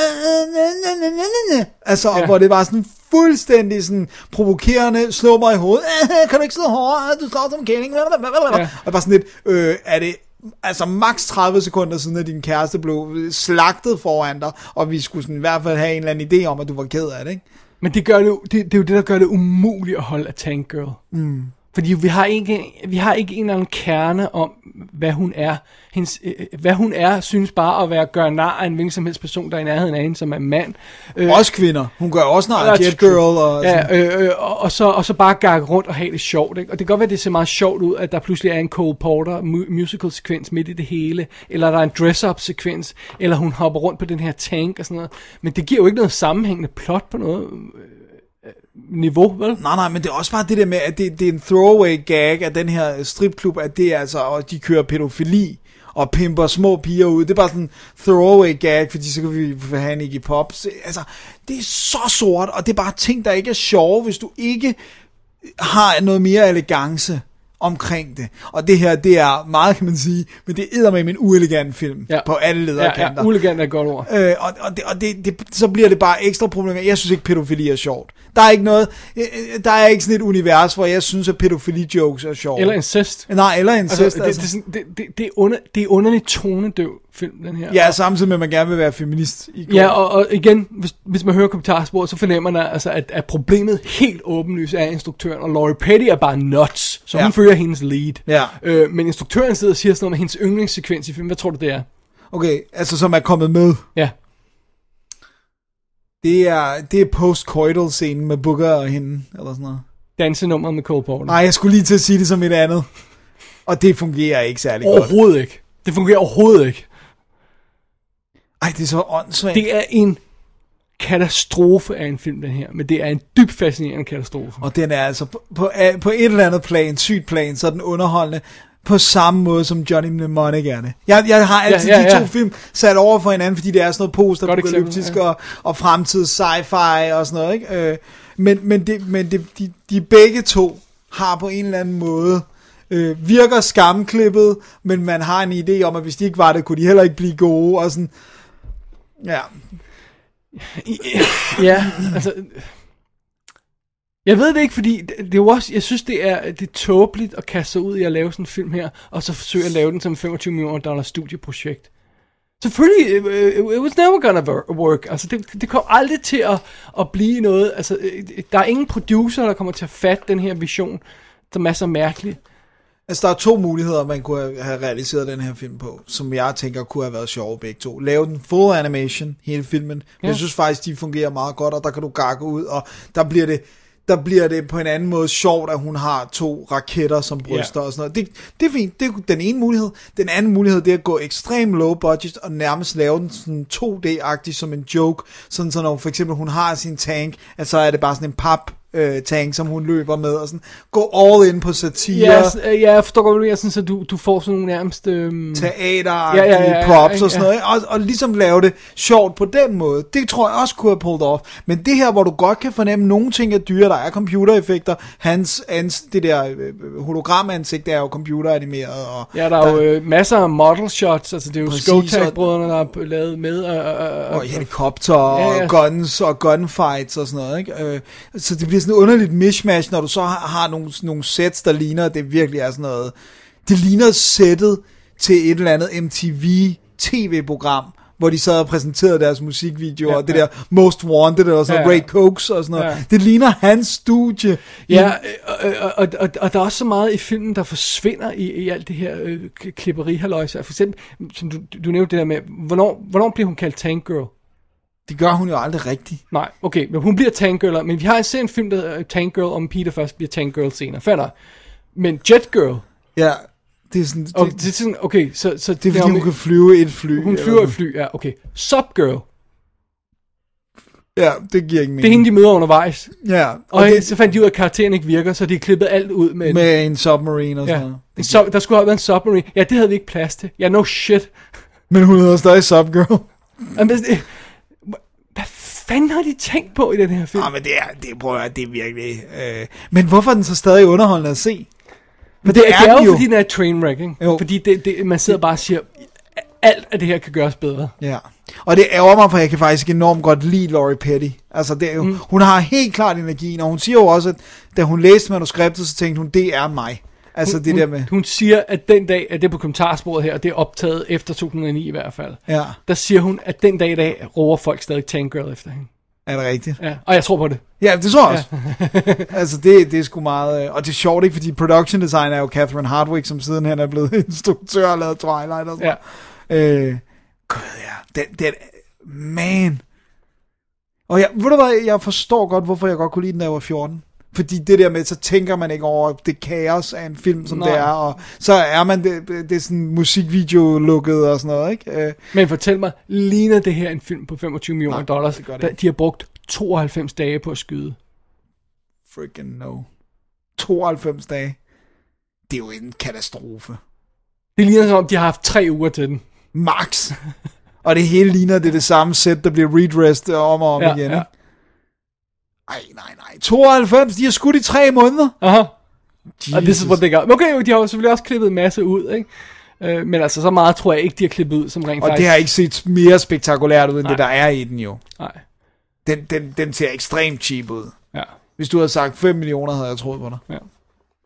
altså, ja. Hvor det bare sådan fuldstændig sådan provokerende, slå mig i hovedet, kan du ikke slå hårdere, du slår som kælling, ja. Og bare sådan lidt, øh, er det altså maks tredive sekunder siden, at din kæreste blev slagtet foran dig, og vi skulle sådan i hvert fald have en eller anden idé om, at du var ked af det, ikke? Men det, gør det, det, det er jo det, der gør det umuligt at holde af Tank Girl. Mm. Fordi vi har, ikke, vi har ikke en eller anden kerne om, hvad hun er. Hendes, øh, hvad hun er, synes bare at være gøre nar af en hvilken som helst person, der er i nærheden af hende, som er mand. Øh, også kvinder. Hun gør også nar af Jetgirl. Og, ja, øh, øh, og, og, så, og så bare gakke rundt og have det sjovt. Ikke? Og det kan godt være, det ser meget sjovt ud, at der pludselig er en Cole Porter mu- musical-sekvens midt i det hele, eller der er en dress-up-sekvens, eller hun hopper rundt på den her tank og sådan noget. Men det giver jo ikke noget sammenhængende plot på noget niveau, vel? Nej, nej, men det er også bare det der med, at det, det er en throwaway gag af den her stripklub, at det er altså, og de kører pædofili og pimper små piger ud. Det er bare sådan en throwaway gag, fordi så kan vi have en Iggy Pop. Altså, det er så sort, og det er bare ting, der ikke er sjove, hvis du ikke har noget mere elegance omkring det. Og det her, det er meget, kan man sige, men det er eddermame en uelegant film, ja. På alle lederkanter. Ja, ja, uelegant er et godt ord. Øh, og og, det, og det, det, så bliver det bare ekstra problematisk. Jeg synes ikke, pædofili er sjovt. Der er ikke noget, der er ikke sådan et univers, hvor jeg synes, at pædofili-jokes er sjovt. Eller incest. Nej, eller incest. Altså, det, altså. det, det, det, det, er under, det er underligt tonedøv film, den her. Ja, samtidig med, at man gerne vil være feminist. I ja, og, og igen, hvis, hvis man hører kommentarsporet, så fornemmer man altså, at, at problemet helt åbenlyst er instruktøren, og Laurie Petty er bare nuts, så ja. hun følger hendes lead. Ja. Øh, men instruktøren sidder og siger sådan noget med hendes yndlingssekvens i filmen. Hvad tror du, det er? Okay, altså som er kommet med. Ja. Det er, det er post-coital-scenen med Booker og hende, eller sådan noget. Dansenummer med Cole Porter. Nej, jeg skulle lige til at sige det som et andet. Og det fungerer ikke særlig godt. Overhovedet ikke. Det fungerer overhovedet ikke. Ej, det er så åndssvagt. Det er en katastrofe af en film, den her. Men det er en dybt fascinerende katastrofe. Og den er altså på, på, på et eller andet plan, sygt plan, så er den underholdende på samme måde som Johnny Mnemonic er det. Jeg, jeg har altid ja, ja, ja. de to film sat over for hinanden, fordi det er sådan noget post-apokalyptisk ja. og, og fremtids sci-fi og sådan noget, ikke? Øh, men men, det, men det, de, de begge to har på en eller anden måde øh, virker skamklippet, men man har en idé om, at hvis de ikke var det, kunne de heller ikke blive gode, og sådan, ja. Ja, altså... Jeg ved det ikke, fordi det, det er jo også, jeg synes, det er, det er tåbeligt at kaste sig ud i at lave sådan en film her, og så forsøge at lave den som femogtyve millioner dollar studieprojekt. Selvfølgelig, it, it was never gonna work. Altså, det, det kom aldrig til at, at blive noget. Altså, der er ingen producer, der kommer til at fatte den her vision, som er så mærkelig. Altså, der er to muligheder, man kunne have realiseret den her film på, som jeg tænker kunne have været sjove begge to. Lave den full animation, hele filmen. Ja. Jeg synes faktisk, de fungerer meget godt, og der kan du gakke ud, og der bliver det... der bliver det på en anden måde sjovt, at hun har to raketter som bryster yeah. og sådan noget. Det, det er fint, det er den ene mulighed. Den anden mulighed, det er at gå ekstremt low budget og nærmest lave den sådan to D-agtig som en joke. Sådan så når for eksempel hun har sin tank, at så er det bare sådan en pap øh, tank, som hun løber med, og sådan gå all in på satire. Ja, ja, jeg forstår godt, sådan, så du, du får sådan nogle nærmest... Øhm... teateragtige ja, ja, ja, props ja, og sådan noget, og, og ligesom lave det sjovt på den måde. Det tror jeg også kunne have pulled off. Men det her, hvor du godt kan fornemme, nogle ting er dyre, der er computereffekter, hans, hans det der øh, hologramansigt, det er jo computeranimeret. Og ja, der er der, jo øh, masser af model shots, altså det er jo Skotak-brødrene, der er lavet med. Og, og, og, og helikopter og ja, ja. guns og gunfights og sådan noget, ikke? Øh, så det bliver sådan et underligt mishmash, når du så har, har nogle, nogle sets, der ligner, at det virkelig er sådan noget, det ligner sættet til et eller andet M T V tv-program, hvor de så havde præsenteret deres musikvideoer, ja, og det ja. der Most Wanted, og sådan ja, noget, Great Cokes og sådan noget. Ja. Det ligner hans studie. Ja, og, og, og, og der er også så meget i filmen, der forsvinder i, i alt det her øh, klipperi-halløjse. For eksempel, som du, du nævnte det der med, hvornår, hvornår bliver hun kaldt Tank Girl? Det gør hun jo aldrig rigtigt. Nej, okay, men hun bliver Tank Girl, men vi har set en film, der hedder Tank Girl, om Peter først bliver Tank Girl senere. Fatter. Men Jet Girl... Ja, det er sådan... Det, og det er sådan, okay, så... så det er fordi, hun med, kan flyve et fly. Hun flyver et fly, ja, okay. Sub Girl. Ja, det giver ikke mening. Det er hende, de møder undervejs. Ja. Og, og det, så fandt de ud af, at karakteren ikke virker, så de klippet alt ud med... Med en, en submarine og sådan ja. noget. En sub, der skulle have været en submarine. Ja, det havde vi ikke plads til. Ja, no shit. Men hun hedder stadig Sub Girl. Jamen, det, hvad fanden har de tænkt på i den her film? Ja, men det er, det, prøver jeg, det er virkelig... Øh... Men hvorfor er den så stadig underholdende at se? Men det, det, er, det er jo, jo, fordi den er trainwreck, ikke? Jo. Fordi det, det, man sidder bare og siger, alt af det her kan gøres bedre. Ja, og det ærger mig, for jeg kan faktisk enormt godt lide Laurie Petty. Altså, det er jo, mm. hun har helt klart energien, og hun siger jo også, at da hun læste manuskriptet, så tænkte hun, det er mig. Altså hun, det hun, der med... Hun siger, at den dag, at det er på kommentarsporet her, og det er optaget efter to tusind og ni i hvert fald. Ja. Der siger hun, at den dag i dag roer folk stadig Tank Girl efter hende. Er det rigtigt? Ja, og jeg tror på det. Ja, det tror jeg også. Ja. altså, det, det er sgu meget... Og det er sjovt, ikke? Fordi production design er jo Catherine Hardwicke, som sidenhen er blevet instruktør og lavet Twilight og sådan ja. øh, Gud, ja. Den, den, man. Og jeg, ved du hvad, jeg forstår godt, hvorfor jeg godt kunne lide den, da jeg var fjorten. Fordi det der med, så tænker man ikke over det kaos af en film, som Nej. det er, og så er man det, det er sådan musikvideo-lukket og sådan noget, ikke? Øh. Men fortæl mig, ligner det her en film på femogtyve millioner dollars? Det det. Der, de har brugt tooghalvfems dage på at skyde. Freaking no. tooghalvfems dage. Det er jo en katastrofe. Det ligner som om, de har haft tre uger til den. Max. Og det hele ligner, det er det samme sæt, der bliver redressed om og om ja, igen, ja. Ej, nej, nej. tooghalvfems, de har skudt i tre måneder. Aha. Og det er what they got. Okay, de har jo selvfølgelig også klippet en masse ud, ikke? Øh, men altså, så meget tror jeg ikke, de har klippet ud, som rent og faktisk... Og det har ikke set mere spektakulært ud, end nej. det, der er i den jo. Nej. Den, den, den ser ekstremt cheap ud. Ja. Hvis du havde sagt fem millioner, havde jeg troet på dig. Ja.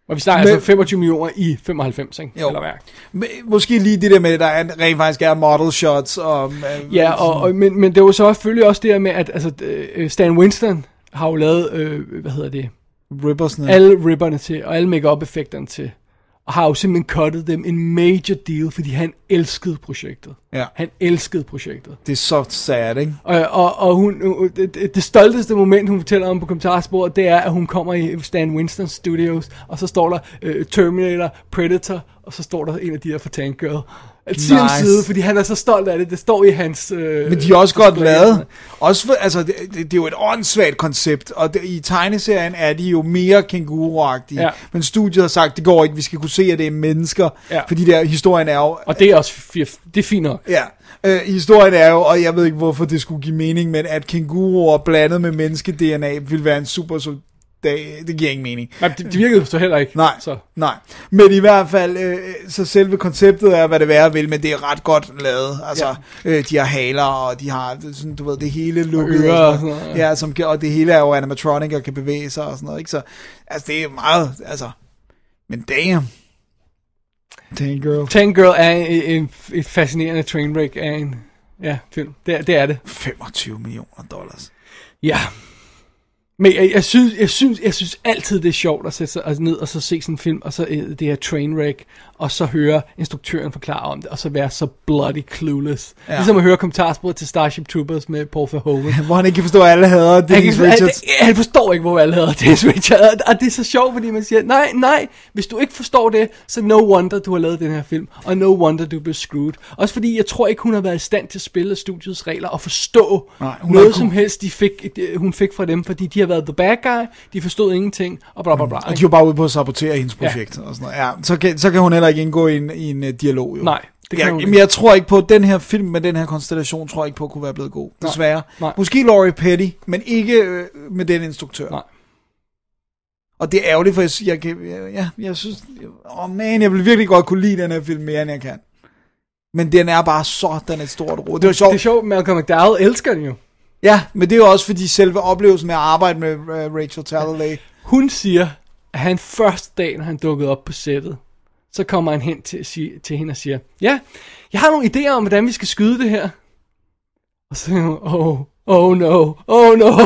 Og vi snakker men, altså femogtyve millioner i femoghalvfems, ikke? Jo. Eller værk. Måske lige det der med, at der er, rent faktisk er model shots. Og, ja, og, og, men, men det var så selvfølgelig også det her med, at altså, Stan Winston har jo lavet, øh, hvad hedder det? Rippersne. Alle ribberne til, og alle make-up-effekterne til. Og har jo simpelthen cuttet dem en major deal, fordi han elskede projektet. Ja. Han elskede projektet. Det er så sad, ikke? Og, og, og hun, det, det stolteste moment, hun fortæller om på kommentarsporet, det er, at hun kommer i Stan Winston Studios, og så står der uh, Terminator, Predator, og så står der en af de her for Tank Girl. At nice. Side, fordi han er så stolt af det. Det står i hans... Øh, Men de er også godt lavet. Også for, altså, det, det, det er jo et åndssvagt koncept, og det, i tegneserien er de jo mere kænguru-agtige. Ja. Men studiet har sagt, det går ikke, vi skal kunne se, at det er mennesker. Ja. Fordi der historien er jo... Og det er også f- det er fint nok. Ja. Øh, historien er jo, og jeg ved ikke, hvorfor det skulle give mening, men at kænguruer blandet med menneske-D N A vil være en super soldat. Det, det giver ingen mening. Nej, det, det virkede så heller ikke. Nej, så. nej. Men i hvert fald, øh, så selve konceptet er, hvad det være vil, men det er ret godt lavet. Altså, ja. øh, de har haler, og de har, sådan, du ved, det hele lukket. Og, og, sådan noget, ja. Ja, som, og det hele er jo animatronic og kan bevæge sig og sådan noget, ikke? Så, altså, det er meget, altså, men damn. Tank Girl. Tank Girl er en, en, en fascinerende trainwreck af en, ja, film. Det, det er det. femogtyve millioner dollars. Ja. Men jeg, jeg, synes, jeg, synes, jeg synes altid, det er sjovt at sætte sig altså ned og så se sådan en film, og så det her trainwreck, og så høre instruktøren forklare om det, og så være så bloody clueless. Ja. Ligesom at høre kommentarsporet til Starship Troopers med Paul Verhoeven. Hvor han ikke kan forstå, at alle hader Dennis Richards. Han, han forstår ikke, hvor alle hader Dennis Richards. Og det er så sjovt, fordi man siger, nej, nej, hvis du ikke forstår det, så no wonder, du har lavet den her film, og no wonder, du bliver screwed. Også fordi, jeg tror ikke, hun har været i stand til at spille studiets regler og forstå nej, noget som helst, de fik, hun fik fra dem, fordi de har været the bad guy, de forstod ingenting, og bla bla bla. Og de var bare ude på at sabotere hendes projekt. Ja. Og sådan noget. Ja, så, kan, så kan hun heller ikke indgå i en, i en uh, dialog. Jo. Nej, det kan jeg, hun ikke. Men jeg tror ikke på, at den her film med den her konstellation, tror jeg ikke på, kunne være blevet god. Nej. Desværre. Nej. Måske Laurie Petty, men ikke øh, med den instruktør. Nej. Og det er ærgerligt, for jeg, jeg, jeg, jeg, jeg synes, åh oh man, jeg vil virkelig godt kunne lide den her film mere, end jeg kan. Men den er bare sådan et stort råd. Det var sjovt. Det er sjovt, Malcolm McDowell elsker den jo. Ja, men det er jo også fordi selve oplevelsen med at arbejde med uh, Rachel Talalay. Hun siger, at han første dag, når han dukkede op på sættet, så kommer han hen til, sige, til hende og siger, ja, jeg har nogle idéer om, hvordan vi skal skyde det her. Og så siger hun, oh, oh no, oh no.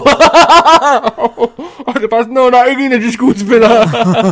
Og det er bare sådan, no, der er ikke en af de skuespillere.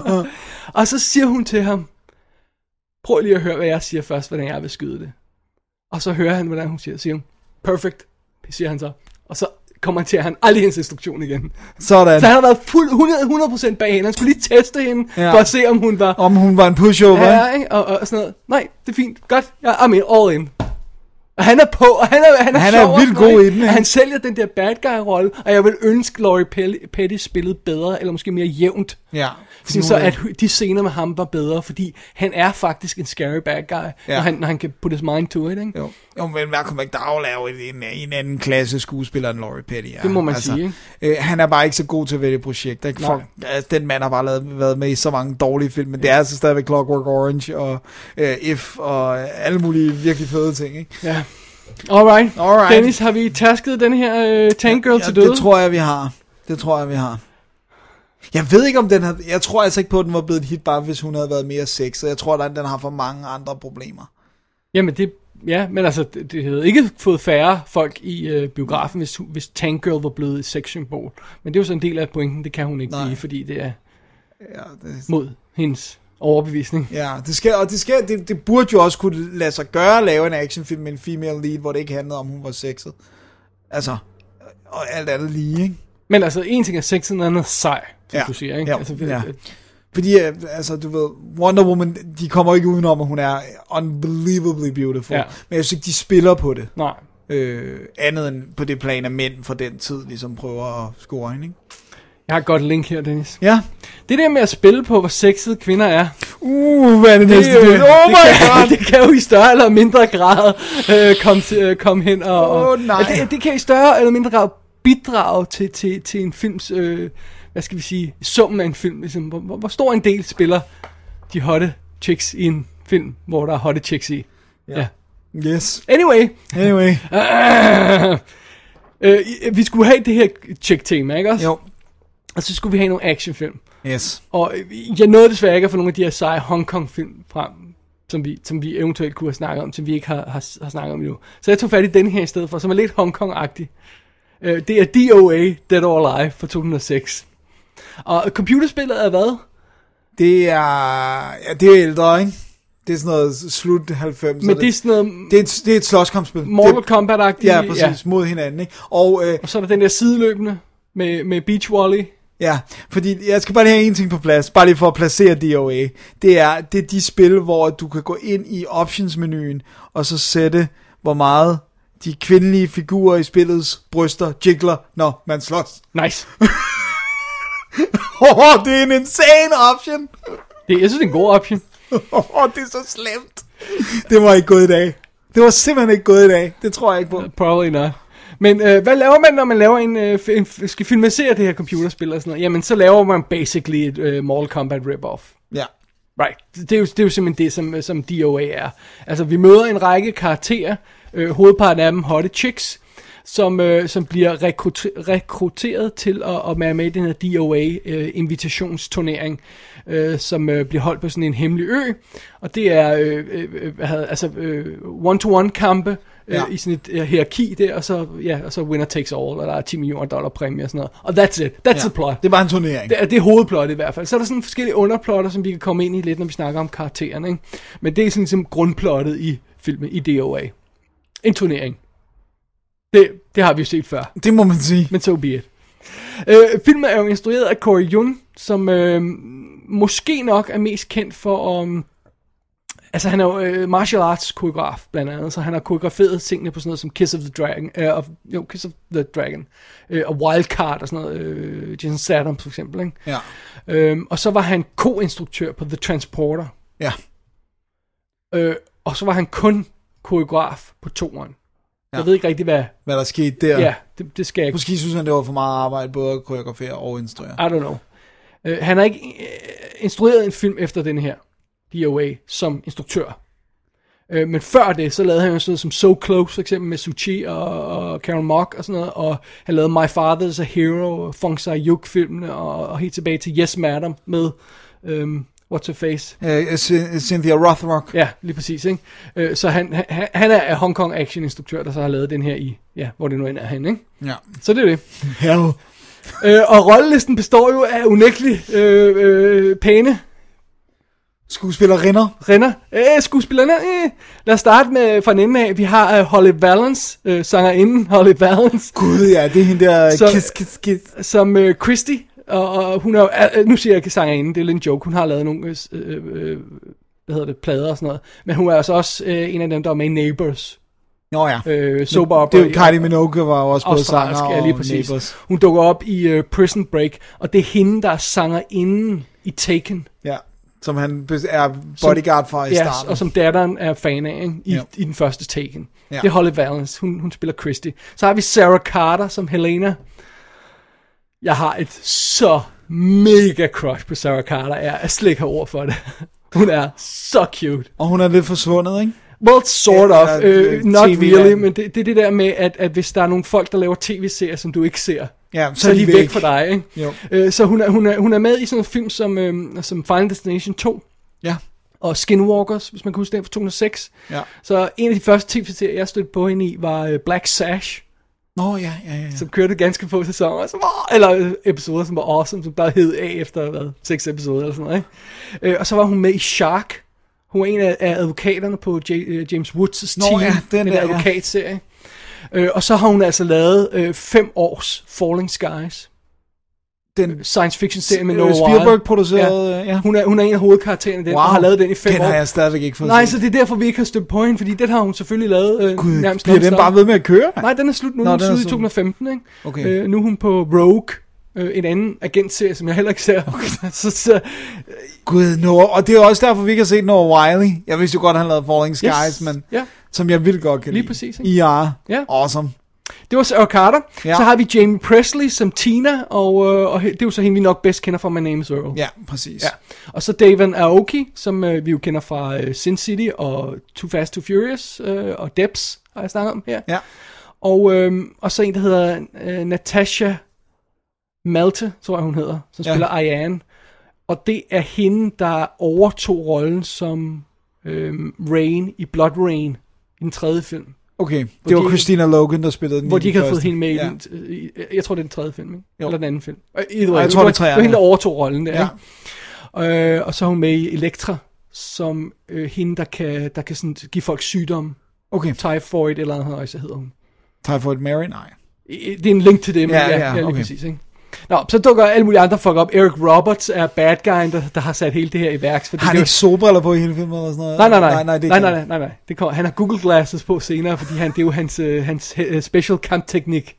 Og så siger hun til ham, prøv lige at høre, hvad jeg siger først, hvordan jeg vil skyde det. Og så hører han, hvordan hun siger, siger hun, perfect, siger han så. Og så kommer han til, at han aldrig hendes instruktion igen. Sådan. Så han har været fuld hundrede procent bag hende. Han skulle lige teste hende, ja. For at se, om hun var... Om hun var en pushover. Ja, ikke? Og, og sådan noget. Nej, det er fint. Godt. Ja, I'm in, all in. Og han er på, og han er, han er, han sjov er vildt god i den. Han sælger den der bad guy-rolle, og jeg vil ønske, Laurie Petty spillede bedre, eller måske mere jævnt. Ja. Sådan så, at de scener med ham var bedre, fordi han er faktisk en scary bad guy, ja. når, han, når han kan put his mind to it, ikke? Jo, jo men Malcolm McDowell er jo en, en anden klasse skuespiller end Laurie Petty. Ja. Det må man altså, sige, ikke? Øh, han er bare ikke så god til at vælge projekter. Ikke? For, altså, den mand har bare lavet, været med i så mange dårlige film, men ja. Det er altså stadigvæk Clockwork Orange og uh, If og alle mulige virkelig fede ting, ikke? Ja. Alright. Alright. Dennis, har vi tasket den her uh, Tank Girl ja, til døde? Det tror jeg, vi har. Det tror jeg, vi har. Jeg ved ikke, om den har... Jeg tror altså ikke på, at den var blevet et hit, bare hvis hun havde været mere sexet. Jeg tror, at den har for mange andre problemer. Jamen, det... Ja, men altså, det, det havde ikke fået færre folk i øh, biografen, hvis, hvis Tank Girl var blevet et sexsymbol. Men det er jo så en del af pointen, det kan hun ikke Nej. blive, fordi det er ja, det... mod hendes overbevisning. Ja, det skal, og det, skal, det, det burde jo også kunne lade sig gøre at lave en actionfilm med en female lead, hvor det ikke handlede om, hun var sexet. Altså, og alt andet lige, ikke? Men altså, en ting er sexet, en anden er sej, som ja. du siger, ikke? Ja. Altså, ja. Fordi, altså, du ved, Wonder Woman, de kommer ikke udenom, at hun er unbelievably beautiful. Ja. Men jeg synes ikke, de spiller på det. Nej. Øh, andet end på det plan af mænd fra den tid, ligesom prøver at score hende, ikke? Jeg har et godt link her, Dennis. Ja. Det der med at spille på, hvor sexede kvinder er. Uh, hvad er det næste? Det, oh my god! Det kan jo i større eller mindre grad øh, komme øh, kom hen og... og oh, nej. Det, det kan i større eller mindre grad bidrage til, til, til en films... Øh, hvad skal vi sige? Summen af en film. Ligesom, hvor, hvor stor en del spiller de hotte chicks i en film, hvor der er hotte chicks i. Ja. ja. Yes. Anyway. Anyway. Uh, øh, vi skulle have det her chick-tema, ikke også? Jo. Og så skulle vi have nogle actionfilm. Yes. Og jeg nåede desværre ikke at få nogle af de her seje Hong Kong film frem, som vi, som vi eventuelt kunne have snakket om, som vi ikke har, har, har snakket om endnu. Så jeg tog fat i den her i stedet for, som er lidt Hong Kong-agtig. Øh, det er D O A, Dead or Alive, fra to tusind og seks. Og computerspillet er hvad? Det er, ja, det er ældre, ikke? Det er sådan noget slut halvfemser. Men det er sådan noget... Det er et, det er et slåskampspil. Mortal Kombat-agtigt. Ja, præcis. Ja. Mod hinanden, ikke? Og, øh, og så er der den der sideløbende med, med Beach Volley. Ja, fordi jeg skal bare lige have en ting på plads, bare lige for at placere D O A. Det er, det er de spil, hvor du kan gå ind i options-menuen, og så sætte, hvor meget de kvindelige figurer i spillets bryster jiggler, når man slås. Nice. oh, det er en insane option. Det, jeg synes, det er en god option. oh, det er så slemt. Det var ikke gået i dag. Det var simpelthen ikke gået i dag. Det tror jeg ikke på. Probably not. Men øh, hvad laver man, når man laver en, øh, en, skal filmatisere det her computerspil og sådan noget? Jamen, så laver man basically et øh, Mortal Kombat rip-off. Ja. Right. Det er, jo, det er jo simpelthen det, som, som D O A er. Altså, vi møder en række karakterer, øh, hovedparten af dem hotte chicks, som, øh, som bliver rekrutter, rekrutteret til at, at være med i den her D O A-invitationsturnering, øh, øh, som øh, bliver holdt på sådan en hemmelig ø. Og det er øh, øh, hvad hedder, altså, øh, one-to-one kampe, ja. øh, i sådan et uh, hierarki der, og så, ja, og så winner takes all, og der er ti millioner dollar præmie og sådan noget. Og that's it. That's ja. the plot. Det er bare en turnering. Det er, det er hovedplot i hvert fald. Så er der sådan forskellige underplotter, som vi kan komme ind i lidt, når vi snakker om karaktererne, ikke? Men det er sådan ligesom grundplottet i filmen, i D O A. En turnering. Det, det har vi jo set før. Det må man sige. Men so be it. Øh, filmen er jo instrueret af Corey Yuen, som øh, måske nok er mest kendt for... Um, altså han er jo øh, martial arts koreograf blandt andet, så han har koreograferet tingene på sådan noget som Kiss of the Dragon, øh, of, jo, Kiss of the Dragon, øh, og Wildcard og sådan noget, øh, Jason Statham for eksempel, ikke? Ja. Øhm, og så var han ko-instruktør på The Transporter. Ja. Øh, og så var han kun koreograf på toeren. Ja. Jeg ved ikke rigtig, hvad... Hvad der skete der. Ja, det, det skal jeg ikke. Måske synes han, det var for meget arbejde, både at koreografere og instruere. I don't know. Uh, han har ikke uh, instrueret en film efter den her, D O A, som instruktør. Uh, men før det, så lavede han jo sådan noget som So Close, for eksempel med Suchi og, og Karen Mock og sådan noget. Og han lavede My Father's a Hero, Fong Sai-yuk-filmene, og, og helt tilbage til Yes Madam med... Um, What's her face? Uh, Cynthia Rothrock. Ja, lige præcis, ikke? Uh, så han, han, han er Hong Kong action-instruktør, der så har lavet den her i, ja, hvor det nu end er han, ikke? Ja. Så det er det. Hell. Uh, og rollelisten består jo af unægtelig uh, uh, pæne skuespillerinder. Renner. Uh, skuespillerne. Uh. Lad os starte med fra en ende af. Vi har uh, Holly Valance, uh, sangerinden Holly Valance. Gud ja, det er hende der som, kiss, kiss, kiss. Som uh, Christy. Og, og hun er jo, nu siger jeg ikke sangerinde, det er lidt en joke, hun har lavet nogle, øh, øh, hvad hedder det, plader og sådan noget, men hun er altså også øh, en af dem, der var med i Neighbours. Nå ja, øh, soap opera. Det er jo Kylie Minogue var jo også både sanger og ja, lige præcis. Neighbours. Hun dukker op i uh, Prison Break, og det er hende, der er sangerinden i Taken. Ja, som han er bodyguard for i ja, starten. og som datteren er fan af, ikke? I, ja. i den første Taken. Ja. Det er Holly Valance, hun, hun spiller Christy. Så har vi Sarah Carter som Helena. Jeg har et så mega crush på Sarah Carter. Jeg er slet ikke har ord for det. Hun er så cute. Og hun er lidt forsvundet, ikke? Well, sort of. Ja, uh, not really, men det, det er det der med, at, at hvis der er nogle folk, der laver tv-serier, som du ikke ser, ja, så, så er de væk, væk fra dig, ikke? Jo. Uh, så hun er, hun, er, hun er med i sådan en film som, um, som Final Destination to. Ja. Og Skinwalkers, hvis man kan huske den fra to tusind og seks. Ja. Så en af de første tv-serier, jeg stødte på hende i, var uh, Black Sash. Nå, oh, ja, ja, ja. Som kørte ganske få sæsoner, som var, eller episoder, som var awesome, som bare hed af efter, hvad, seks episoder eller sådan noget, ikke? Øh, og så var hun med i Shark. Hun var en af, af advokaterne på J, James Woods' team, ja, den, den der, advokatserie. Ja. Øh, og så har hun altså lavet øh, fem års Falling Skies. Den science fiction serie med Noah Wyle. Spielberg produceret, ja. ja. Hun er, hun er en af hovedkaraktererne i den, wow. og har lavet den i fem den år. Den har jeg stadigvæk ikke fået. Nej, så det er derfor, vi ikke har stødt på hende, fordi den har hun selvfølgelig lavet øh, Gud, nærmest. Bliver den bare ved med at køre? Nej, den er slut nu. Nå, Den er slut i så... to tusind og femten, ikke? Okay. Øh, nu er hun på Rogue, øh, en anden agentserie, som jeg heller ikke ser. Okay. så, så, øh, Gud, no. Og det er også derfor, vi ikke har set Noah Wyle. Jeg vidste jo godt, at han lavede Falling Skies, yes. men ja. som jeg vildt godt kan lide. Lige præcis. Ikke? I R. Ja. Awesome. Det var Sarah Carter. Ja. Så har vi Jamie Presley som Tina, og, øh, og det er jo så hende, vi nok bedst kender fra My Name is Earl. Ja, præcis. Ja. Og så David Aoki, som øh, vi jo kender fra øh, Sin City og Too Fast, Too Furious øh, og Debs, har jeg snakket om her. Ja. Og, øh, og så en, der hedder øh, Natasha Malte, tror jeg hun hedder, som ja. spiller Ian. Og det er hende, der overtog rollen som øhm, Rain i Blood Rain, i den tredje film. Okay, det var de, Christina Logan, der spillede den. Hvor de ikke havde fået hende med ja. i den. Jeg tror, det er den tredje film, ikke? Eller den anden film. Either way, jeg tror, det er træerne. Det var hende, der overtog rollen der. Ja. Øh, og så er hun med i Elektra, som øh, hende, der kan, der kan sådan give folk sygdomme. Okay. Typhoid eller noget, så hedder hun. Typhoid Mary? Nej. Det er en link til det, men ja, ja, ja, ja, lige okay. præcis, ikke? Nå, så dukker alle mulige andre folk op. Eric Roberts er bad guy, der, der har sat hele det her i værks. Har han ikke solbriller på i hele filmen eller sådan noget? Nej, nej, nej. nej, nej, det nej, nej, nej, nej, nej. Det kommer. Han har Google Glasses på senere, fordi han, det er jo hans, uh, hans uh, special kampteknik.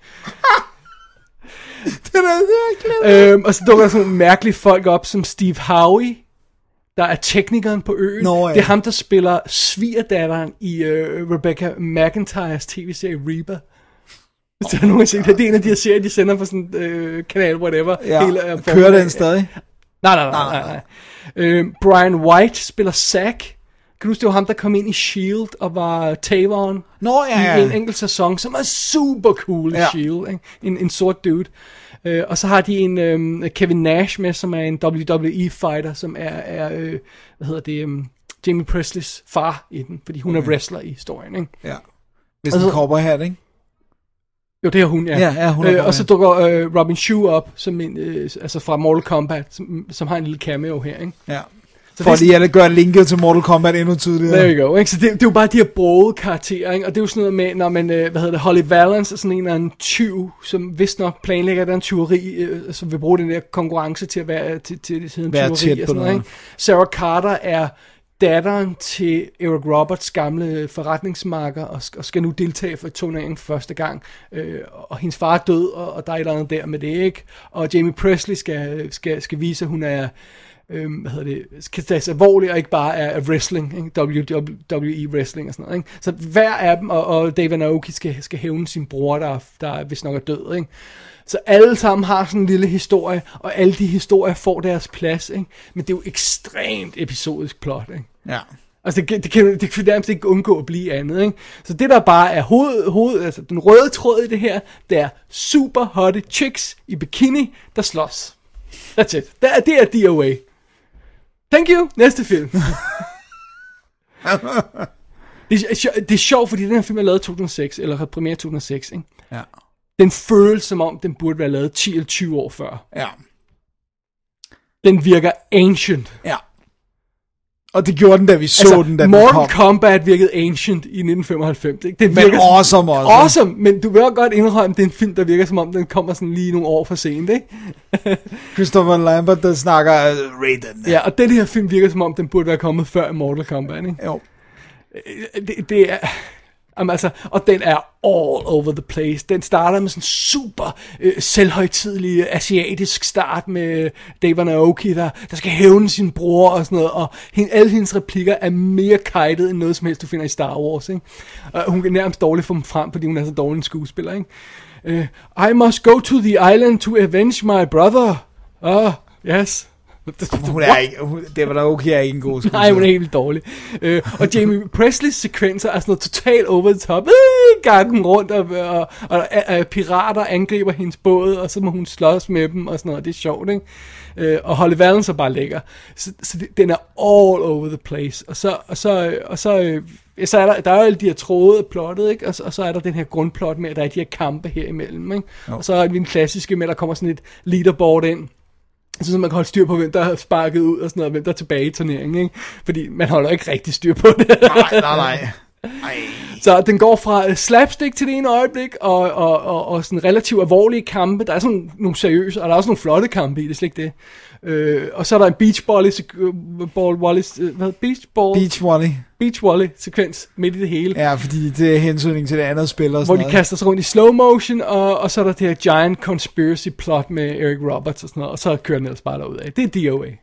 det er det, øhm, Og så dukker der sådan nogle mærkelige folk op, som Steve Howe, der er teknikeren på øen. Nå, ja. Det er ham, der spiller svigerdatteren i uh, Rebecca McIntyres tv-serie Reba. Hvis der er nogen, der har set det, er en af de her serier, de sender på sådan en øh, kanal, whatever. Ja, hele, uh, kører den stadig? Nej, nej, nej, nej, nej. Øh, Brian White spiller Zack. Kan du huske, det var ham, der kom ind i S H I E L D og var Tavon. Nå, ja, ja. I en enkelt sæson, som er super cool i ja. S H I E L D. Ikke? En, en sort dude. Øh, og så har de en øh, Kevin Nash med, som er en W W E fighter, som er, er øh, hvad hedder det, um, Jamie Presleys far i den, fordi hun okay. er wrestler i historien. Ikke? Ja. Hvis den cowboy hat, ikke? Jo, det er hun, ja. ja, ja hun øh, og så dukker øh, Robin Shue op, som en, øh, altså fra Mortal Kombat, som, som har en lille cameo her, ikke? Ja. Så for lige at gøre linket til Mortal Kombat endnu tydeligere. There you go, ikke? Så det, det er jo bare de her brode karakterer, ikke? Og det er jo sådan noget med, når man, øh, hvad hedder det, Holly Valance er sådan en eller anden tyv, som vist nok planlægger den tyveri, øh, som vil bruge den der konkurrence til at være til, til, til en tyveri og sådan noget, ikke? Sarah Carter er datteren til Eric Roberts gamle forretningsmarker og, og skal nu deltage for turneringen for første gang. Øh, og hendes far er død, og, og der er et eller andet der med det, ikke? Og Jamie Presley skal, skal, skal vise, at hun er, øh, hvad hedder det, skal tages alvorligt og ikke bare er, er wrestling, ikke? W W E wrestling og sådan noget, ikke? Så hver af dem, og, og David Aoki skal, skal hævne sin bror, der, der vist nok er død, ikke? Så alle sammen har sådan en lille historie, og alle de historier får deres plads, ikke? Men det er jo ekstremt episodisk plot, ikke? Ja. Altså, det, det, kan, det kan nærmest ikke undgå at blive andet, ikke? Så det, der bare er hoved, hoved, altså den røde tråd i det her, det er super hotte chicks i bikini, der slås. That's it. Det er, det er D O A. Thank you. Næste film. det, er, det er sjovt, fordi den her film er lavet i to tusind og seks, eller har premiere i to tusind og seks, ikke? Ja. Den føles som om, den burde være lavet ti eller tyve år før. Ja. Den virker ancient. Ja. Og det gjorde den, da vi så altså, den, da Mortal den kom. Kombat virkede ancient i nitten femoghalvfems. Ikke? Det men virker awesome også. Awesome, men du vil også godt indrømme, at det er en film, der virker som om, den kommer sådan lige nogle år for sent, ikke? Christopher Lambert, der snakker uh, Raiden. Ja, og den her film virker som om, den burde være kommet før Mortal Kombat, ikke? Jo. Det, det er... Jamen, altså, og den er all over the place. Den starter med sådan en super øh, selvhøjtidlig asiatisk start med David Aoki, der, der skal hævne sin bror og sådan noget, og hende, alle hendes replikker er mere kajtet end noget som helst, du finder i Star Wars, ikke? Og hun kan nærmest dårligt få dem frem, fordi hun er så dårlig en skuespiller, ikke? Uh, I must go to the island to avenge my brother. Ah, uh, yes. Hun er ikke, hun, det var da okay, er ikke en god skuespiller. Nej, hun er helt dårlig. Øh, og Jamie Presleys sekvenser er sådan noget totalt over the top. Øh, gangen rundt, og, og, og, og, og pirater angriber hendes båd, og så må hun slås med dem, og sådan noget. Det er sjovt, ikke? Øh, og Holly Valance er bare lækker. Så, så det, den er all over the place. Og så, og så, og så, øh, så er der, der er jo alle de her tråde plottet, ikke? Og, og så er der den her grundplot med, at der er de her kampe her imellem, ikke? Og så er det en klassiske med, at der kommer sådan et leaderboard ind, så man kan holde styr på, hvem der har sparket ud og sådan noget, hvem der er tilbage i turneringen, ikke? Fordi man holder ikke rigtig styr på det. Nej, nej, nej. Ej. Så den går fra slapstick til det ene øjeblik, og, og, og, og sådan relativt alvorlige kampe. Der er sådan nogle seriøse, og der er også nogle flotte kampe i, det er slet ikke det. Øh, og så er der en beach volley, ball volley, hvad beach ball? Beach volley. Beach volley sekvens midt i det hele. Ja, fordi det er hensynning til det andet spil og sådan hvor de noget. kaster sig rundt i slow motion, og, og så er der det her giant conspiracy plot med Eric Roberts og sådan noget, og så kører den ellers bare derud af. Det er D O A.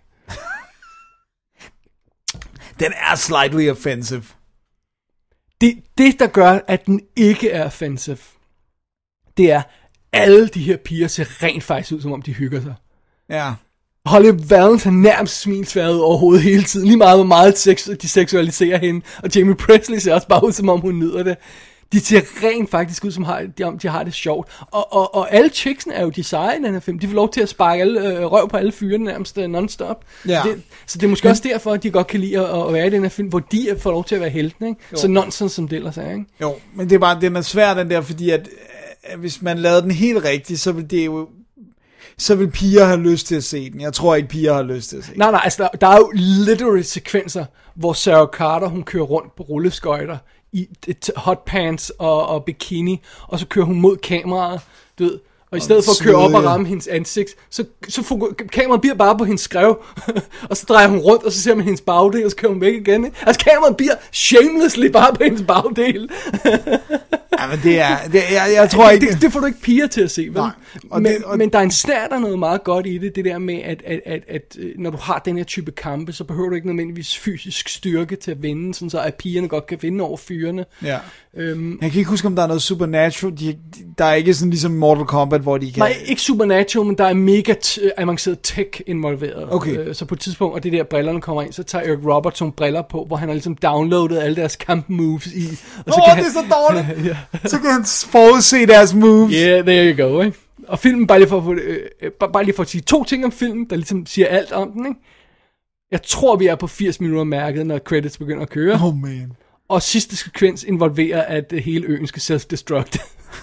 Den er slightly offensive. Det, det, der gør, at den ikke er offensive, det er, alle de her piger ser rent faktisk ud, som om de hygger sig. Ja. Holly Valance har nærmest smilsværdet overhovedet hele tiden. Lige meget, hvor meget sex, de seksualiserer hende. Og Jamie Presley ser også bare ud, som om hun nyder det. de ser rent faktisk ud, som har, de, de har det sjovt. Og, og, og alle chicksene er jo de seje i den her film. De får lov til at sparke alle, øh, røv på alle fyrene nærmest uh, non-stop. Ja. Det, så det er måske Men, også derfor, at de godt kan lide at, at være i den her film, hvor de får lov til at være heltene, ikke? Så nonsens som det ellers er, ikke? Jo, men det er bare, den er svær den der, fordi at, at hvis man lavede den helt rigtigt, så vil det jo... så vil piger have lyst til at se den. Jeg tror ikke, piger har lyst til at se den. Nej, nej, altså der, der er jo literally sekvenser, hvor Sarah Carter, hun kører rundt på rulleskøjter i et hotpants og, og bikini, og så kører hun mod kameraet, du ved, og i stedet for at køre op og ramme hendes ansigt, så, så får kameraet bliver bare på hendes skrev, og så drejer hun rundt, og så ser man hendes bagdel, og så kører hun væk igen, ikke? Altså kameraet bliver shamelessly bare på hendes bagdel. Ja, men det er, det, jeg, jeg tror ikke... Det, det får du ikke piger til at se, vel? Nej, og men, det, og... men der er en snært af noget meget godt i det, det der med, at, at, at, at når du har den her type kampe, så behøver du ikke nødvendigvis fysisk styrke til at vinde, sådan så at pigerne godt kan vinde over fyrene. Ja. Øhm, jeg kan ikke huske, om der er noget supernatural. De, der er ikke sådan ligesom Mortal Kombat, hvor de kan... Nej, ikke supernatural, men der er mega t- avanceret tech involveret. Okay. Øh, så på et tidspunkt, og det der brillerne kommer ind, så tager Eric Roberts nogle briller på, hvor han har ligesom downloadet alle deres kamp moves i. Åh, oh, han... det er så dårligt! ja. Så kan han forudse deres moves. Yeah, there you go, ikke? Og filmen, bare lige for, øh, bare, bare lige for at sige to ting om filmen, der ligesom siger alt om den, ikke? Jeg tror, vi er på firs minutter mærket, når credits begynder at køre. Oh man. Og sidste sekvens involverer, at hele øen skal self-destruct.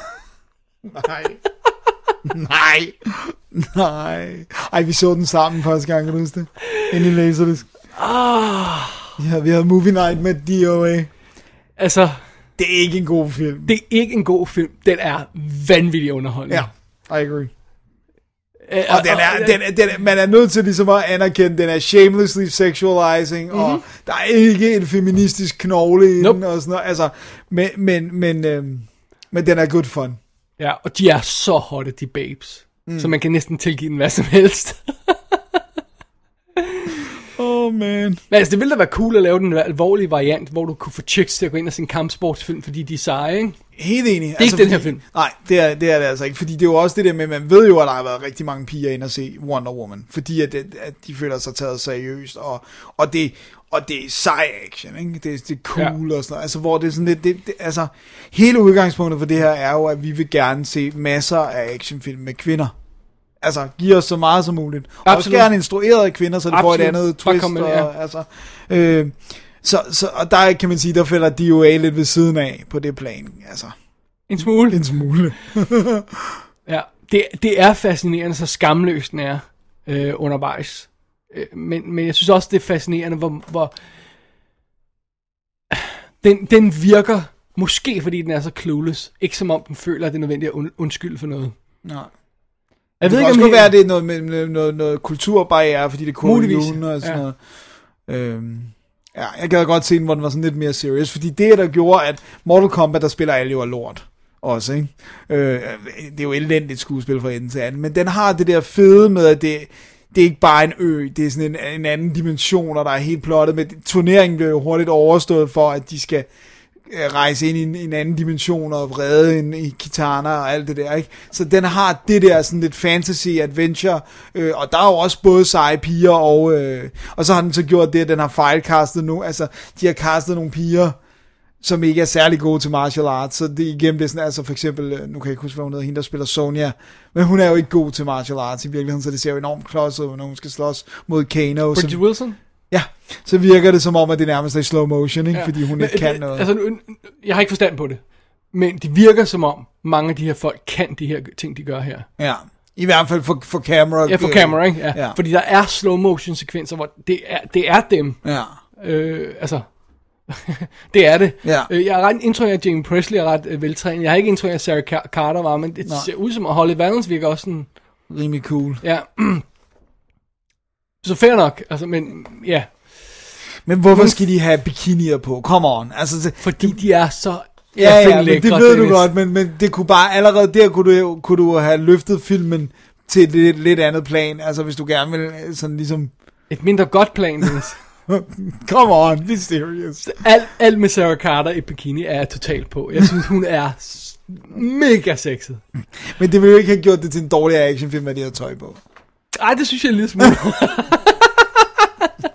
Nej. Nej. Nej. Ej, vi så den sammen første gang, kan du huske det? Inde i Laserdisc. Ah. Ja, vi havde Movie Night med D O A. Altså... Det er ikke en god film. Det er ikke en god film. Den er vanvittig underholdende. Ja, I agree. Æ, og, og den er, den, er, den er, man er nødt til ligesom at anerkende, den er shamelessly sexualizing, mm-hmm. og der er ikke en feministisk knogle i nope. den, og sådan noget. Altså, men, men, men, øhm, men den er good fun. Ja, og de er så hotte, de babes. Mm. Så man kan næsten tilgive den hvad som helst. Oh man. Men altså, det ville da være cool at lave den alvorlige variant, hvor du kunne få chicks til at gå ind og se en kampsportsfilm, fordi de er seje, ikke? Helt enig. Det er altså, ikke den her film. Nej, det er, det er det altså ikke, fordi det er jo også det der med, man ved jo, at der har været rigtig mange piger ind og se Wonder Woman, fordi at, at de føler sig taget seriøst, og, og det og det er sej action, ikke? Det, det er cool ja. Og sådan noget, altså hvor det er sådan lidt, det, det, altså hele udgangspunktet for det her er jo, at vi vil gerne se masser af actionfilm med kvinder. Altså, giv os så meget som muligt. Og også gerne instruerede kvinder, så det får et andet twist. Med, ja. og, altså, øh, så, så, og der kan man sige, der falder D O A lidt ved siden af på det plan. Altså, en smule. En smule. ja, det, det er fascinerende, så skamløs den er øh, undervejs. Øh, men, men jeg synes også, det er fascinerende, hvor, hvor den, den virker, måske fordi den er så clueless, ikke som om den føler, at det er nødvendigt at und, undskylde for noget. Nej. Jeg det ved kan ikke, også om være, at det er noget, noget, noget, noget kulturbarriere, fordi det er Korean og sådan ja. noget. Øhm, ja, jeg gad godt se den, hvor den var sådan lidt mere serious, fordi det, der gjorde, at Mortal Kombat, der spiller alle jo lort også, ikke? Øh, det er jo elendigt skuespil fra enden til anden, men den har det der fede med, at det, det er ikke bare en ø, det er sådan en, en anden dimension, og der er helt plottet med, turneringen bliver jo hurtigt overstået for, at de skal rejse ind i en, en anden dimension og redde en i Kitana og alt det der, ikke? Så den har det der sådan lidt fantasy adventure, øh, og der er jo også både seje piger og øh, og så har den så gjort det, at den har fejlcastet nu, altså de har castet nogle piger, som ikke er særlig gode til martial arts, så det igennem det sådan, altså for eksempel, nu kan jeg ikke huske, hvad hun hedder, hende der spiller Sonya, men hun er jo ikke god til martial arts i virkeligheden, så det ser jo enormt klodset ud, når hun skal slås mod Kano. Bridget Wilson? Ja, så virker det som om, at det nærmest er i slow motion, ikke? Ja. Fordi hun ikke kan noget. Altså, jeg har ikke forstand på det, men det virker som om, mange af de her folk kan de her ting, de gør her. Ja, i hvert fald for, for camera. Ja, for camera, ikke? Ja. Ja. Fordi der er slow motion sekvenser, hvor det er, det er dem. Ja. Øh, altså, det er det. Ja. Øh, jeg har ret indtryk af, at Jamie Presley er ret øh, veltrænet. Jeg har ikke indtryk af, at Sarah Carter var, men det Nej. ser ud som, at Holly Valance virker også sådan... rimelig cool. Ja. Så fair nok, altså, men ja... Men hvorfor skal de have bikinier på? Come on. Altså, det, fordi de er så... Ja, ja, men det ved du godt, men, men det kunne bare allerede der kunne du, kunne du have løftet filmen til et lidt, lidt andet plan. Altså, hvis du gerne vil sådan ligesom... Et mindre godt plan, Dennis. Come on, be serious. Alt, alt med Sarah Carter i bikini er jeg totalt på. Jeg synes, hun er mega sexet. Men det ville jo ikke have gjort det til en dårlig actionfilm, at de havde tøj på. Ej, det synes jeg er lidt smule.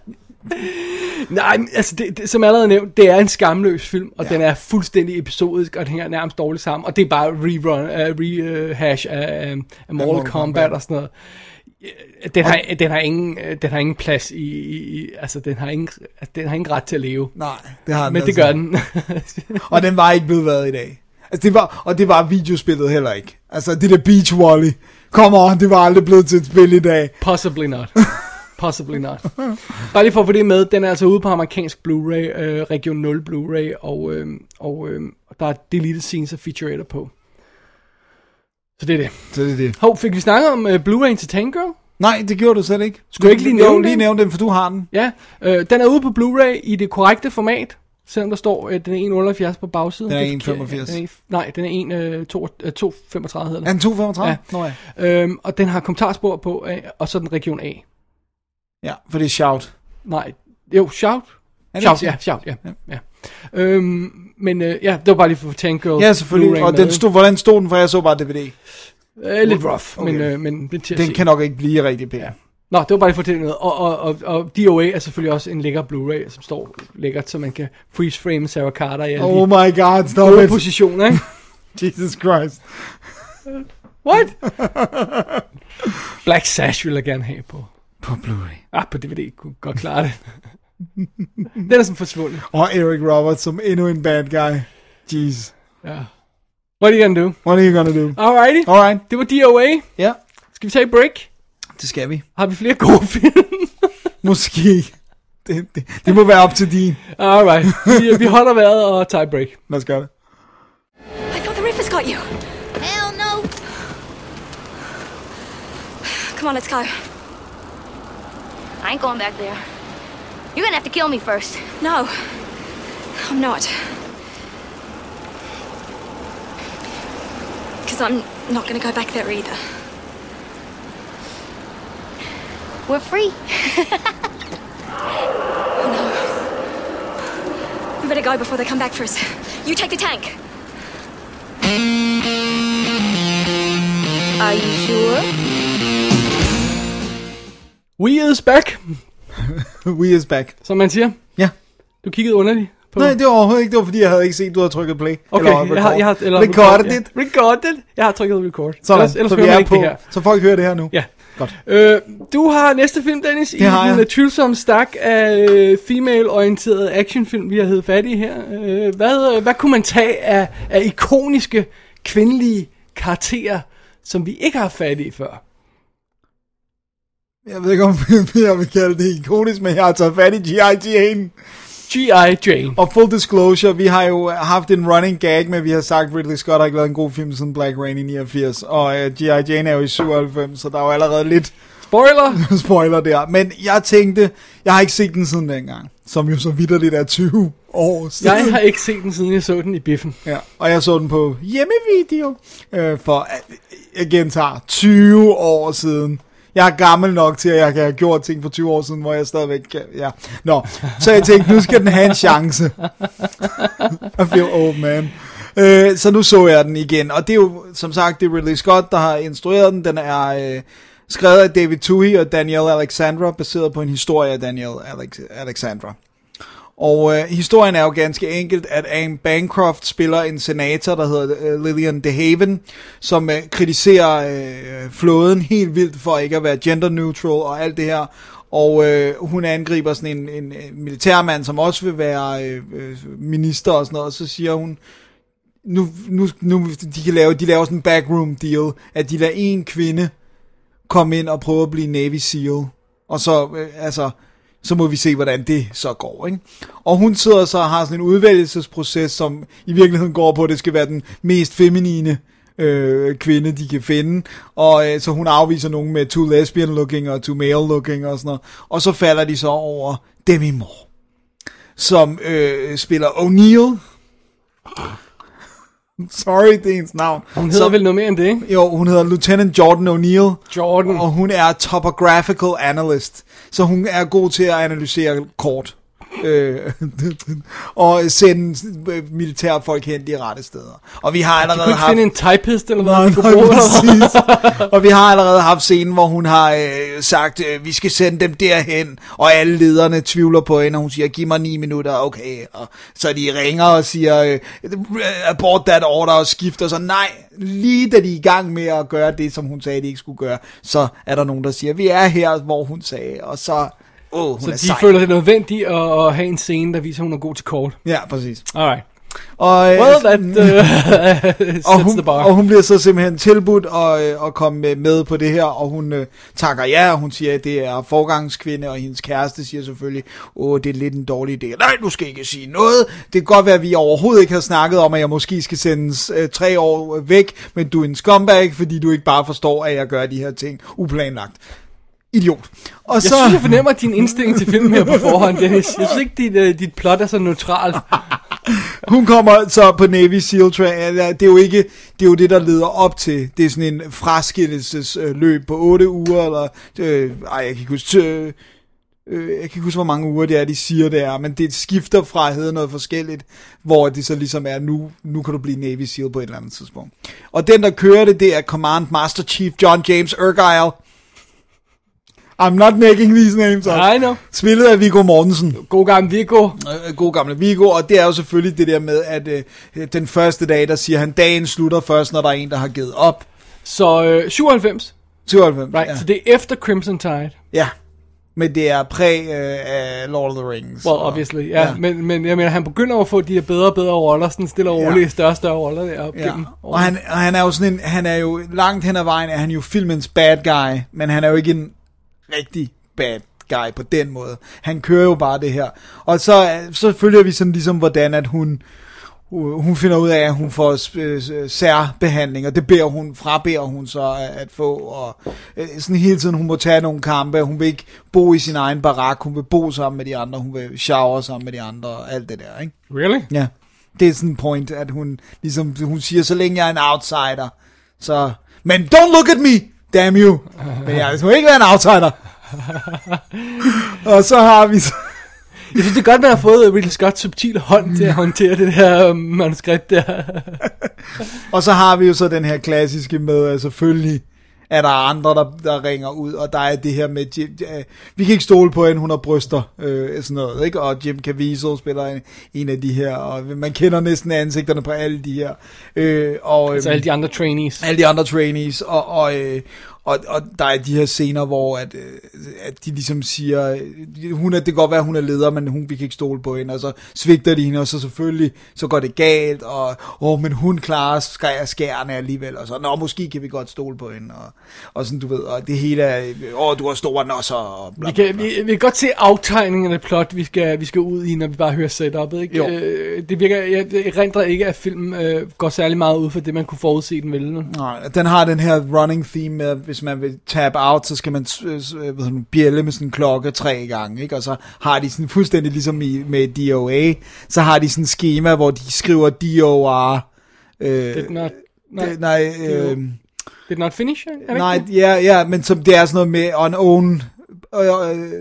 Nej, altså det, det, som allerede nævnt, det er en skamløs film, og ja. Den er fuldstændig episodisk, og den hænger nærmest dårligt sammen, og det er bare rerun, uh, rehash af, uh, af Mortal Kombat, Kombat og sådan noget. Den har, den har ingen, den har ingen plads i, i altså den har ingen, den har ingen ret til at leve. Nej, det har den. Men altså. det gør den. Og den var ikke blevet været i dag. Altså det var, og det var videospillet heller ikke. Altså det der Beach Volley, come on, det var aldrig blevet til et spil i dag. Possibly not. Possibly not. Bare lige for at få det med, den er altså ude på amerikansk Blu-ray, øh, Region nul Blu-ray, og, øh, og øh, der er deleted scenes og featuretter på. Så det er det. Så det er det. Hov, fik vi snakket om uh, Blu-ray til Tank Girl? Nej, det gjorde du selv ikke. Skulle jeg ikke lige nævne jo, den? lige nævne den, for du har den. Ja, øh, den er ude på Blu-ray i det korrekte format, selvom der står, at den er en komma otteoghalvtreds på bagsiden. Den er Det en komma femogfirs. Den er, nej, den er en komma to femogtredive hedder den. Er den to komma femogtredive? Ja. Nå ja. Øhm, og den har kommentarspor på, øh, og så den region A. Ja, for det er Shout. Nej, jo, Shout. Er det Shout, ikke? ja, Shout, ja. ja. ja. Øhm, men øh, ja, det var bare lige for Tank Girl. Ja, selvfølgelig. Blu-ray Og den stod, hvordan stod den, for jeg så bare D V D. Øh, lidt rough, Okay. men, øh, men det til at Den se. kan nok ikke blive rigtig pæn. Ja. Nå, det var bare lige for at fortælle noget. Og, og, og, og D O A er selvfølgelig også en lækker Blu-ray, som står lækkert, så man kan freeze frame Sarah Carter i alle Oh de my god, stop gode it. positioner, ikke? Jesus Christ. What? Black Sash vil jeg gerne have på. På Blu-ray. Ah, på D V D kunne godt klare det. Den er sådan forsvundet. Og Eric Roberts som endnu en bad guy. Jeez. Ja. What are you gonna do? What are you gonna do? Alrighty. Alright. Det var D O A. Ja, Skal vi tage et break? det skal vi. Har vi flere gode film? Måske. Det, det, det må være op til din. Alright. Vi, vi holder vejret og tager et break. Lad os gøre det. I thought the Reapers got you. Hell no. Come on, let's go. I ain't going back there. You're gonna have to kill me first. No, I'm not. Because I'm not going to go back there either. We're free. We better go before they come back for us. You take the tank. Are you sure? We is back, We is back. som man siger. Ja. Du kiggede underligt på. Nej, det var overhovedet ikke. Det var fordi, jeg havde ikke set, du havde trykket play. Okay, eller jeg har, jeg har, eller recorded ja. it. Recorded. Jeg har trykket record. Sådan, ellers, ellers så vi hører man er ikke på. det her. Så folk hører det her nu. Ja. Godt. Øh, du har næste film, Dennis, i har den jeg. tvivlsomme stak af øh, female-orienterede actionfilm, vi har heddet fat i her. Øh, hvad, hvad kunne man tage af, af ikoniske kvindelige karakterer, som vi ikke har fat i før? Jeg ved ikke, om jeg vil kalde det ikonisk, men jeg har taget fat i G I. Jane. G I. Jane. Og full disclosure, vi har jo haft en running gag med, at vi har sagt, at Ridley Scott har ikke lavet en god film siden Black Rain i niogfirs, og uh, G I. Jane er jo i syvoghalvfems, så der er jo allerede lidt Spoiler! spoiler der. Men jeg tænkte, jeg har ikke set den siden dengang, som jo så vitterligt er tyve år siden. Jeg har ikke set den, siden jeg så den i biffen. Ja, og jeg så den på hjemmevideo, øh, for, jeg gentager, tyve år siden. Jeg er gammel nok til, at jeg kan have gjort ting for tyve år siden, hvor jeg stadigvæk kan, ja. Nå, så jeg tænkte, nu skal den have en chance. I feel old, man. Øh, så nu så jeg den igen, og det er jo, som sagt, det er Ridley Scott, der har instrueret den. Den er øh, skrevet af David Twohy og Danielle Alexandra, baseret på en historie af Danielle Alex- Alexandra. Og øh, historien er jo ganske enkelt, at Anne Bancroft spiller en senator, der hedder øh, Lillian DeHaven, som øh, kritiserer øh, flåden helt vildt for ikke at være gender neutral og alt det her. Og øh, hun angriber sådan en, en, en militærmand, som også vil være øh, øh, minister og sådan noget, og så siger hun, nu, nu, nu de, kan lave, de laver sådan en backroom deal, at de lader en kvinde komme ind og prøve at blive Navy SEAL. Og så, øh, altså... så må vi se, hvordan det så går, ikke? Og hun sidder så og har sådan en udvælgelsesproces, som i virkeligheden går på, at det skal være den mest feminine øh, kvinde, de kan finde. Og øh, så hun afviser nogen med too lesbian looking og too male looking og sådan noget. Og så falder de så over Demi Moore, som øh, spiller O'Neill. Sorry, det er hendes navn. Hun hedder som, vel noget mere end det, ikke? Jo, hun hedder Lieutenant Jordan O'Neill. Jordan. Og hun er topographical analyst. Så hun er god til at analysere kort. øh, og sende militærfolk hen de rette steder. Og vi har allerede haft... Du kunne ikke finde en typist eller noget, vi kunne bruge. Og vi har allerede haft scenen, hvor hun har øh, sagt, øh, vi skal sende dem derhen, og alle lederne tvivler på hende, og hun siger, giv mig ni minutter, okay. Og så de ringer og siger, øh, abort that order, og skifter, så nej, lige da de er i gang med at gøre det, som hun sagde, de ikke skulle gøre, så er der nogen, der siger, vi er her, hvor hun sagde, og så... Oh, hun så de sej. føler det nødvendigt at, at have en scene, der viser, at hun er god til kort. Ja, præcis. Alright. Og, well, that uh, og, hun, og hun bliver så simpelthen tilbudt at, at komme med, med på det her, og hun uh, takker ja, og hun siger, at det er forgangskvinde, og hendes kæreste siger selvfølgelig, åh, det er lidt en dårlig idé. Nej, du skal ikke sige noget. Det kan godt være, at vi overhovedet ikke har snakket om, at jeg måske skal sendes uh, tre år væk, men du er en scumbag, fordi du ikke bare forstår, at jeg gør de her ting uplanlagt. Idiot. Og jeg så... synes, jeg fornemmer din indstilling til filmen her på forhånd, Dennis. Jeg synes ikke, dit, uh, dit plot er så neutralt. Hun kommer så på Navy SEAL Train. Det er jo ikke, det er jo det, der leder op til. Det er sådan en fraskillelsesløb på otte uger, eller, øh, ej, jeg kan ikke huske, øh, øh, jeg kan ikke huske, hvor mange uger det er, de siger det er, men det skifter fra at hedde noget forskelligt, hvor det så ligesom er, nu, nu kan du blive Navy SEAL på et eller andet tidspunkt. Og den, der kører det, det er Command Master Chief John James Argyle. I'm not making these names up. I know. Spillet af Viggo Mortensen. God gammel Viggo. God gamle Viggo, og det er jo selvfølgelig det der med, at øh, den første dag, der siger han, dagen slutter først, når der er en, der har givet op. Så øh, syvoghalvfems. syvoghalvfems, right, ja. Så det er efter Crimson Tide. Ja. Men det er præg øh, af Lord of the Rings. Well, obviously, ja. ja. Men, men jeg mener, han begynder at få de her bedre og bedre roller, sådan stille og roligt, ja. større og større roller deroppe. Ja. Og han, og han er jo sådan en, han er jo langt hen ad vejen, er han jo filmens bad guy, men han er jo ikke en rigtig bad guy på den måde. Han kører jo bare det her. Og så, så følger vi sådan ligesom, hvordan at hun, hun finder ud af, at hun får særbehandling, og det beder hun, frabeder hun så at få, og sådan hele tiden, hun må tage nogle kampe, hun vil ikke bo i sin egen barak, hun vil bo sammen med de andre, hun vil shower sammen med de andre, og alt det der, ikke? Really? Ja. Det er sådan en point, at hun ligesom, hun siger, så længe jeg er en outsider, så, men don't look at me, damn you, men jeg må ikke være en outsider. Og så har vi så... Jeg synes det er godt, man har fået Ridley Scott's subtile hånd til at håndtere det her manuskript der. Og så har vi jo så den her klassiske med, at selvfølgelig er der andre, der, der ringer ud, og der er det her med, Jim, uh, vi kan ikke stole på hende, hun har bryster, øh, sådan noget, ikke? Og Jim Caviezel spiller en, en af de her, og man kender næsten ansigterne på alle de her. Øh, og, altså øh, alle de andre trainees. Alle de andre trainees, og, og, øh, og, og der er de her scener, hvor at, at de ligesom siger, hun er, det kan godt være, hun er leder, men hun, vi kan ikke stole på hende, og så svigter de hende, og så selvfølgelig, så går det galt, og åh, men hun klarer skærene alligevel, og så, nå, måske kan vi godt stole på hende, og, og sådan, du ved, og det hele er, åh, du har store nosser, og bla, bla, bla. Vi, kan, vi, vi kan godt se aftegningen af det plot, vi skal, vi skal ud i, når vi bare hører setup'et, ikke? Jo. Øh, det virker, jeg, jeg rendrer ikke, at filmen øh, går særlig meget ud for det, man kunne forudse den ville. Nej, den har den her running theme med, hvis man vil tab out, så skal man øh, bjælle med sådan en klokke tre gange, ikke? Og så har de sådan fuldstændig ligesom i, med D O A, så har de sådan et schema, hvor de skriver D O R. Øh, Did not, nej, det, nej, øh, did not finish? Nej, ja, ja, men som det er sådan noget med unown, øh, øh,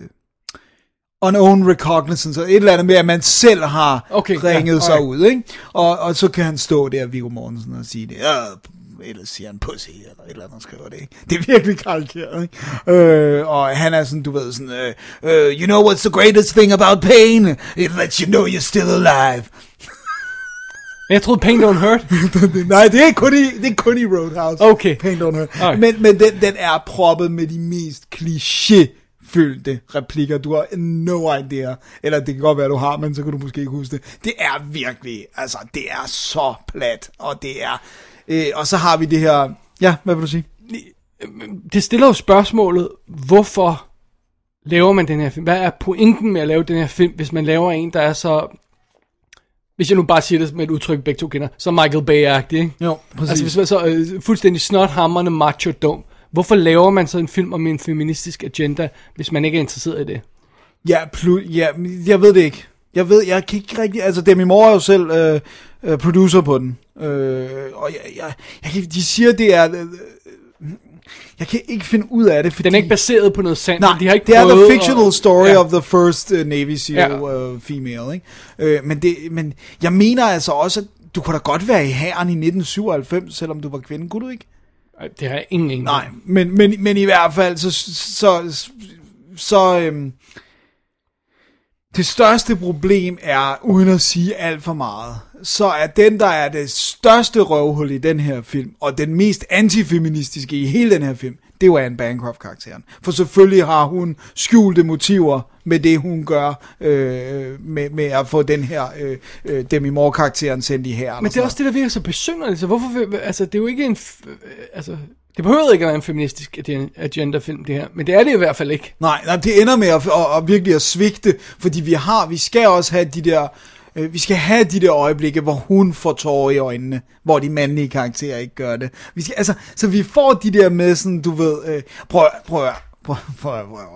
unown recognizance, et eller andet med, at man selv har okay, ringet ja, sig ud, ikke? Og, og så kan han stå der, Viggo Mortensen, og sige det, ja, ellers siger han pussy, eller et eller andet, skriver det, ikke? Det er virkelig karikeret, ikke? Øh, og han er sådan, du ved, sådan, uh, uh, you know what's the greatest thing about pain? It lets you know you're still alive. Jeg troede Pain Don't Hurt. Nej, det er kun i, det er kun i Roadhouse. Okay. Pain Don't Hurt. Okay. Men, men den, den er proppet med de mest kliché-fyldte replikker. Du har no idea. Eller det kan godt være, du har, men så kan du måske ikke huske det. Det er virkelig, altså, det er så plat. Og det er... Øh, og så har vi det her... Ja, hvad vil du sige? Det stiller jo spørgsmålet, hvorfor laver man den her film? Hvad er pointen med at lave den her film, hvis man laver en, der er så... Hvis jeg nu bare siger det med et udtryk, begge to kender, så Michael Bay-agtig, ikke? Jo, præcis. Altså hvis man så øh, fuldstændig snothamrende macho-dum, hvorfor laver man så en film om en feministisk agenda, hvis man ikke er interesseret i det? Ja, plu- ja jeg ved det ikke. Jeg ved, jeg kan ikke rigtig... Altså, Demi Moore er jo selv øh, øh, producer på den. Øh, og jeg, jeg, jeg, de siger, det er... Øh, Jeg kan ikke finde ud af det, fordi... Den er ikke baseret på noget sandt. Nej, de har ikke det er the fictional og... story ja. of the first uh, Navy SEAL ja. uh, female, ikke? Øh, men, det, men jeg mener altså også, at du kunne da godt være i hæren i nitten syvoghalvfems, selvom du var kvinde, kunne du ikke? Det har jeg ingen ingen. Nej, men, men, men i hvert fald, så... så, så øhm, det største problem er, uden at sige alt for meget, så er den, der er det største røvhul i den her film, og den mest antifeministiske i hele den her film, det er jo Anne Bancroft-karakteren. For selvfølgelig har hun skjulte motiver med det, hun gør, øh, med, med at få den her øh, Demi Moore-karakteren sendt i her. Men det er også det, der virker så besynderligt. Så hvorfor, altså, det er jo ikke en... Altså, det behøver ikke at være en feministisk agenda-film, det her. Men det er det i hvert fald ikke. Nej, nej det ender med at, at, at virkelig at svigte, fordi vi har, vi skal også have de der... Vi skal have de der øjeblikke, hvor hun får tårer i øjnene, hvor de mandlige karakterer ikke gør det. Vi skal, altså, så vi får de der med sådan, du ved, øh, prøv, prøv, prøv, prøv, prøv, prøv,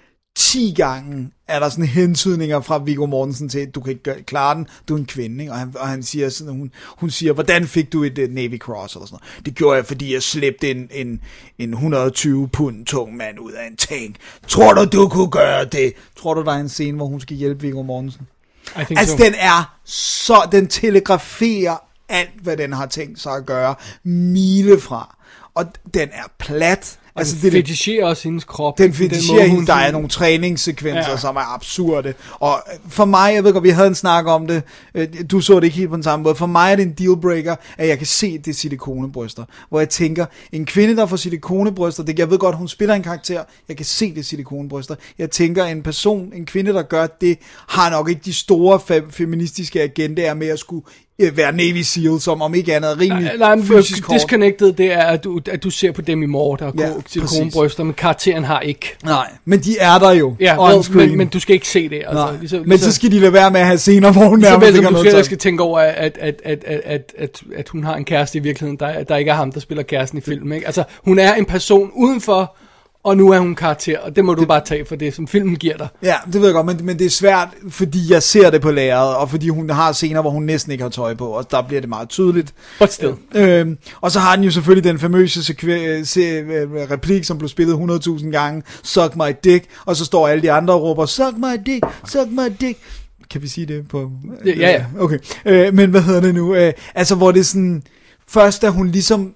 ti gange er der sådan hentydninger fra Viggo Mortensen til, at du kan ikke gøre, klare den, du er en kvinde, ikke? Og, han, og han siger sådan, hun, hun siger, hvordan fik du et uh, Navy Cross, eller sådan noget. Det gjorde jeg, fordi jeg slæbte en, en, en et hundrede og tyve pund tung mand ud af en tank. Tror du, du kunne gøre det? Tror du, der er en scene, hvor hun skal hjælpe Viggo Mortensen? Altså, so. den er så, den telegraferer alt, hvad den har tænkt sig at gøre, mile fra. Og den er plat. Og altså, den det, fetisherer også hendes krop. Den fetisherer hende, der er nogle træningssekvenser, ja. Som er absurde. Og for mig, jeg ved godt, vi havde en snak om det, du så det ikke helt på den samme måde, for mig er det en dealbreaker, at jeg kan se det silikonebryster. Hvor jeg tænker, en kvinde, der får silikonebryster, det, jeg ved godt, hun spiller en karakter, jeg kan se det silikonebryster. Jeg tænker, en person, en kvinde, der gør det, har nok ikke de store fe- feministiske agendaer med at skulle være Navy SEAL, som om ikke andet rimelig nej, nej, fysisk hårdt. Disconnected, det er, at du, at du ser på Demi Moore, der ja, går silikonebryster, men karakteren har ikke. Nej, men de er der jo. Ja, men, men du skal ikke se det. Altså, nej, ligesom, men så skal de lade være med at have scener, hvor hun nærmest ikke har noget. Du skal, skal tænke over, at, at, at, at, at, at, at hun har en kæreste i virkeligheden, der, der ikke er ham, der spiller kæresten i filmen. Ikke? Altså, hun er en person udenfor, og nu er hun karakter, og det må du det, bare tage for det, som filmen giver dig. Ja, det ved jeg godt, men, men det er svært, fordi jeg ser det på lærredet, og fordi hun har scener, hvor hun næsten ikke har tøj på, og der bliver det meget tydeligt. But still. Øh, og så har den jo selvfølgelig den famøse sekve- se- replik, som blev spillet hundrede tusind gange, suck my dick, og så står alle de andre og råber, suck my dick, suck my dick. Kan vi sige det på... Ja, ja. Okay, øh, men hvad hedder det nu? Øh, altså, hvor det er sådan... Først da hun ligesom...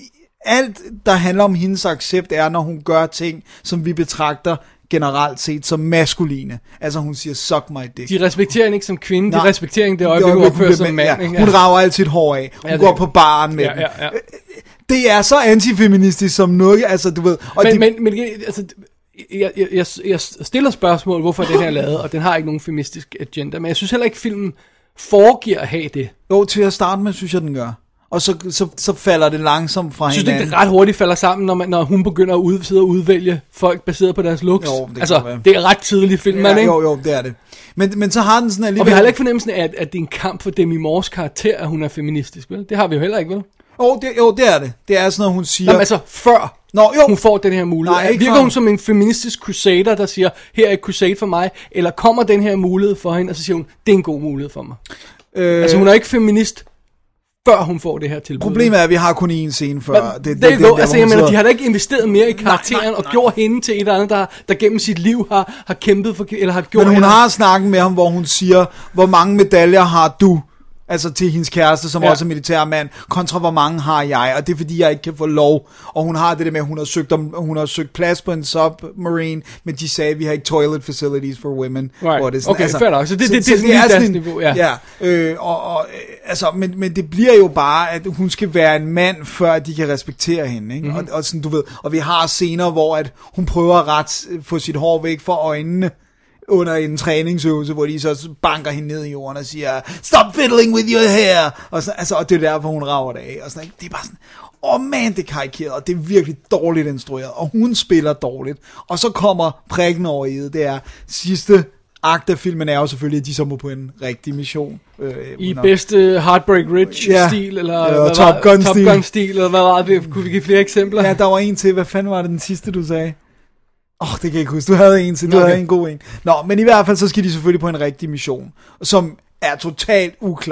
Alt, der handler om hendes accept, er, når hun gør ting, som vi betragter generelt set som maskuline. Altså, hun siger, suck my dick. De respekterer hende ikke som kvinde, nej, de respekterer hende det øjeblik, hun opfører som mand. Ja, hun rager altid hår af. Hun ja, går på baren med ja, ja, ja. Det er så antifeministisk som noget, altså, du ved... Og men, de, men, men altså... Jeg, jeg, jeg stiller spørgsmål, hvorfor den her er lavet, og den har ikke nogen feministisk agenda, men jeg synes heller ikke, filmen foregiver at have det. Jo, til at starte med, synes jeg, den gør. Og så, så, så falder det langsomt fra hinanden. Synes hinanden. du ikke, det ret hurtigt falder sammen, når, man, når hun begynder at ud, sidde og udvælge folk baseret på deres looks? Jo, det altså, det er ret tidligt film, ja, man, ikke? Jo, jo, det er det. Men, men så har den sådan alligevel... Og vi har heller ikke fornemmelsen af, at, at det er en kamp for Demi Moores karakter, at hun er feministisk, vel? Det har vi jo heller ikke, vel? Jo, det, jo, det er det. Det er sådan noget, hun siger... Nå, men altså, før Nå, jo. hun får den her mulighed. Nej, virker hun som en feministisk crusader, der siger, her er et crusade for mig, eller kommer den her mulighed for hende, og så siger hun, det er en god mulighed for mig. Øh... Altså, hun er ikke feminist, før hun får det her tilbud. Problemet er, at vi har kun én scene før. Men, det, det, det, det der, altså, jeg mener, de har da ikke investeret mere i karakteren, nej, nej, nej. og gjort hende til et eller andet, der, der gennem sit liv har, har kæmpet for, eller har gjort... Men hun eller... har snakket med ham, hvor hun siger, hvor mange medaljer har du? Altså til hendes kæreste, som ja. også er militærmand, kontra hvor mange har jeg, og det er fordi jeg ikke kan få lov. Og hun har det der med, at hun har søgt, om, hun har søgt plads på en submarine, men de sagde, at vi har ikke toilet facilities for women. Right. Hvor det er sådan, okay, altså, fair nok. Så det, så, det, så det, det, det er sådan et niveau, ja. ja øh, og, og, altså, men, men det bliver jo bare, at hun skal være en mand, før de kan respektere hende. Ikke? Mm-hmm. Og, og, sådan, du ved, og vi har scener, hvor at hun prøver at ret, få sit hår væk fra øjnene, under en træningsøvelse, hvor de så banker hende ned i jorden og siger, stop fiddling with your hair, og, så, altså, og det er derfor, hun rager det af, og sådan, det er bare sådan, åh oh man, det er karikeret, og det er virkelig dårligt instrueret, og hun spiller dårligt, og så kommer prikken over i det, det er sidste akt af filmen er jo selvfølgelig, at de så må på en rigtig mission. Øh, I under... bedste Heartbreak Ridge-stil, ja, eller ja, hvad Top Gun-stil, Top Gun-stil, eller hvad var det? Kunne vi give flere eksempler? Ja, der var en til, hvad fanden var det den sidste, du sagde? Åh, oh, det kan jeg ikke huske. Du havde en til, du okay. havde en god en. Nå, men i hvert fald så skal de selvfølgelig på en rigtig mission, som er totalt uklar.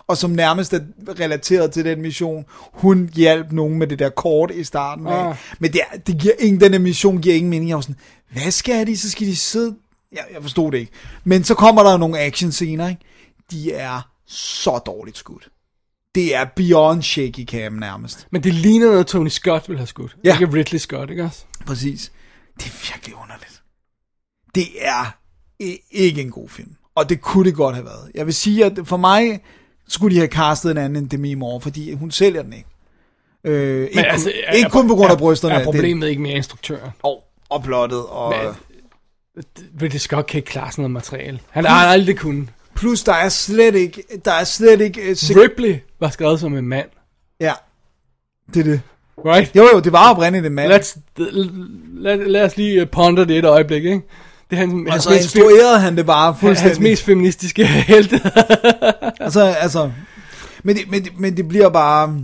og som nærmest er relateret til den mission. Hun hjalp nogen med det der kort i starten af. Ah. Men det, er, det giver ingen, den der mission giver ingen mening. Jeg var sådan, hvad skal de? Så skal de sidde... Jeg, jeg forstod det ikke. Men så kommer der nogle action scener, ikke? De er så dårligt skudt. Det er beyond shaky cam nærmest. Men det ligner noget Tony Scott ville have skudt. Ja. Ikke Ridley Scott, ikke også? Præcis. Det er virkelig underligt. Det er ikke en god film. Og det kunne det godt have været. Jeg vil sige, at for mig skulle de have castet en anden end Demi Moore, fordi hun sælger den ikke. Øh, ikke, altså, kun, er, ikke kun på grund af brysterne. Er problemet det, ikke mere instruktøren? Og, og plottet. Og... Ridley Scott kan ikke klare sådan noget materiale. Han har aldrig kunnet. Plus, der er slet ikke... Der er slet ikke uh, sek- Ripley var skrevet som en mand. Ja, det er det. Right? Jo, jo, det var oprindeligt en mand. Let's, lad, lad os lige ponder det et øjeblik, ikke? Det er han, og så instruerede han det bare fuldstændig. Hans mest feministiske helte. altså, altså... Men det, men, det, men det bliver bare...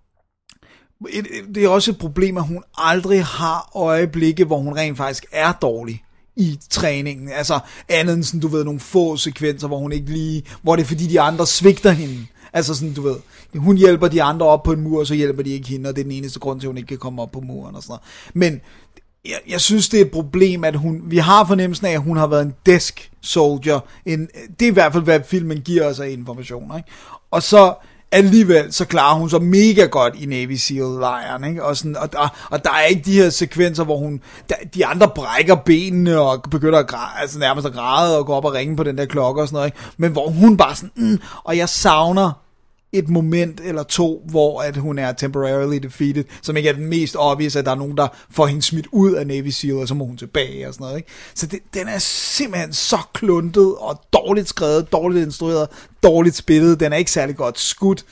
Et, det er også et problem, at hun aldrig har øjeblikke, hvor hun rent faktisk er dårlig i træningen. Altså andet end sådan, du ved, nogle få sekvenser, hvor hun ikke lige... Hvor det er fordi, de andre svigter hende. Altså sådan, du ved... Hun hjælper de andre op på en mur, og så hjælper de ikke hende, og det er den eneste grund til, at hun ikke kan komme op på muren og sådan noget. Men jeg, jeg synes, det er et problem, at hun... Vi har fornemmelsen af, at hun har været en desk soldier. En, det er i hvert fald, hvad filmen giver os af informationer, ikke? Og så... Alligevel, så klarer hun sig mega godt i Navy Seal-lejren, ikke? Og, sådan, og, og, og der er ikke de her sekvenser, hvor hun... Der, de andre brækker benene og begynder at græde, altså nærmest at græde og gå op og ringe på den der klokke og sådan noget, ikke? Men hvor hun bare sådan... Mm, og jeg savner et moment eller to, hvor at hun er temporarily defeated, som ikke er den mest obvious, at der er nogen, der får hende smidt ud af Navy Seal, og så må hun tilbage og sådan noget, ikke? Så det, den er simpelthen så kluntet og dårligt skrevet, dårligt instrueret, dårligt spillet, den er ikke særlig godt skudt.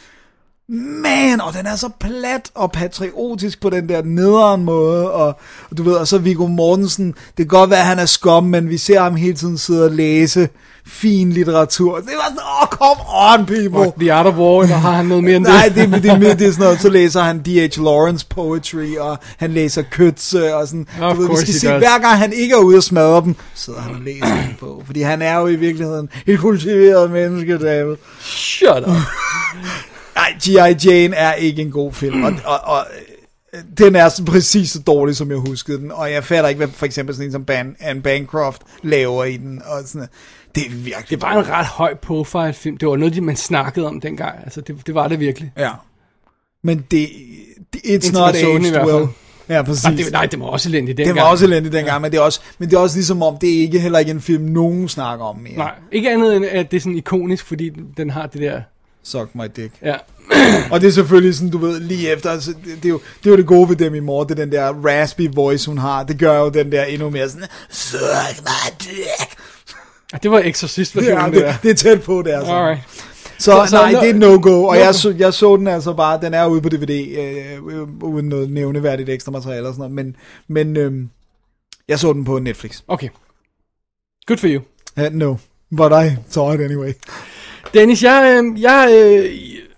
Man, og den er så plat og patriotisk på den der nederen måde, og, og du ved, og så Viggo Mortensen, det kan godt være, at han er skum, men vi ser ham hele tiden sidde og læse fin litteratur. Det var sådan, åh, oh, come on, people. Og The Art of War, eller har han noget mere end det? Nej, det, det, det, det er sådan noget, så læser han D H Lawrence poetry, og han læser Køtze, og sådan, of du ved, vi skal se, does. hver gang han ikke er ude og smadre dem, sidder han og læser en bog, fordi han er jo i virkeligheden et kultiveret menneske, David. Shut up. Nej, G I. Jane er ikke en god film, og, og, og den er så præcis så dårlig, som jeg huskede den, og jeg fatter ikke, hvad for eksempel sådan en som Ban- Anne Bancroft laver i den, og sådan, det er virkelig... Det var en ret høj profile film, det var noget, man snakkede om dengang, altså det, det var det virkelig. Ja, men det, det it's not aged well. Ja, præcis. Nej, det, nej, det var også elendigt dengang. Det var også elendigt dengang, ja. men, det er også, men det er også ligesom om, det er ikke heller ikke en film, nogen snakker om mere. Nej, ikke andet end, at det er sådan ikonisk, fordi den har det der... Suck my dick. Ja. Og det er selvfølgelig sådan, du ved, lige efter, altså, det, det, er jo, det er jo det gode ved Demi Moore, det er den der raspy voice, hun har, det gør jo den der endnu mere sådan, suck my dick. Det var Exorcist-versionen, ja, det, det er tæt på, det er sådan. Alright. Så, så, så nej, no, det er no-go, og no. jeg, så, jeg så den altså bare, den er ude på D V D, øh, uden noget nævneværdigt ekstra materiale og sådan noget, men, men øh, jeg så den på Netflix. Okay. Good for you. Uh, no, but I saw it anyway. Dennis, jeg, øh, jeg, øh,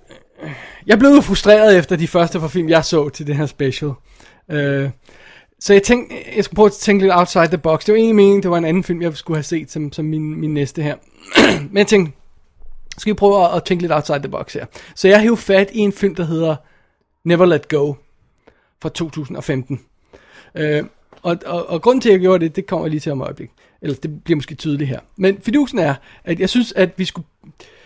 jeg blev frustreret efter de første par film, jeg så til det her special. Øh, så jeg tænkte, jeg skulle prøve at tænke lidt outside the box. Det var egentlig meningen, det var en anden film, jeg skulle have set som, som min, min næste her. Men jeg tænkte, skal vi prøve at, at tænke lidt outside the box her. Så jeg hævde fat i en film, der hedder Never Let Go fra to tusind og femten. Øh, og, og, og grunden til, at jeg gjorde det, det kommer jeg lige til om et øjeblik. Eller det bliver måske tydeligt her. Men fidusen er, at jeg synes, at vi skulle...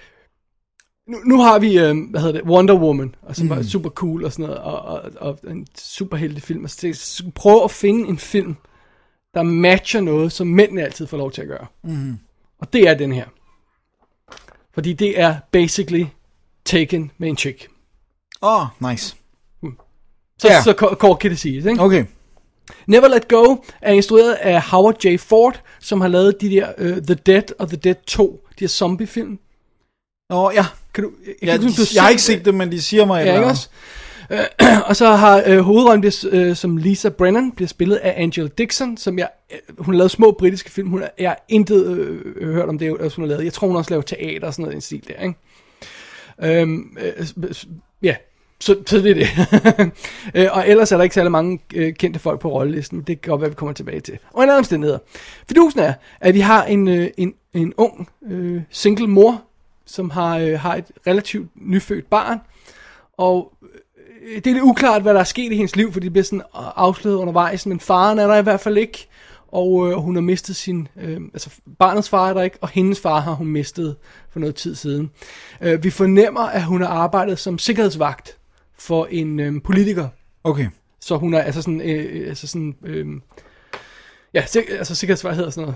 Nu, nu har vi, øh, hvad hedder det, Wonder Woman, og som mm. var super cool og sådan noget, og, og, og en superheldig film. Og så jeg skulle prøve at finde en film, der matcher noget, som mændene altid får lov til at gøre. Mm. Og det er den her. Fordi det er basically Taken med en chick. Åh, oh, nice. Mm. Så, yeah. så kort kan det siges, ikke? Okay. Never Let Go er instrueret af Howard J. Ford, som har lavet de der uh, The Dead og The Dead to, de her zombiefilm. Åh, oh, ja. Kan du, jeg, ja, kan, du, jeg har ikke set det, men de siger mig... Ja, ikke også? Uh, og så har uh, hovedrollen bliver, uh, som Lisa Brennan bliver spillet af Angela Dixon, som jeg... Uh, hun har lavet små britiske film. Hun er, jeg har intet uh, hørt om det, uh, hun har lavet. Jeg tror, hun også laver teater og sådan noget i en stil der, ikke? Um, uh, ja... Yeah. Så, så det er det. Og ellers er der ikke særlig mange øh, kendte folk på rollelisten. Det kan godt være, vi kommer tilbage til. Og en anden omstændigheder. Fidusen er, at vi har en, øh, en, en ung øh, single mor, som har, øh, har et relativt nyfødt barn, og øh, det er lidt uklart, hvad der er sket i hendes liv, for det bliver sådan afsløret undervejs, men faren er der i hvert fald ikke, og øh, hun har mistet sin, øh, altså barnets far er der ikke, og hendes far har hun mistet for noget tid siden. Øh, vi fornemmer, at hun har arbejdet som sikkerhedsvagt for en øh, politiker. Okay. Så hun er altså sådan, øh, altså sådan, øh, ja, sik- altså sikkerhedsvagt hedder sådan noget.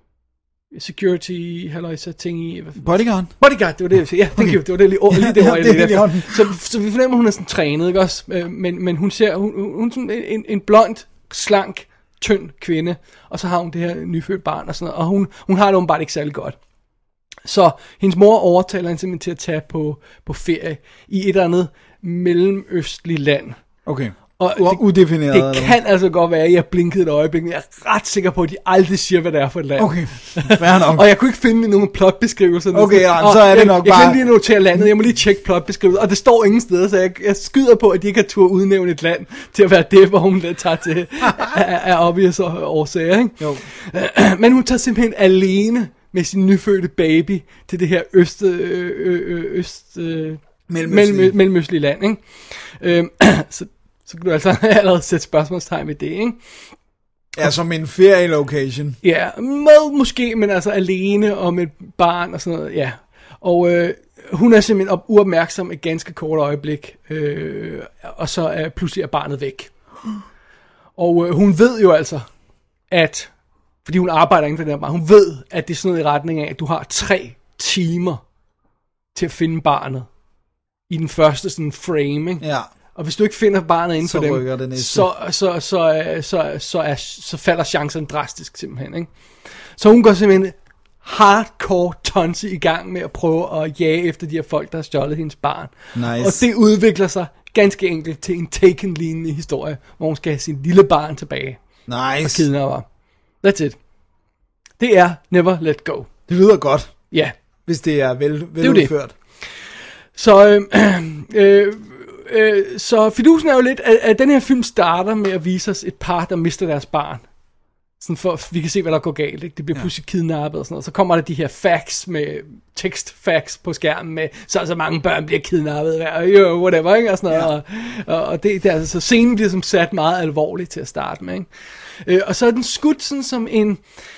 Security, halløjsa ting i... Bodyguard? Bodyguard, det var det, jeg sagde. Ja, thank Okay. you, det var det lige, ord, lige det Ja, ord, jeg det er ledte lige efter. Så, så vi fornemmer, hun er sådan trænet, ikke også? Øh, Men, men hun ser, hun, hun er sådan en, en blond, slank, tynd kvinde, og så har hun det her nyfødt barn og sådan noget, og hun, hun har det åbenbart ikke særlig godt. Så hendes mor overtaler hende simpelthen til at tage på, på ferie i et eller andet mellemøstligt land. Okay. Og U- det, udefineret, det eller kan altså godt være, at jeg blinkede et øjeblik, men jeg er ret sikker på, at de aldrig siger, hvad det er for et land. Okay, fair nok. Og jeg kunne ikke finde nogen plotbeskrivelser. Okay, ja, så er det jeg, nok jeg bare... Jeg kan lige notere landet, jeg må lige tjekke plotbeskrivelser, og det står ingen steder, så jeg, jeg skyder på, at de ikke har tur udnævne et land til at være det, hvor hun tager til af, af obvious årsager, ikke? Jo. Men hun tager simpelthen alene med sin nyfødte baby til det her øst... Øh, øh, øst øh, Mellemøstlige. mellem, mellemøstlige land, ikke? Øh, så så kan du altså allerede sætte spørgsmålstegn ved det, ikke? Ja, som en ferielocation. Ja, med måske, men altså alene og med et barn og sådan noget, ja. Og øh, hun er simpelthen op, uopmærksom et ganske kort øjeblik, øh, og så er pludselig er barnet væk. Og øh, hun ved jo altså, at, fordi hun arbejder inden for den her barn, hun ved, at det er sådan noget i retning af, at du har tre timer til at finde barnet i den første sådan frame, ikke? Ja. Og hvis du ikke finder barnet inden Så for rykker dem, det næste. så, så, så, så, så, er, så falder chancen drastisk simpelthen. Ikke? Så hun går simpelthen hardcore tonse i gang med at prøve at jage efter de her folk, der har stjålet hendes barn. Nice. Og det udvikler sig ganske enkelt til en Taken-lignende historie, hvor hun skal have sin lille barn tilbage og Nice. kidnapper. That's it. Det er Never Let Go. Det lyder godt, Ja. hvis det er vel, er jo det. veludført. Så, øh, øh, øh, så fidusen er jo lidt, at, at den her film starter med at vise os et par, der mister deres barn. Sådan for, vi kan se, hvad der går galt. Ikke? Det bliver ja. pludselig kidnappet og sådan noget. Så kommer der de her facts med tekstfacts på skærmen med, så så mange børn bliver kidnappet hver, jo, whatever, ikke? Og sådan noget. Ja. Og, og det, det er altså, så scenen bliver som sat meget alvorligt til at starte med. Ikke? Øh, og så er den skudt sådan som en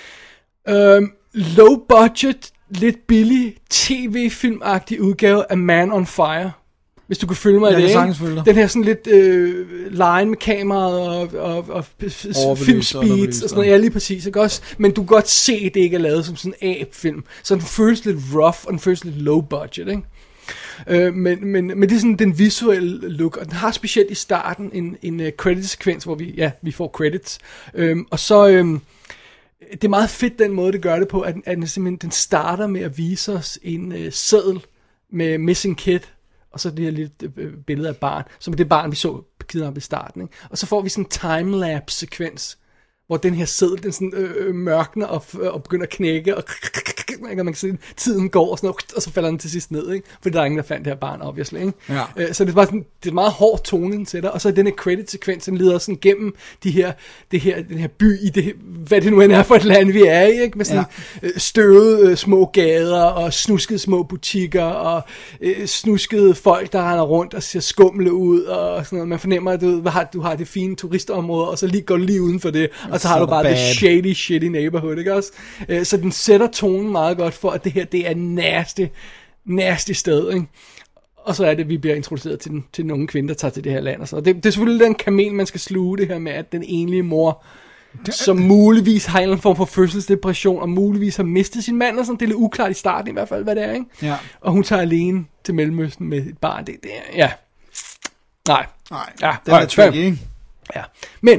øh, low budget, lidt billig tv-filmagtig udgave af Man on Fire. Hvis du kan følge mig i Jeg det, kan ikke? sagtens følge dig. Den her sådan lidt øh, line med kameraet og, og, og filmspeeds og sådan noget. Ja, lige præcis, ikke også? Men du kan godt se, at det ikke er lavet som sådan en A-film. Så den føles lidt rough, og den føles lidt low budget, ikke? Øh, men, men, men det er sådan den visuelle look, og den har specielt i starten en, en uh, credit-sekvens, hvor vi, ja, vi får credits. Øh, og så... Øh, det er meget fedt den måde, det gør det på, at, at den, simpelthen, den starter med at vise os en øh, seddel med Missing Kid, og så det her lille øh, billede af barn, som er det barn, vi så kidnappet i starten. Ikke? Og så får vi sådan en timelapse-sekvens, hvor den her seddel, den sådan øh, mørkner og, og begynder at knække, og man kan se, tiden går, og, sådan noget, og så falder den til sidst ned, ikke? Fordi der er ingen, der fandt det her barn, obviously. Ikke? Ja. Øh, så det er bare sådan, det er meget hård tone, den sætter, og så er den her credit-sekvens, den leder sådan gennem de her, det her, den her by, i det, hvad det nu end er for et land, vi er i, ikke? Med sådan ja. øh, støvede øh, små gader, og snuskede små butikker, og øh, snuskede folk, der render rundt og ser skumle ud, og sådan noget. Man fornemmer, at du, har, du har det fine turistområde, og så lige går lige uden for det, og så har du bare det shady, shitty neighborhood, ikke også? Øh, så den sætter tonen meget godt for, at det her, det er nasty, nasty sted, ikke? Og så er det, at vi bliver introduceret til, den, til nogle kvinder, der tager til det her land. Og så. Det, det er selvfølgelig den kamel, man skal sluge, det her med, at den enlige mor, som muligvis har en eller anden form for fødselsdepression, og muligvis har mistet sin mand, og sådan, det er lidt uklart i starten i hvert fald, hvad det er, ikke? Ja. Og hun tager alene til Mellemøsten med et barn. Det, det er, ja. Nej. Nej, ja, den er tricky, ikke? Ja, men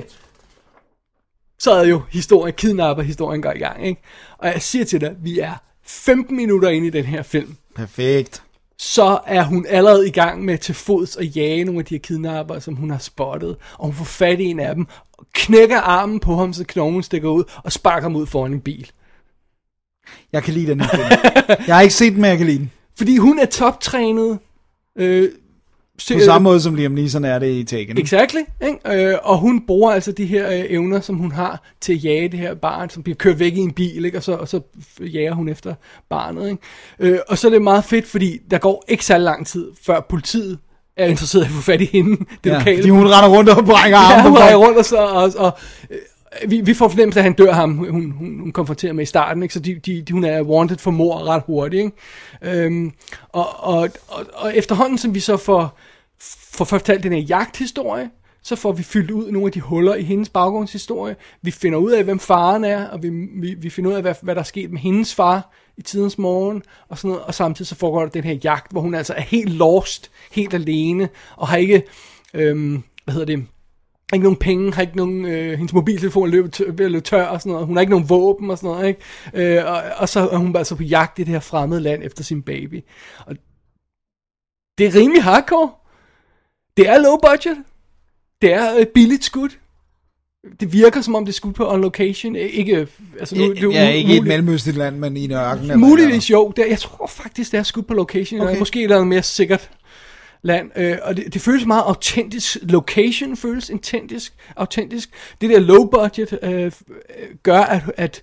så er jo historien, kidnapper-historien går i gang, ikke? Og jeg siger til dig, vi er femten minutter inde i den her film. Perfekt. Så er hun allerede i gang med til fods at jage nogle af de her kidnapper, som hun har spottet. Og hun får fat i en af dem, og knækker armen på ham, så knoglen stikker ud, og sparker ham ud foran en bil. Jeg kan lide den her film. Jeg har ikke set den, men jeg kan lide den. Fordi hun er toptrænet, øh, På samme måde som Liam Neeson er det i Taken. Exactly, ikke? Øh, og hun bruger altså de her øh, evner, som hun har til at jage det her barn, som bliver kørt væk i en bil, ikke? Og, så, og så jager hun efter barnet. Ikke? Øh, og så er det meget fedt, fordi der går ikke så lang tid, før politiet er interesseret i at få fat i hende, det ja, lokale. Fordi hun render rundt og brænger armen. Ja, hun render rundt og så... Og, og, øh, vi, vi får fornemmelse af, at han dør ham, hun, hun, hun konfronterer med i starten, ikke? Så de, de, de, hun er wanted for mord ret hurtigt. Ikke? Øhm, og, og, og, og efterhånden, som vi så får... for fortalt den her jagthistorie, så får vi fyldt ud nogle af de huller i hendes baggrundshistorie. Vi finder ud af, hvem faren er, og vi, vi, vi finder ud af, hvad, hvad der er sket med hendes far i tidens morgen, og sådan noget. Og samtidig så foregår der den her jagt, hvor hun altså er helt lost, helt alene, og har ikke, øhm, hvad hedder det, ikke nogen penge, har ikke nogen, øh, hendes mobiltelefon er løbet tør, ved at løbe tør og sådan noget. Hun har ikke nogen våben og sådan noget, ikke? Øh, og, og så er hun altså på jagt i det her fremmede land efter sin baby. Og det er rimelig hardcore. Det er low budget. Det er et billigt skud. Det virker som om det er skud på on location. Ikke, altså nu, det er ja, ikke muligt, i et mellemøstligt land, men i en ørken. Muligvis jo. Det er, jeg tror faktisk, det er skud på location. Okay. Måske er det mere sikkert land. Øh, og det, det føles meget autentisk. Location føles autentisk. autentisk. Det der low budget øh, gør, at, at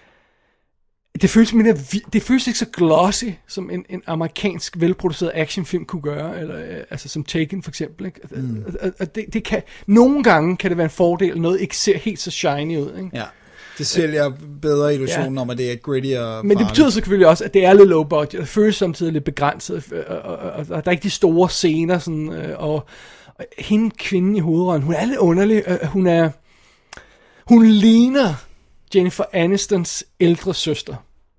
det føles, mere, det føles ikke så glossy, som en, en amerikansk velproduceret actionfilm kunne gøre, eller øh, altså som Taken for eksempel. Ikke? Mm. At, at det, det kan, nogle gange kan det være en fordel, at noget ikke ser helt så shiny ud. Ikke? Ja, det sælger bedre illusionen ja. om, at det er gritty og farligt. Men det betyder selvfølgelig også, at det er lidt low budget, det føles samtidig lidt begrænset, og, og, og, og der er ikke de store scener, sådan, og, og hende kvinden i hovedrollen, hun er lidt underlig, hun er, hun ligner Jennifer Anistons ældre søster.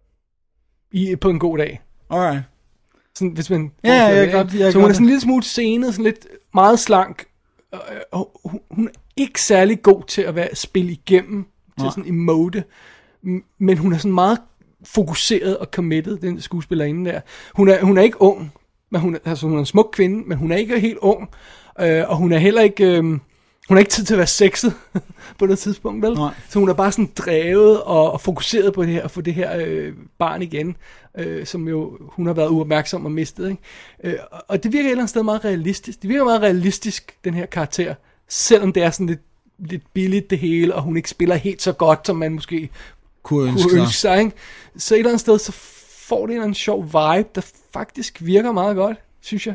I, på en god dag. Alright. Sådan, hvis man... Ja, ja, jeg godt, jeg så hun er sådan en lille smule senet, sådan lidt meget slank, og, og hun, hun er ikke særlig god til at være, spille igennem, til ja. sådan emote, men hun er sådan meget fokuseret og committed, den skuespillerinde der. Hun er, hun er ikke ung, men hun er, altså, hun er en smuk kvinde, men hun er ikke helt ung, øh, og hun er heller ikke... Øh, Hun har ikke tid til at være sexet på noget tidspunkt, vel? Nej. Så hun er bare sådan drevet og, og fokuseret på det her, at få det her øh, barn igen, øh, som jo hun har været uopmærksom og mistet, ikke? Øh, og det virker et eller andet sted meget realistisk. Det virker meget realistisk, den her karakter, selvom det er sådan lidt, lidt billigt det hele, og hun ikke spiller helt så godt, som man måske kunne ønske, kunne ønske sig, ikke? Så et eller andet sted, så får det en eller anden sjov vibe, der faktisk virker meget godt, synes jeg.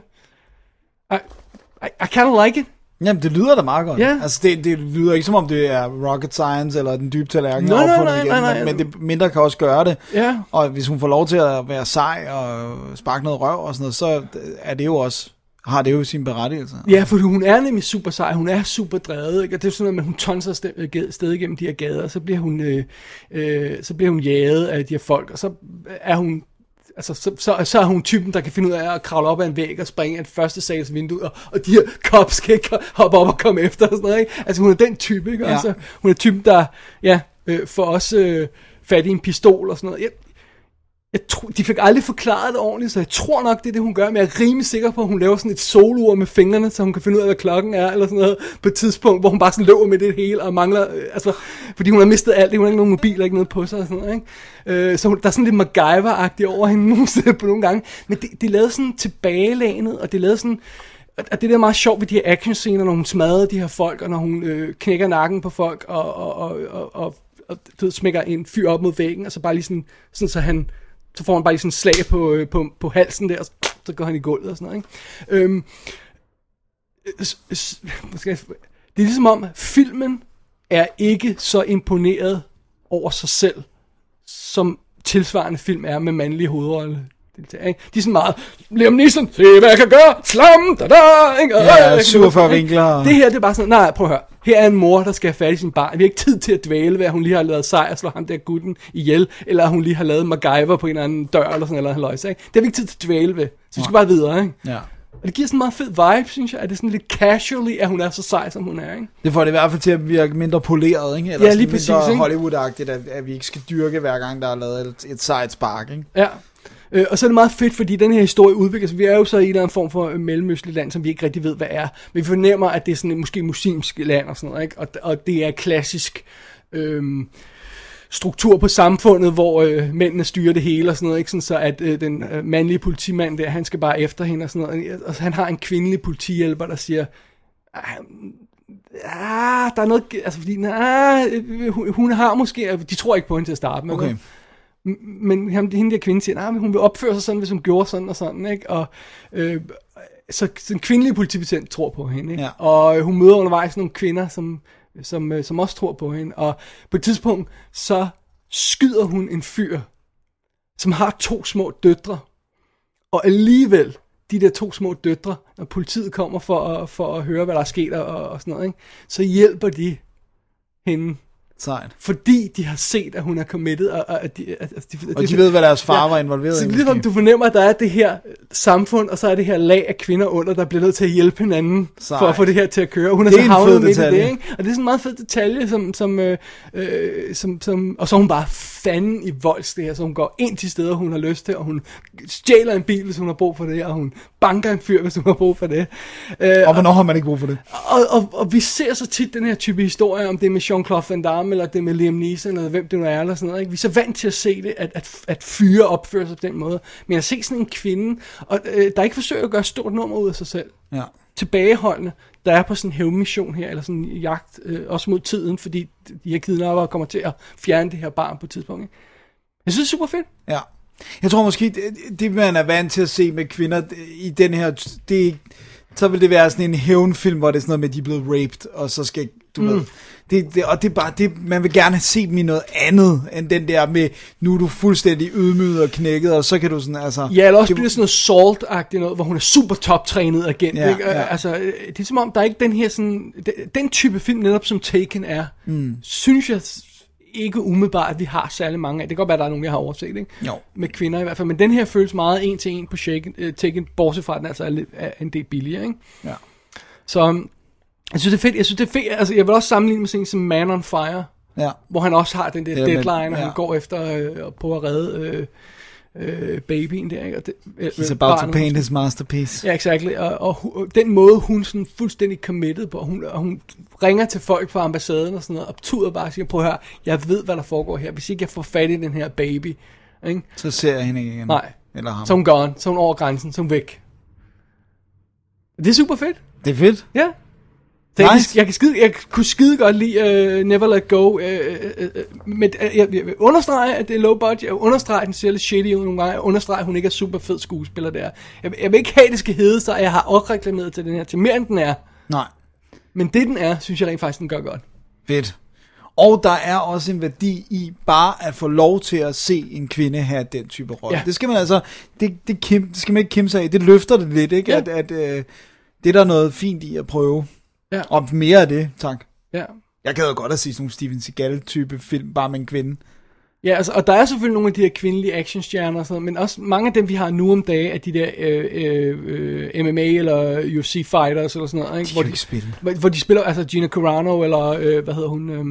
I, I, I kind like it. Jamen, det lyder da meget godt. Ja. Altså, det, det lyder ikke som om, det er rocket science, eller den dybe tallerken nej, opfundet nej, igen, nej, nej, nej. Men, men det mindre kan også gøre det. Ja. Og hvis hun får lov til at være sej og sparke noget røv og sådan noget, så er det jo også, har det jo sin berettigelse. Ja, for hun er nemlig super sej, hun er super drevet, ikke? Og det er sådan noget, at hun tonser sted, sted igennem de her gader, og så bliver hun, øh, øh, så bliver hun jaget af de her folk, og så er hun... Altså, så, så, så er hun typen, der kan finde ud af at kravle op ad en væg og springe af et første sals vindue, og, og de her cops kan ikke hoppe op og komme efter og sådan noget, ikke? Altså, hun er den type, ikke? Ja. Altså, hun er typen, der, ja, øh, får også øh, fat i en pistol og sådan noget. Jeg, jeg tror, de fik aldrig forklaret det ordentligt, så jeg tror nok, det er det, hun gør, men jeg er rimelig sikker på, at hun laver sådan et solour med fingrene, så hun kan finde ud af, hvad klokken er, eller sådan noget, på et tidspunkt, hvor hun bare sådan løber med det hele, og mangler, øh, altså, fordi hun har mistet alt, hun har ikke nogen mobil, og ikke noget på sig, og sådan noget, ikke? Øh, så hun, der er sådan lidt MacGyver-agtigt over hende nogle steder på nogle gange, men det, det er lavet sådan tilbagelænet, og det er lavet sådan, og det der er meget sjovt ved de her actionscener, når hun smadrer de her folk, og når hun øh, knækker nakken på folk, og, og, og, og, og, og du ved, smækker en fyr op mod væggen, og så bare lige sådan, sådan så han, så får han bare lige sådan en slag på, øh, på, på halsen der, og så, så går han i gulvet og sådan noget, ikke? Øhm, s, s, skal jeg, det er ligesom om, filmen er ikke så imponeret over sig selv, som tilsvarende film er med mandlige hovedrolle. De er sådan meget, Liam Neeson, se hvad jeg kan gøre, slam, da da, ikke? Ja, syvogfyrre vinkler. Det her, det er bare sådan, nej, prøv at høre, her er en mor, der skal have fat i sin barn. Vi har ikke tid til at dvæle ved, at hun lige har lavet sej og slå ham der gutten ihjel, eller at hun lige har lavet MacGyver på en eller anden dør, eller sådan eller andet løjse, ikke? Det har vi ikke tid til at dvæle ved, så vi skal bare videre, ikke? Ja. Og det giver sådan en meget fed vibe, synes jeg, at det er sådan lidt casually, at hun er så sej, som hun er, ikke? Det får det i hvert fald til at virke mindre poleret, ikke? Eller ja, lige præcis, mindre ikke? Hollywood-agtigt, at, at vi ikke skal dyrke hver gang, der er lavet et, et sejt spark, ikke? Ja. Øh, og så er det meget fedt, fordi den her historie udvikler sig. Vi er jo så i en eller anden form for mellemøstligt land, som vi ikke rigtig ved, hvad er. Men vi fornemmer, at det er sådan et måske muslimsk land og sådan noget, ikke? Og, og det er klassisk... Øhm, struktur på samfundet, hvor øh, mændene styrer det hele og sådan noget, ikke? Sådan, så at øh, den øh, mandlige politimand der, han skal bare efter hende og sådan noget. Og han har en kvindelig politihjælper, der siger, ah, der er noget, altså fordi, nah, hun, hun har måske, de tror ikke på hende til at starte med. Okay. Men hende der kvinde siger, nah, hun vil opføre sig sådan, hvis hun gjorde sådan og sådan, ikke? Og øh, så den kvindelige politibetjent tror på hende, ikke? Ja. Og hun møder undervejs nogle kvinder, som, som, som også tror på hende. Og på et tidspunkt, så skyder hun en fyr, som har to små døtre. Og alligevel, de der to små døtre, når politiet kommer for at, for at høre, hvad der er sket og, og sådan noget, ikke? Så hjælper de hende. Sejt. Fordi de har set, at hun er committed, og, og, at de, at, at de, og de ved, hvad deres far ja, var involveret så i. Så ligesom du fornemmer, at der er det her samfund, og så er det her lag af kvinder under, der bliver nødt til at hjælpe hinanden, Sejt. For at få det her til at køre. Hun er, det er så havnet midt i det, ikke? Og det er sådan en meget fed detalje, som, som, øh, øh, som, som, og så er hun bare fanden i volds det her, så hun går ind til steder, hun har lyst til, og hun stjæler en bil, hvis hun har brug for det, og hun banker en fyr, hvis hun har brug for det. Øh, og hvornår har man ikke brug for det? Og, og, og vi ser så tit den her type historie, om det er med Jean-Claude Van Damme, eller det er med Liam Neeson, eller hvem det nu er, eller sådan noget, ikke? Vi er så vant til at se det, at, at, at fyre opfører sig på den måde. Men jeg ser sådan en kvinde, og øh, der ikke forsøger at gøre stort nummer ud af sig selv. Ja. Tilbageholdende, der er på sådan en hævnmission her, eller sådan en jagt, øh, også mod tiden, fordi de her kidnapper kommer til at fjerne det her barn på et tidspunkt. Ikke? Jeg synes det er super fedt. Ja. Jeg tror måske, det, det man er vant til at se med kvinder i den her, det, så vil det være sådan en hævnfilm, hvor det er sådan noget med, at de er blevet raped, og så skal, du mm. ved, det, det, og det er bare, det, man vil gerne se dem i noget andet, end den der med, nu er du fuldstændig ydmyget og knækket, og så kan du sådan, altså... Ja, eller også bliver sådan noget Salt-agtigt noget, hvor hun er super top-trænet agent, ja, ikke? Ja. Altså, det er som om, der er ikke den her sådan, den, den type film, netop som Taken er, mm. synes jeg ikke umiddelbart, at vi har særlig mange af. Det kan godt være, at der er nogen, jeg har overset, ikke? Jo. Med kvinder i hvert fald, men den her føles meget en til en på Shaken, uh, Taken, bortset fra, at den altså er, lidt, er en del billigere, ikke? Ja. Så... Jeg synes, det er fedt. Jeg synes, det er fedt. Altså, jeg vil også sammenligne med sådan som Man on Fire, ja. hvor han også har den der ja, deadline, men, og ja. han går efter øh, på at redde øh, øh, babyen der. Ikke? Og det, øh, He's about to paint his masterpiece. Ja, exakt. Og, og, og den måde, hun sådan fuldstændig committed på, og hun, og hun ringer til folk fra ambassaden og sådan noget, og tuder bare og siger, prøv at høre, jeg ved, hvad der foregår her. Hvis ikke jeg får fat i den her baby, ikke? Så ser jeg hende ikke igen. Nej. Eller ham. Så er hun gone. Så er hun over grænsen. Så er hun væk. Det er super fedt. Det er fedt. Ja. Så nice. jeg, jeg, kan skide, jeg kunne skide godt lide uh, Never Let Go, uh, uh, uh, men uh, jeg, jeg vil understrege, at det er low budget, jeg vil understrege, at den ser lidt shitty ud nogle gange, jeg understrege, at hun ikke er super fed skuespiller der. Jeg, jeg vil ikke have, at det skal hedde sig, at jeg har også reklameret til den her, til mere end den er. Nej. Men det den er, synes jeg rent faktisk, den gør godt. Fedt. Og der er også en værdi i bare at få lov til at se en kvinde have den type rolle. Ja. Det skal man altså, det, det, kim, det skal man ikke kimse af, det løfter det lidt, ikke? Ja. At, at uh, det er der noget fint i at prøve. Ja. Og mere af det, tak. Ja. Jeg gad godt at se sådan nogle Steven Seagal-type film, bare med en kvinde. Ja, altså, og der er selvfølgelig nogle af de her kvindelige actionstjerner og sådan noget, men også mange af dem, vi har nu om dage, er de der øh, øh, M M A eller U F C fighters eller sådan noget, ikke? De hvor, de, hvor, hvor de spiller, altså Gina Carano eller, øh, hvad hedder hun... Øh,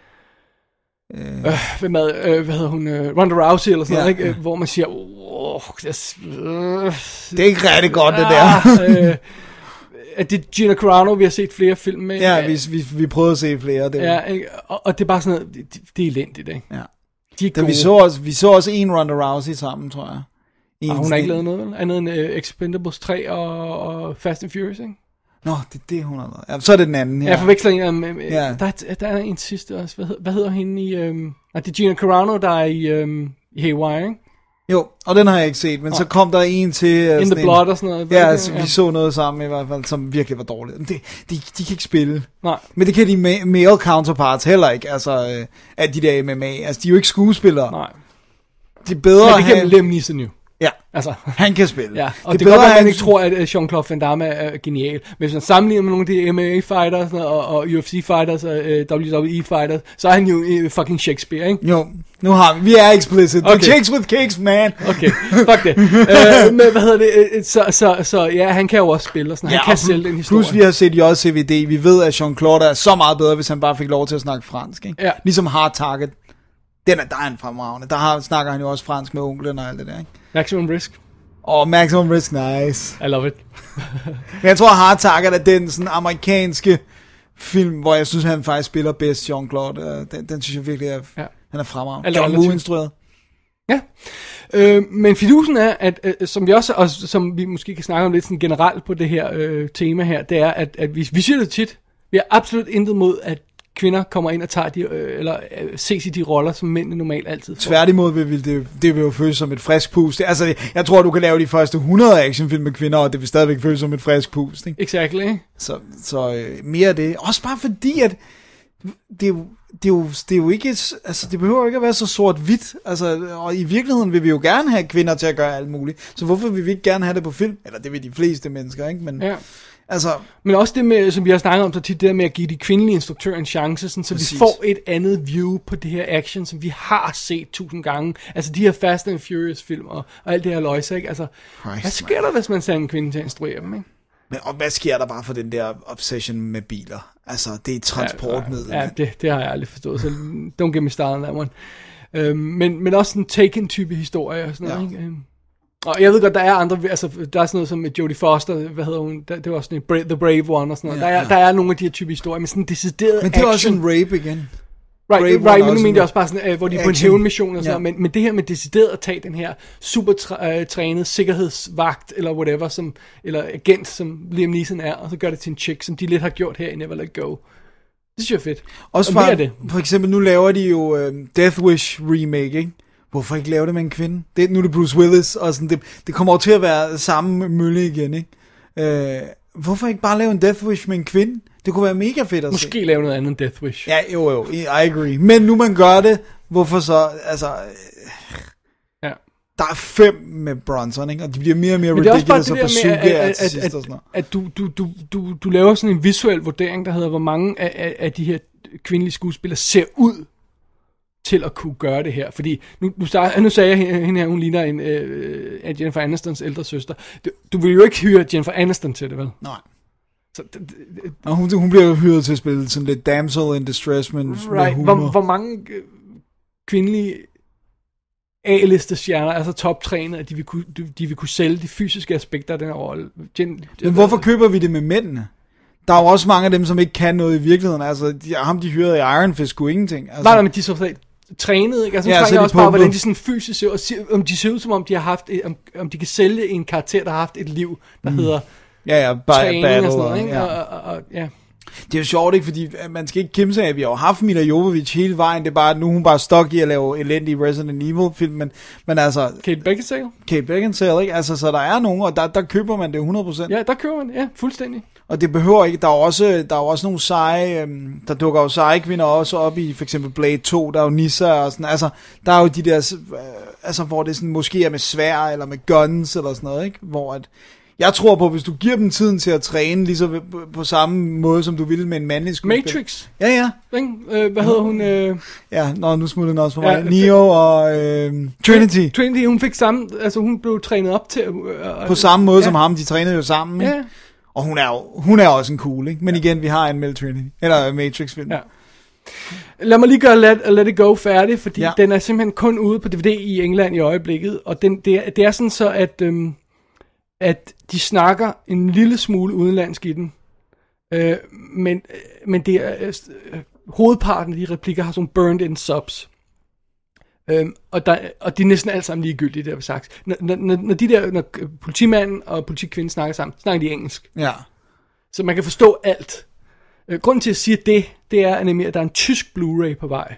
Øh, øh, hvem er, øh, hvad hedder hun, øh, Ronda Rousey eller sådan ja, noget, ikke? Ja. Hvor man siger, oh, det, øh, det er ikke rigtig godt, det der. øh, at det er Gina Carano, vi har set flere film med. Ja, vi, vi, vi prøvede at se flere. Det ja, og, og det er bare sådan noget, det, det er elendigt, ikke? Ja. De er da vi, så også, vi så også en Ronda Rousey sammen, tror jeg. En og hun har ikke lavet noget, vel? Andet end uh, Expendables tre og, og Fast and Furious, ikke? Nå, det er det, hun har lavet. Ja, så er det den anden her. Jeg forveksler en um, ja. der, der er en sidste også. Hvad, hvad hedder hende i... Um, det er Gina Carano, der er i, um, i Haywire, ikke? Jo, og den har jeg ikke set, men oh. så kom der en til... Uh, In the Blood og sådan noget. Ja, altså, ja, vi så noget sammen i hvert fald, som virkelig var dårligt. De, de, de kan ikke spille. Nej. Men det kan de ma- male counterparts heller ikke, altså øh, af de der M M A. Altså, de er jo ikke skuespillere. Nej. Det er bedre men det kan have... Liam Neeson jo. Ja, altså, han kan spille. Ja, og det, det er godt, at man ikke tror, at Jean-Claude Van Damme er genial. Men hvis man sammenligner med nogle af de M M A-fighters og, og U F C-fighters og uh, W W E-fighters, så er han jo uh, fucking Shakespeare, ikke? Jo, nu har vi, vi er explicit. Okay. The chicks with kicks, man. Okay, fuck det. uh, men hvad hedder det? Så, så, så ja, han kan jo også spille og sådan. Han ja, kan sælge den historie. Plus vi har set jo også C V D. Vi ved, at Jean-Claude er så meget bedre, hvis han bare fik lov til at snakke fransk, ikke? Ja. Ligesom Hard Target. Den er, der er en fremragende. Der har, snakker han jo også fransk med onklen og alt det der, ikke? Maximum Risk. Åh, oh, Maximum Risk, nice. I love it. Men jeg tror, Hard Target er den sådan amerikanske film, hvor jeg synes, han faktisk spiller bedst, Jean-Claude. Den, den synes jeg virkelig er, ja. Han er fremragende. Eller John Woo instrueret. Ja, øh, men fidusen er, at øh, som vi også, og som vi måske kan snakke om lidt sådan generelt på det her øh, tema her, det er, at, at vi, vi siger det tit, vi har absolut intet mod, at kvinder kommer ind og tager de, øh, eller øh, ses i de roller, som mændene normalt altid får. Tværtimod vil det, det vil jo føles som et frisk pust. Altså, jeg tror, du kan lave de første hundrede actionfilm med kvinder, og det vil stadigvæk føles som et frisk pust, ikke? Exactly. Så, så øh, mere af det. Også bare fordi, at det er jo, det er jo, det er jo ikke, altså det behøver ikke at være så sort-hvidt, altså, og i virkeligheden vil vi jo gerne have kvinder til at gøre alt muligt, så hvorfor vil vi ikke gerne have det på film? Eller det vil de fleste mennesker, ikke? Men, ja. altså, men også det med, som vi har snakket om så tit, det der med at give de kvindelige instruktører en chance, sådan, så præcis. Vi får et andet view på det her action, som vi har set tusind gange, altså de her Fast and Furious film og, og alt det her løjse, ikke? Altså, Christ, hvad sker man. der, hvis man sætter en kvinde til at instruere dem, ikke? Men, og hvad sker der bare for den der obsession med biler? Altså, det er et transportmiddel. Ja, ja, ja det, det har jeg aldrig forstået, så don't get me started on that one. Øhm, men, men også en Taken-type historie og sådan noget, ja. Ikke? Øhm, og jeg ved godt, der er andre, altså, der er sådan noget som med Jodie Foster, hvad hedder hun, der, det var sådan en The Brave One og sådan noget. Ja, der, er, ja. der er nogle af de her type historier, men sådan en decideret action. Men det er action. Også en rape igen. Right, right, right men nu mener jeg også bare sådan, uh, hvor de er på en hævnmission og sådan ja. noget, men, men det her med decideret at tage den her super træ, uh, trænet sikkerhedsvagt, eller whatever, som, eller agent, som Liam Neeson er, og så gør det til en chick, som de lidt har gjort her i Never Let Go. Det synes jeg er fedt. Også bare, det. For eksempel, nu laver de jo uh, Death Wish remake, ikke? Hvorfor ikke lave det med en kvinde? Det, nu er det Bruce Willis, og sådan, det, det kommer over til at være samme mølle igen, ikke? Uh, hvorfor ikke bare lave en Death Wish med en kvinde? Det kunne være mega fedt at Måske se. Måske lave noget andet end Death Wish. Ja, jo jo, I agree. Men nu man gør det, hvorfor så, altså... Ja. Der er fem med Bronson, ikke? Og de bliver mere og mere ridiculous og forsuge her til sidst og sådan noget. At du, du, du, du, du laver sådan en visuel vurdering, der hedder, hvor mange af, af, af de her kvindelige skuespillere ser ud til at kunne gøre det her. Fordi, nu, nu, nu sagde jeg hende her, hun ligner en uh, Jennifer Anistons ældre søster. Du, du vil jo ikke hyre Jennifer Aniston til det, vel? Nej. Så det, det, og hun, hun bliver jo hyret til at spille sådan lidt damsel in distress, men right. med humor. Hvor, hvor mange øh, kvindelige A-liste stjerner, altså toptrænede, at de vil, kunne, de, de vil kunne sælge de fysiske aspekter af den her rolle. Gen, men hvorfor køber vi det med mændene? Der er jo også mange af dem, som ikke kan noget i virkeligheden. Altså, de, ham de hyrede i Iron Fist kunne ingenting. Altså. Nej, nej, men de så trænet, ikke? Altså, nu ja, trænger jeg også bare, hvordan de sådan fysisk ser, og om de ser ud, som om de har haft, et, om, om de kan sælge en karakter, der har haft et liv, der mm. hedder ja, ja, træning battle, og sådan noget, ikke? Ja. Og, og, og, ja. Det er jo sjovt, ikke? Fordi man skal ikke kæmpe sig af, at vi har jo haft Mila Jovovich hele vejen. Det er bare, at nu er hun bare stok i at lave elendige Resident Evil-film, men, men altså... Kate Beckinsale? Kate Beckinsale, ikke? Altså, så der er nogen, og der, der køber man det hundrede procent. Ja, der køber man det, ja, fuldstændig. Og det behøver ikke, der er også, der er også nogle seje, øhm, der dukker jo seje kvinder også op i, for eksempel Blade to, der er jo Nissa og sådan, altså, der er jo de der, øh, altså, hvor det sådan, måske er med svær, eller med guns, eller sådan noget, ikke? Hvor at, jeg tror på, hvis du giver dem tiden til at træne, lige så på samme måde, som du ville med en mandlig skuespiller. Matrix. Ja, ja. Øh, hvad hedder hun? Øh... Ja, nå, nu smutter den også for mig. Ja, Neo og øh, Trinity. Trinity, hun fik samme, altså hun blev trænet op til. Øh, på samme måde ja. som ham, de trænede jo sammen, ikke? Ja. Og hun er jo, hun er også en cool, ikke? Men ja. igen, vi har en Mel Trinity, eller Matrix-film. Ja. Lad mig lige gøre Let, Let It Go færdig, fordi ja. den er simpelthen kun ude på D V D i England i øjeblikket, og den, det, er, det er sådan så, at, øhm, at de snakker en lille smule udenlandsk i den, øh, men, men det er, øh, hovedparten af de replikker har sådan burned in subs. Øhm, og, der, og det er næsten alt sammen ligegyldigt, det har vi sagt. Når, når, når de der, når politimanden og politikvinden snakker sammen, snakker de engelsk. Ja. Så man kan forstå alt. Øh, grunden til at sige det, det er nemlig, at der er en tysk Blu-ray på vej.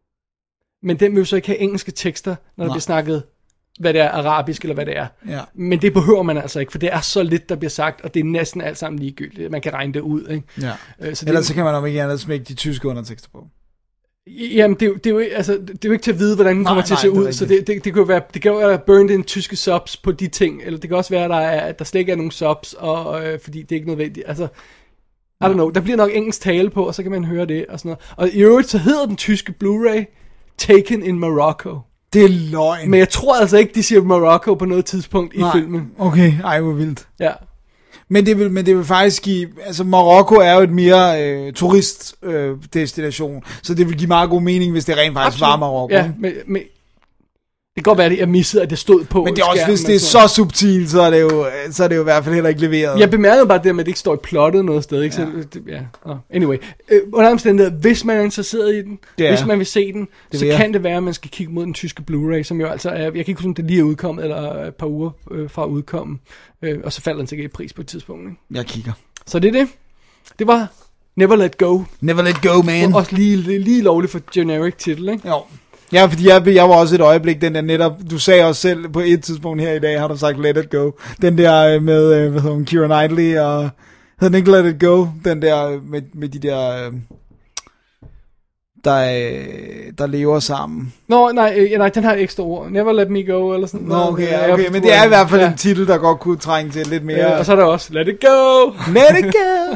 Men den vil jo så ikke have engelske tekster, når Nej. der bliver snakket, hvad det er, arabisk eller hvad det er. Ja. Men det behøver man altså ikke, for det er så lidt, der bliver sagt, og det er næsten alt sammen ligegyldigt. Man kan regne det ud, ikke? Ja. Øh, så Ellers det, så kan man om ikke andet smække de tyske undertekster på. Jamen, det er, jo, det, er jo, altså, det er jo ikke til at vide, hvordan den kommer nej, til at se nej, ud, så det, det, det kan jo være, det kan jo være burned in tyske subs på de ting, eller det kan også være, at der, er, at der slet ikke er nogen subs, og, øh, fordi det er ikke nødvendigt, altså, I don't know, der bliver nok engelsk tale på, og så kan man høre det, og sådan noget. Og i øvrigt, så hedder den tyske Blu-ray Taken in Morocco. Det er løgn. Men jeg tror altså ikke, de siger Morocco på noget tidspunkt nej. i filmen. Okay, ej, hvor vildt. Ja. Men det vil, men det vil faktisk give, altså Marokko er jo et mere øh, turistdestination, øh, så det vil give meget god mening, hvis det rent faktisk Absolut. var Marokko. Ja, men, men Det kan godt være, at jeg missede, at det stod på. Men det er også, skærmen, hvis det er så subtilt, så er det jo, så er det jo i hvert fald heller ikke leveret. Jeg bemærkede bare det med, at det ikke står i plottet noget sted. Ikke? Ja. Så, det, ja. Oh. Anyway, øh, under omstændigheder, hvis man er interesseret i den, ja. hvis man vil se den, det så kan jeg. det være, at man skal kigge mod den tyske Blu-ray, som jo altså er, jeg kan ikke huske, om det lige er udkommet, eller et par uger øh, fra udkommen. Øh, og så falder den sikkert i pris på et tidspunkt. Ikke? Jeg kigger. Så det er det. Det var Never Let Go. Never Let Go, man. Og også lige, lige lovligt for generic titel, ikke? Jo. Ja, fordi jeg, jeg var også et øjeblik, den der netop, du sagde også selv på et tidspunkt her i dag, har du sagt Let It Go. Den der med, hvad hedder hun, Keira Knightley, og hedder den ikke Let It Go? Den der med, med de der, der, der lever sammen. Nå, nej, øh, nej, den har et ekstra ord. Never Let Me Go, eller sådan noget. Nå, okay, ja, okay, men det er i hvert fald ja. en titel, der godt kunne trænge til lidt mere. Ja, og så er der også Let It Go. Let It Go.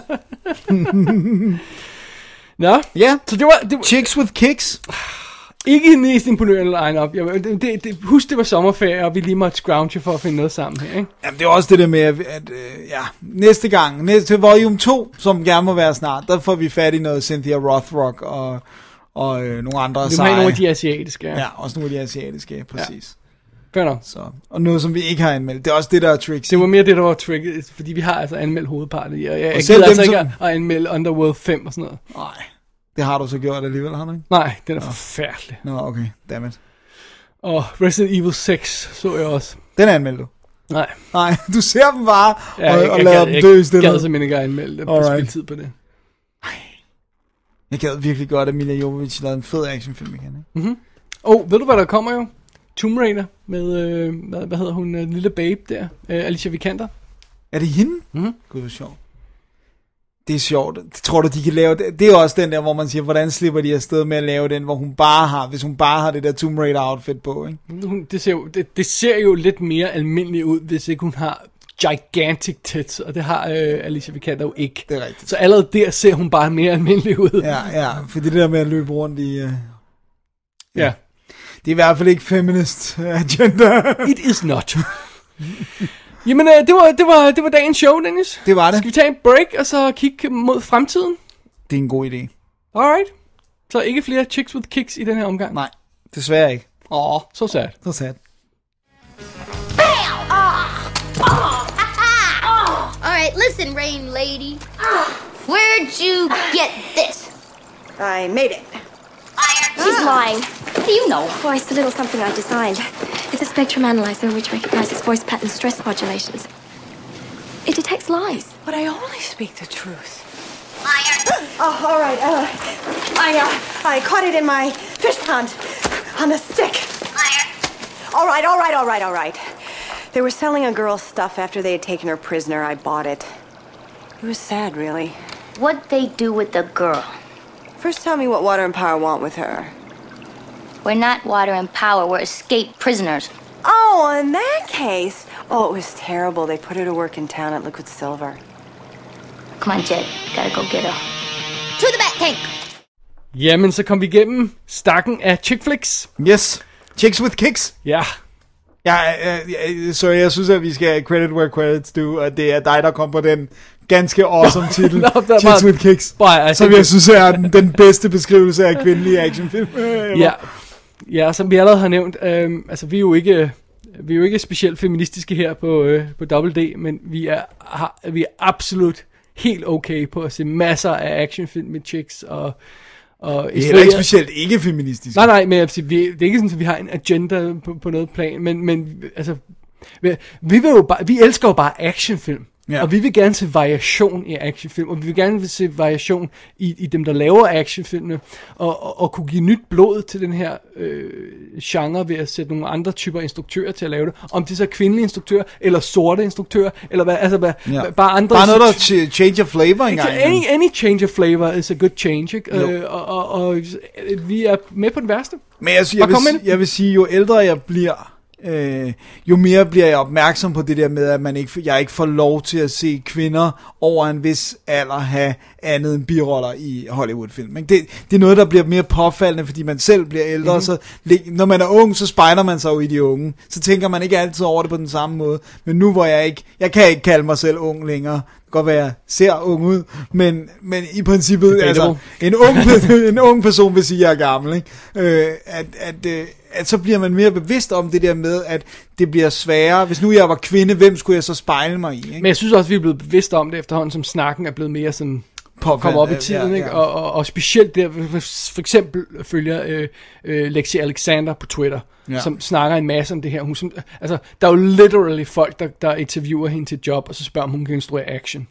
Nå, ja, så det var, det var... Chicks with Kicks. Ikke en mest imponerende line-up. Jeg, det, det, det, husk, det var sommerferie, og vi lige måtte scrounge for at finde noget sammen her, ikke? Jamen, det er også det der med, at, at øh, ja, næste gang, næste, til volume to, som gerne må være snart, der får vi fat i noget Cynthia Rothrock og, og øh, nogle andre seje. Det må nogle af de asiatiske. Ja, ja også nogle af de asiatiske, præcis. Ja. Fair nok. Så, og noget, som vi ikke har anmeldt. Det er også det, der er tricky. Det var mere det, der var tricky, fordi vi har altså anmeldt hovedparten. Jeg, jeg, jeg gider altså som... ikke at anmelde Underworld fem og sådan noget. Nej. Det har du så gjort alligevel, har du ikke? Nej, den er Nå. forfærdelig. Nå, okay, dammit. Og Resident Evil seks så jeg også. Den anmeldte du? Nej. Nej, du ser dem bare, ja, og, jeg, og jeg, lader jeg, dem jeg, dø i Jeg stedet. gad simpelthen ikke at anmelde det, og spille tid på det. Nej. Jeg gad virkelig godt, at Mila Jovovich lavede en fed actionfilm igen, ikke? Mhm. Oh, ved du hvad der kommer jo? Tomb Raider med, øh, hvad, hvad hedder hun, den lille babe der, øh, Alicia Vikander. Er det hende? Mhm. Gud, hvor sjovt. Det er sjovt. Tror du, de kan lave det? Det er også den der, hvor man siger, hvordan slipper de afsted med at lave den, hvor hun bare har, hvis hun bare har det der Tomb Raider outfit på, ikke? Hun, det, ser jo, det, det ser jo lidt mere almindeligt ud, hvis ikke hun har gigantic tits, og det har øh, Alicia Vikander jo ikke. Det er rigtigt. Så allerede der ser hun bare mere almindelig ud. Ja, ja, for det der med at løbe rundt i... Uh... Ja. ja. Det er i hvert fald ikke feminist agenda. It is not. Jamen, det var, det, var, det var dagens show, Dennis. Det var det. Skal vi tage en break, og så kigge mod fremtiden? Det er en god idé. Alright. Så ikke flere chicks with kicks i den her omgang? Nej, desværre ikke. Åh, oh, so sad. So sad. Bam! Oh! Oh! Oh! All right, listen, Rain Lady. Where'd you get this? I made it. She's ah. lying. What do you know? Oh, it's a little something I designed. It's a spectrum analyzer which recognizes voice pattern stress modulations. It detects lies. But I only speak the truth. Liar. Oh, all right. Uh, I uh, I caught it in my fish pond on a stick. Liar. All right, all right, all right, all right. They were selling a girl's stuff after they had taken her prisoner. I bought it. It was sad, really. What'd they do with the girl? First, tell me what Water and Power want with her. We're not Water and Power. We're escaped prisoners. Oh, in that case. Oh, it was terrible. They put her to work in town at Liquid Silver. Come on, Jet. Gotta go get her. To the back tank! Jamen, så kom vi igennem stakken af chick flicks. Yes. Chicks with kicks. Ja. Ja, uh, så jeg synes, at vi skal have credit where credit's due, og det er dig, der kom på den ganske awesome titel, no, Chicks bare, with Kicks, boy, som jeg synes er den, den bedste beskrivelse af kvindelige actionfilm. ja. ja, som vi allerede har nævnt, øh, altså vi er jo ikke, vi er jo ikke specielt feministiske her på, øh, på Double D, men vi er, har, vi er absolut helt okay på at se masser af actionfilm med chicks, og Og det er heller ikke specielt ikke feministisk. Nej, nej, men jeg siger, vi, det er ikke sådan, at vi har en agenda på, på noget plan, men, men altså, vi, vi, vil jo bare, vi elsker jo bare actionfilm, ja. Og vi vil gerne se variation i actionfilm, og vi vil gerne se variation i, i dem, der laver actionfilmene, og, og, og kunne give nyt blod til den her øh, genre ved at sætte nogle andre typer instruktører til at lave det, om det så er kvindelige instruktører, eller sorte instruktører, eller hvad, altså hvad, ja. bare andre... Bare noget, der change of flavor engang. Any, any change of flavor is a good change, ikke? Øh, og, og, og vi er med på den værste. Men jeg, jeg, vil, jeg vil sige, jo ældre jeg bliver... Øh, jo mere bliver jeg opmærksom på det der med, at man ikke, jeg ikke får lov til at se kvinder over en vis alder have andet end biroller i Hollywood-film. Det, det er noget, der bliver mere påfaldende, fordi man selv bliver ældre. Mm-hmm. Så, når man er ung, så spejler man sig jo i de unge. Så tænker man ikke altid over det på den samme måde. Men nu hvor jeg ikke, jeg kan ikke kalde mig selv ung længere. Det kan godt være, jeg ser ung ud, men, men i princippet, altså, en ung, en ung person vil sige, at jeg er gammel. Ikke? Øh, at, at, at så bliver man mere bevidst om det der med, at det bliver sværere. Hvis nu jeg var kvinde, hvem skulle jeg så spejle mig i? Ikke? Men jeg synes også, vi er blevet bevidste om det efterhånden, som snakken er blevet mere sådan... kommer op i tiden, ja, ja. Ikke? Og, og, og specielt der, for eksempel følger øh, øh, Lexi Alexander på Twitter, ja. Som snakker en masse om det her. Hun, som, altså, der er jo literally folk, der, der interviewer hende til et job, og så spørger om hun kan instruere action.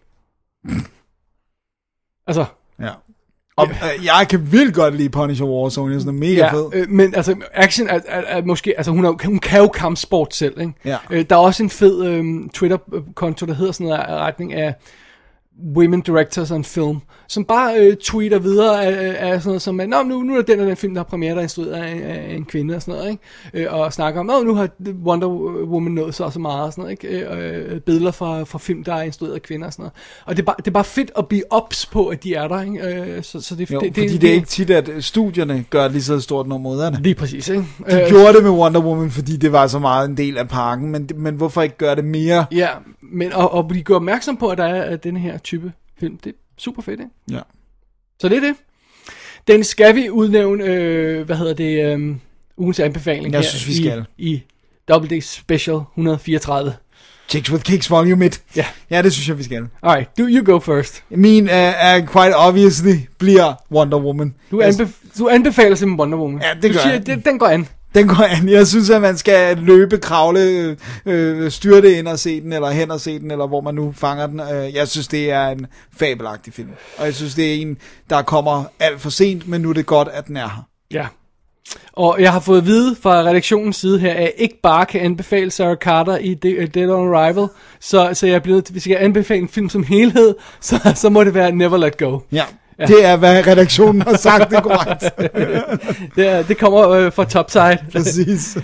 Altså... Ja. Og øh, jeg kan vildt godt lide Punisher Warzone, det er sådan mega ja, fed. Øh, men altså, action er, er, er måske, altså hun, er, hun kan jo kampsport selv, ikke? Ja. Øh, der er også en fed øh, Twitter-konto, der hedder sådan noget af retning af Women Directors on Film, som bare øh, tweeter videre af, af sådan noget som, Nå, nu, nu er den og den film, der har premiere, der er instrueret af, af en kvinde og sådan noget, ikke? Øh, og snakker om, Nå, nu har Wonder Woman nået så og så meget og sådan noget, ikke? Øh, billeder fra, fra film, der er instrueret af kvinder og sådan noget. Og det er bare, det er bare fedt at blive ops på, at de er der, ikke? Øh, så, så det, jo, det, fordi det, det er ikke tit, at studierne gør lige så stort nummer ud af det. Lige præcis, ikke? De øh, gjorde det med Wonder Woman, fordi det var så meget en del af pakken, men, men hvorfor ikke gøre det mere? Ja, men og, og blive gjort opmærksom på, at der er den her type film. Det er super fedt, ikke? Ja. Så det er det. Den skal vi udnævne, øh, hvad hedder det, øh, ugens anbefaling Jeg her synes, vi skal. i, i Double D Special et hundrede og fireogtredive. Chicks with Kicks Volume et. Ja. Ja, det synes jeg, vi skal. Alright, do you go first. Min uh, uh, quite obviously bliver Wonder Woman. Du, anbef- du anbefaler simpelthen Wonder Woman. Ja, det du gør siger, jeg. det, den går an. Den går an. Jeg synes, at man skal løbe, kravle, øh, styrte ind og se den, eller hen og se den, eller hvor man nu fanger den. Jeg synes, det er en fabelagtig film. Og jeg synes, det er en, der kommer alt for sent, men nu er det godt, at den er her. Ja. Og jeg har fået at vide fra redaktionens side her, at jeg ikke bare kan anbefale Sarah Carter i Dead on Arrival, så, så jeg er blevet, hvis jeg kan anbefale en film som helhed, så, så må det være Never Let Go. Ja. Ja. Det er, hvad redaktionen har sagt, det er korrekt. det, er, det kommer øh, fra Topside. Præcis.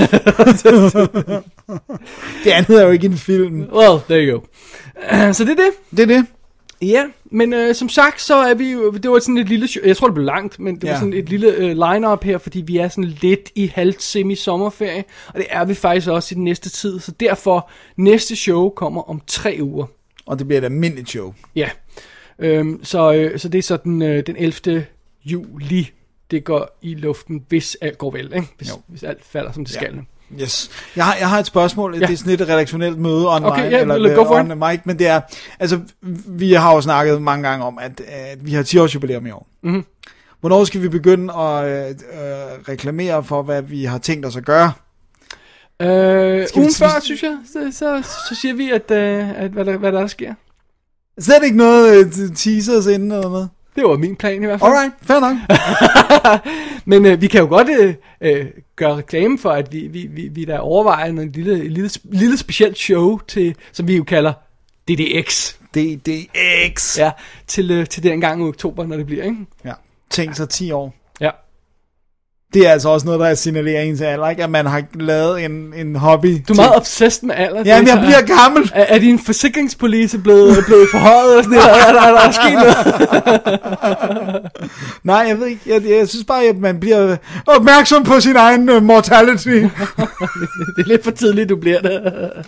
Det andet er jo ikke en film. Well, there you go. Uh, så det er det. Det er det. Ja, men øh, som sagt, så er vi jo, det var sådan et lille, jeg tror det blev langt, men det ja. var sådan et lille øh, line-up her, fordi vi er sådan lidt i halvt semi-sommerferie, og det er vi faktisk også i den næste tid, så derfor, næste show kommer om tre uger. Og det bliver et almindeligt show. Ja. Øhm, så, øh, så det er sådan øh, den ellevte juli, det går i luften, hvis alt går vel, ikke? Hvis, hvis alt falder som det ja. skal. Yes. Jeg har, jeg har et spørgsmål, ja. Det er sådan et redaktionelt møde online, okay, ja, eller go for on mic, men det er, altså, vi har jo snakket mange gange om, at, at vi har ti års jubilæum i år. Mm-hmm. Hvornår skal vi begynde at øh, øh, reklamere for, hvad vi har tænkt os at gøre? Øh, ugen vi... før, synes jeg, så, så, så siger vi, at, øh, at hvad, der, hvad der sker. Slet ikke noget uh, teasers inden eller noget? Det var min plan i hvert fald. Alright, fair nok. Men øh, vi kan jo godt øh, øh, gøre reklame for, at vi, vi, vi, vi der overvejer en lille, lille, lille specielt show, til, som vi jo kalder D D X. D D X. Ja, til, øh, til den gang i oktober, når det bliver, ikke? Ja, tænk så ti år. Ja. Det er altså også noget, der signalerer ens alder, ikke? At man har lavet en, en hobby. Du er meget obsessed med alder. Jamen, jeg bliver gammel. Er, er din forsikringspolice blevet, blevet forhøjet? Eller sådan noget? Er der, er der sket noget? Nej, jeg ved ikke. Jeg, jeg synes bare, at man bliver opmærksom på sin egen uh, mortality. Det er lidt for tidligt, du bliver det.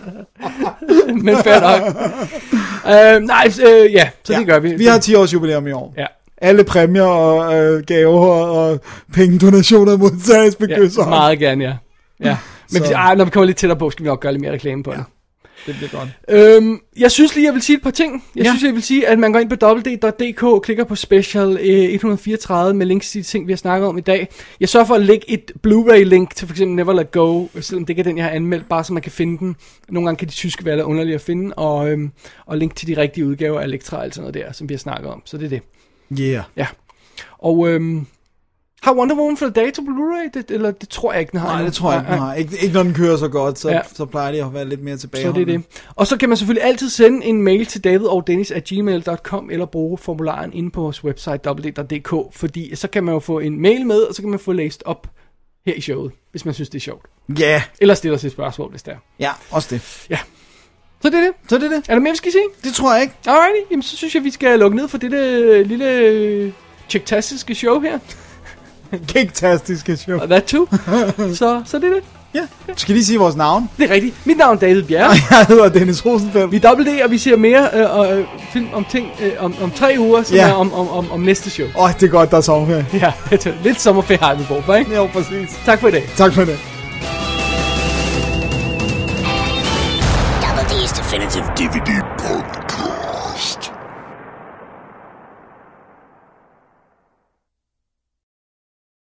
Men fair nok. Uh, nej, uh, ja, så ja, det gør vi. Vi har ti års jubilæum i år. Ja. Alle præmier og øh, gaver og pengedonationer modtages med kysser. Ja, meget gerne, ja. ja. Men hvis, ej, når vi kommer lidt tættere på, skal vi nok gøre lidt mere reklame på ja. det. Det bliver godt. Øhm, jeg synes lige, jeg vil sige et par ting. Jeg ja. synes, jeg vil sige, at man går ind på w w w punktum d k og klikker på special et hundrede og fireogtredive med links til de ting, vi har snakket om i dag. Jeg sørger for at lægge et Blu-ray-link til for eksempel Never Let Go, selvom det ikke er den, jeg har anmeldt, bare så man kan finde den. Nogle gange kan de tyske være lidt underlige at finde, og, øhm, og link til de rigtige udgaver af Elektra og sådan noget der, som vi har snakket om. Så det er det. Yeah. Ja. Og øhm, har Wonder Woman fået dato på Blu-ray? Det, eller det tror jeg ikke, den har. Nej, det tror jeg ikke, den har. Ikke, ikke når den kører så godt, så, ja. så plejer det at være lidt mere tilbage. Så det er det. Og så kan man selvfølgelig altid sende en mail til david og dennis at gmail punktum com eller bruge formularen inde på vores website w w w punktum d k, fordi så kan man jo få en mail med, og så kan man få læst op her i showet, hvis man synes, det er sjovt. Ja. Yeah. Eller stille os et spørgsmål, hvis det er. Ja, også det. Ja. Så det er det. Så det er det. Er der mere, vi skal sige? Det tror jeg ikke. Alrighty, jamen så synes jeg, vi skal lukke ned for dette lille checktastiske show her. Kicktastiske show. Og that too. så, så det er det. Ja. Ja. Skal lige sige vores navn? Det er rigtigt. Mit navn er David Bjerre. Og jeg hedder Dennis Rosenfeldt. Vi er Double D, og vi ser mere øh, øh, film om ting øh, om, om tre uger, som Ja. er om, om, om, om næste show. Åh, oh, det er godt, der er sommerferie. Ja, lidt sommerferie har vi på for, ikke? Jo, præcis. Tak for i dag. Tak for det. Double D's Definitive D V D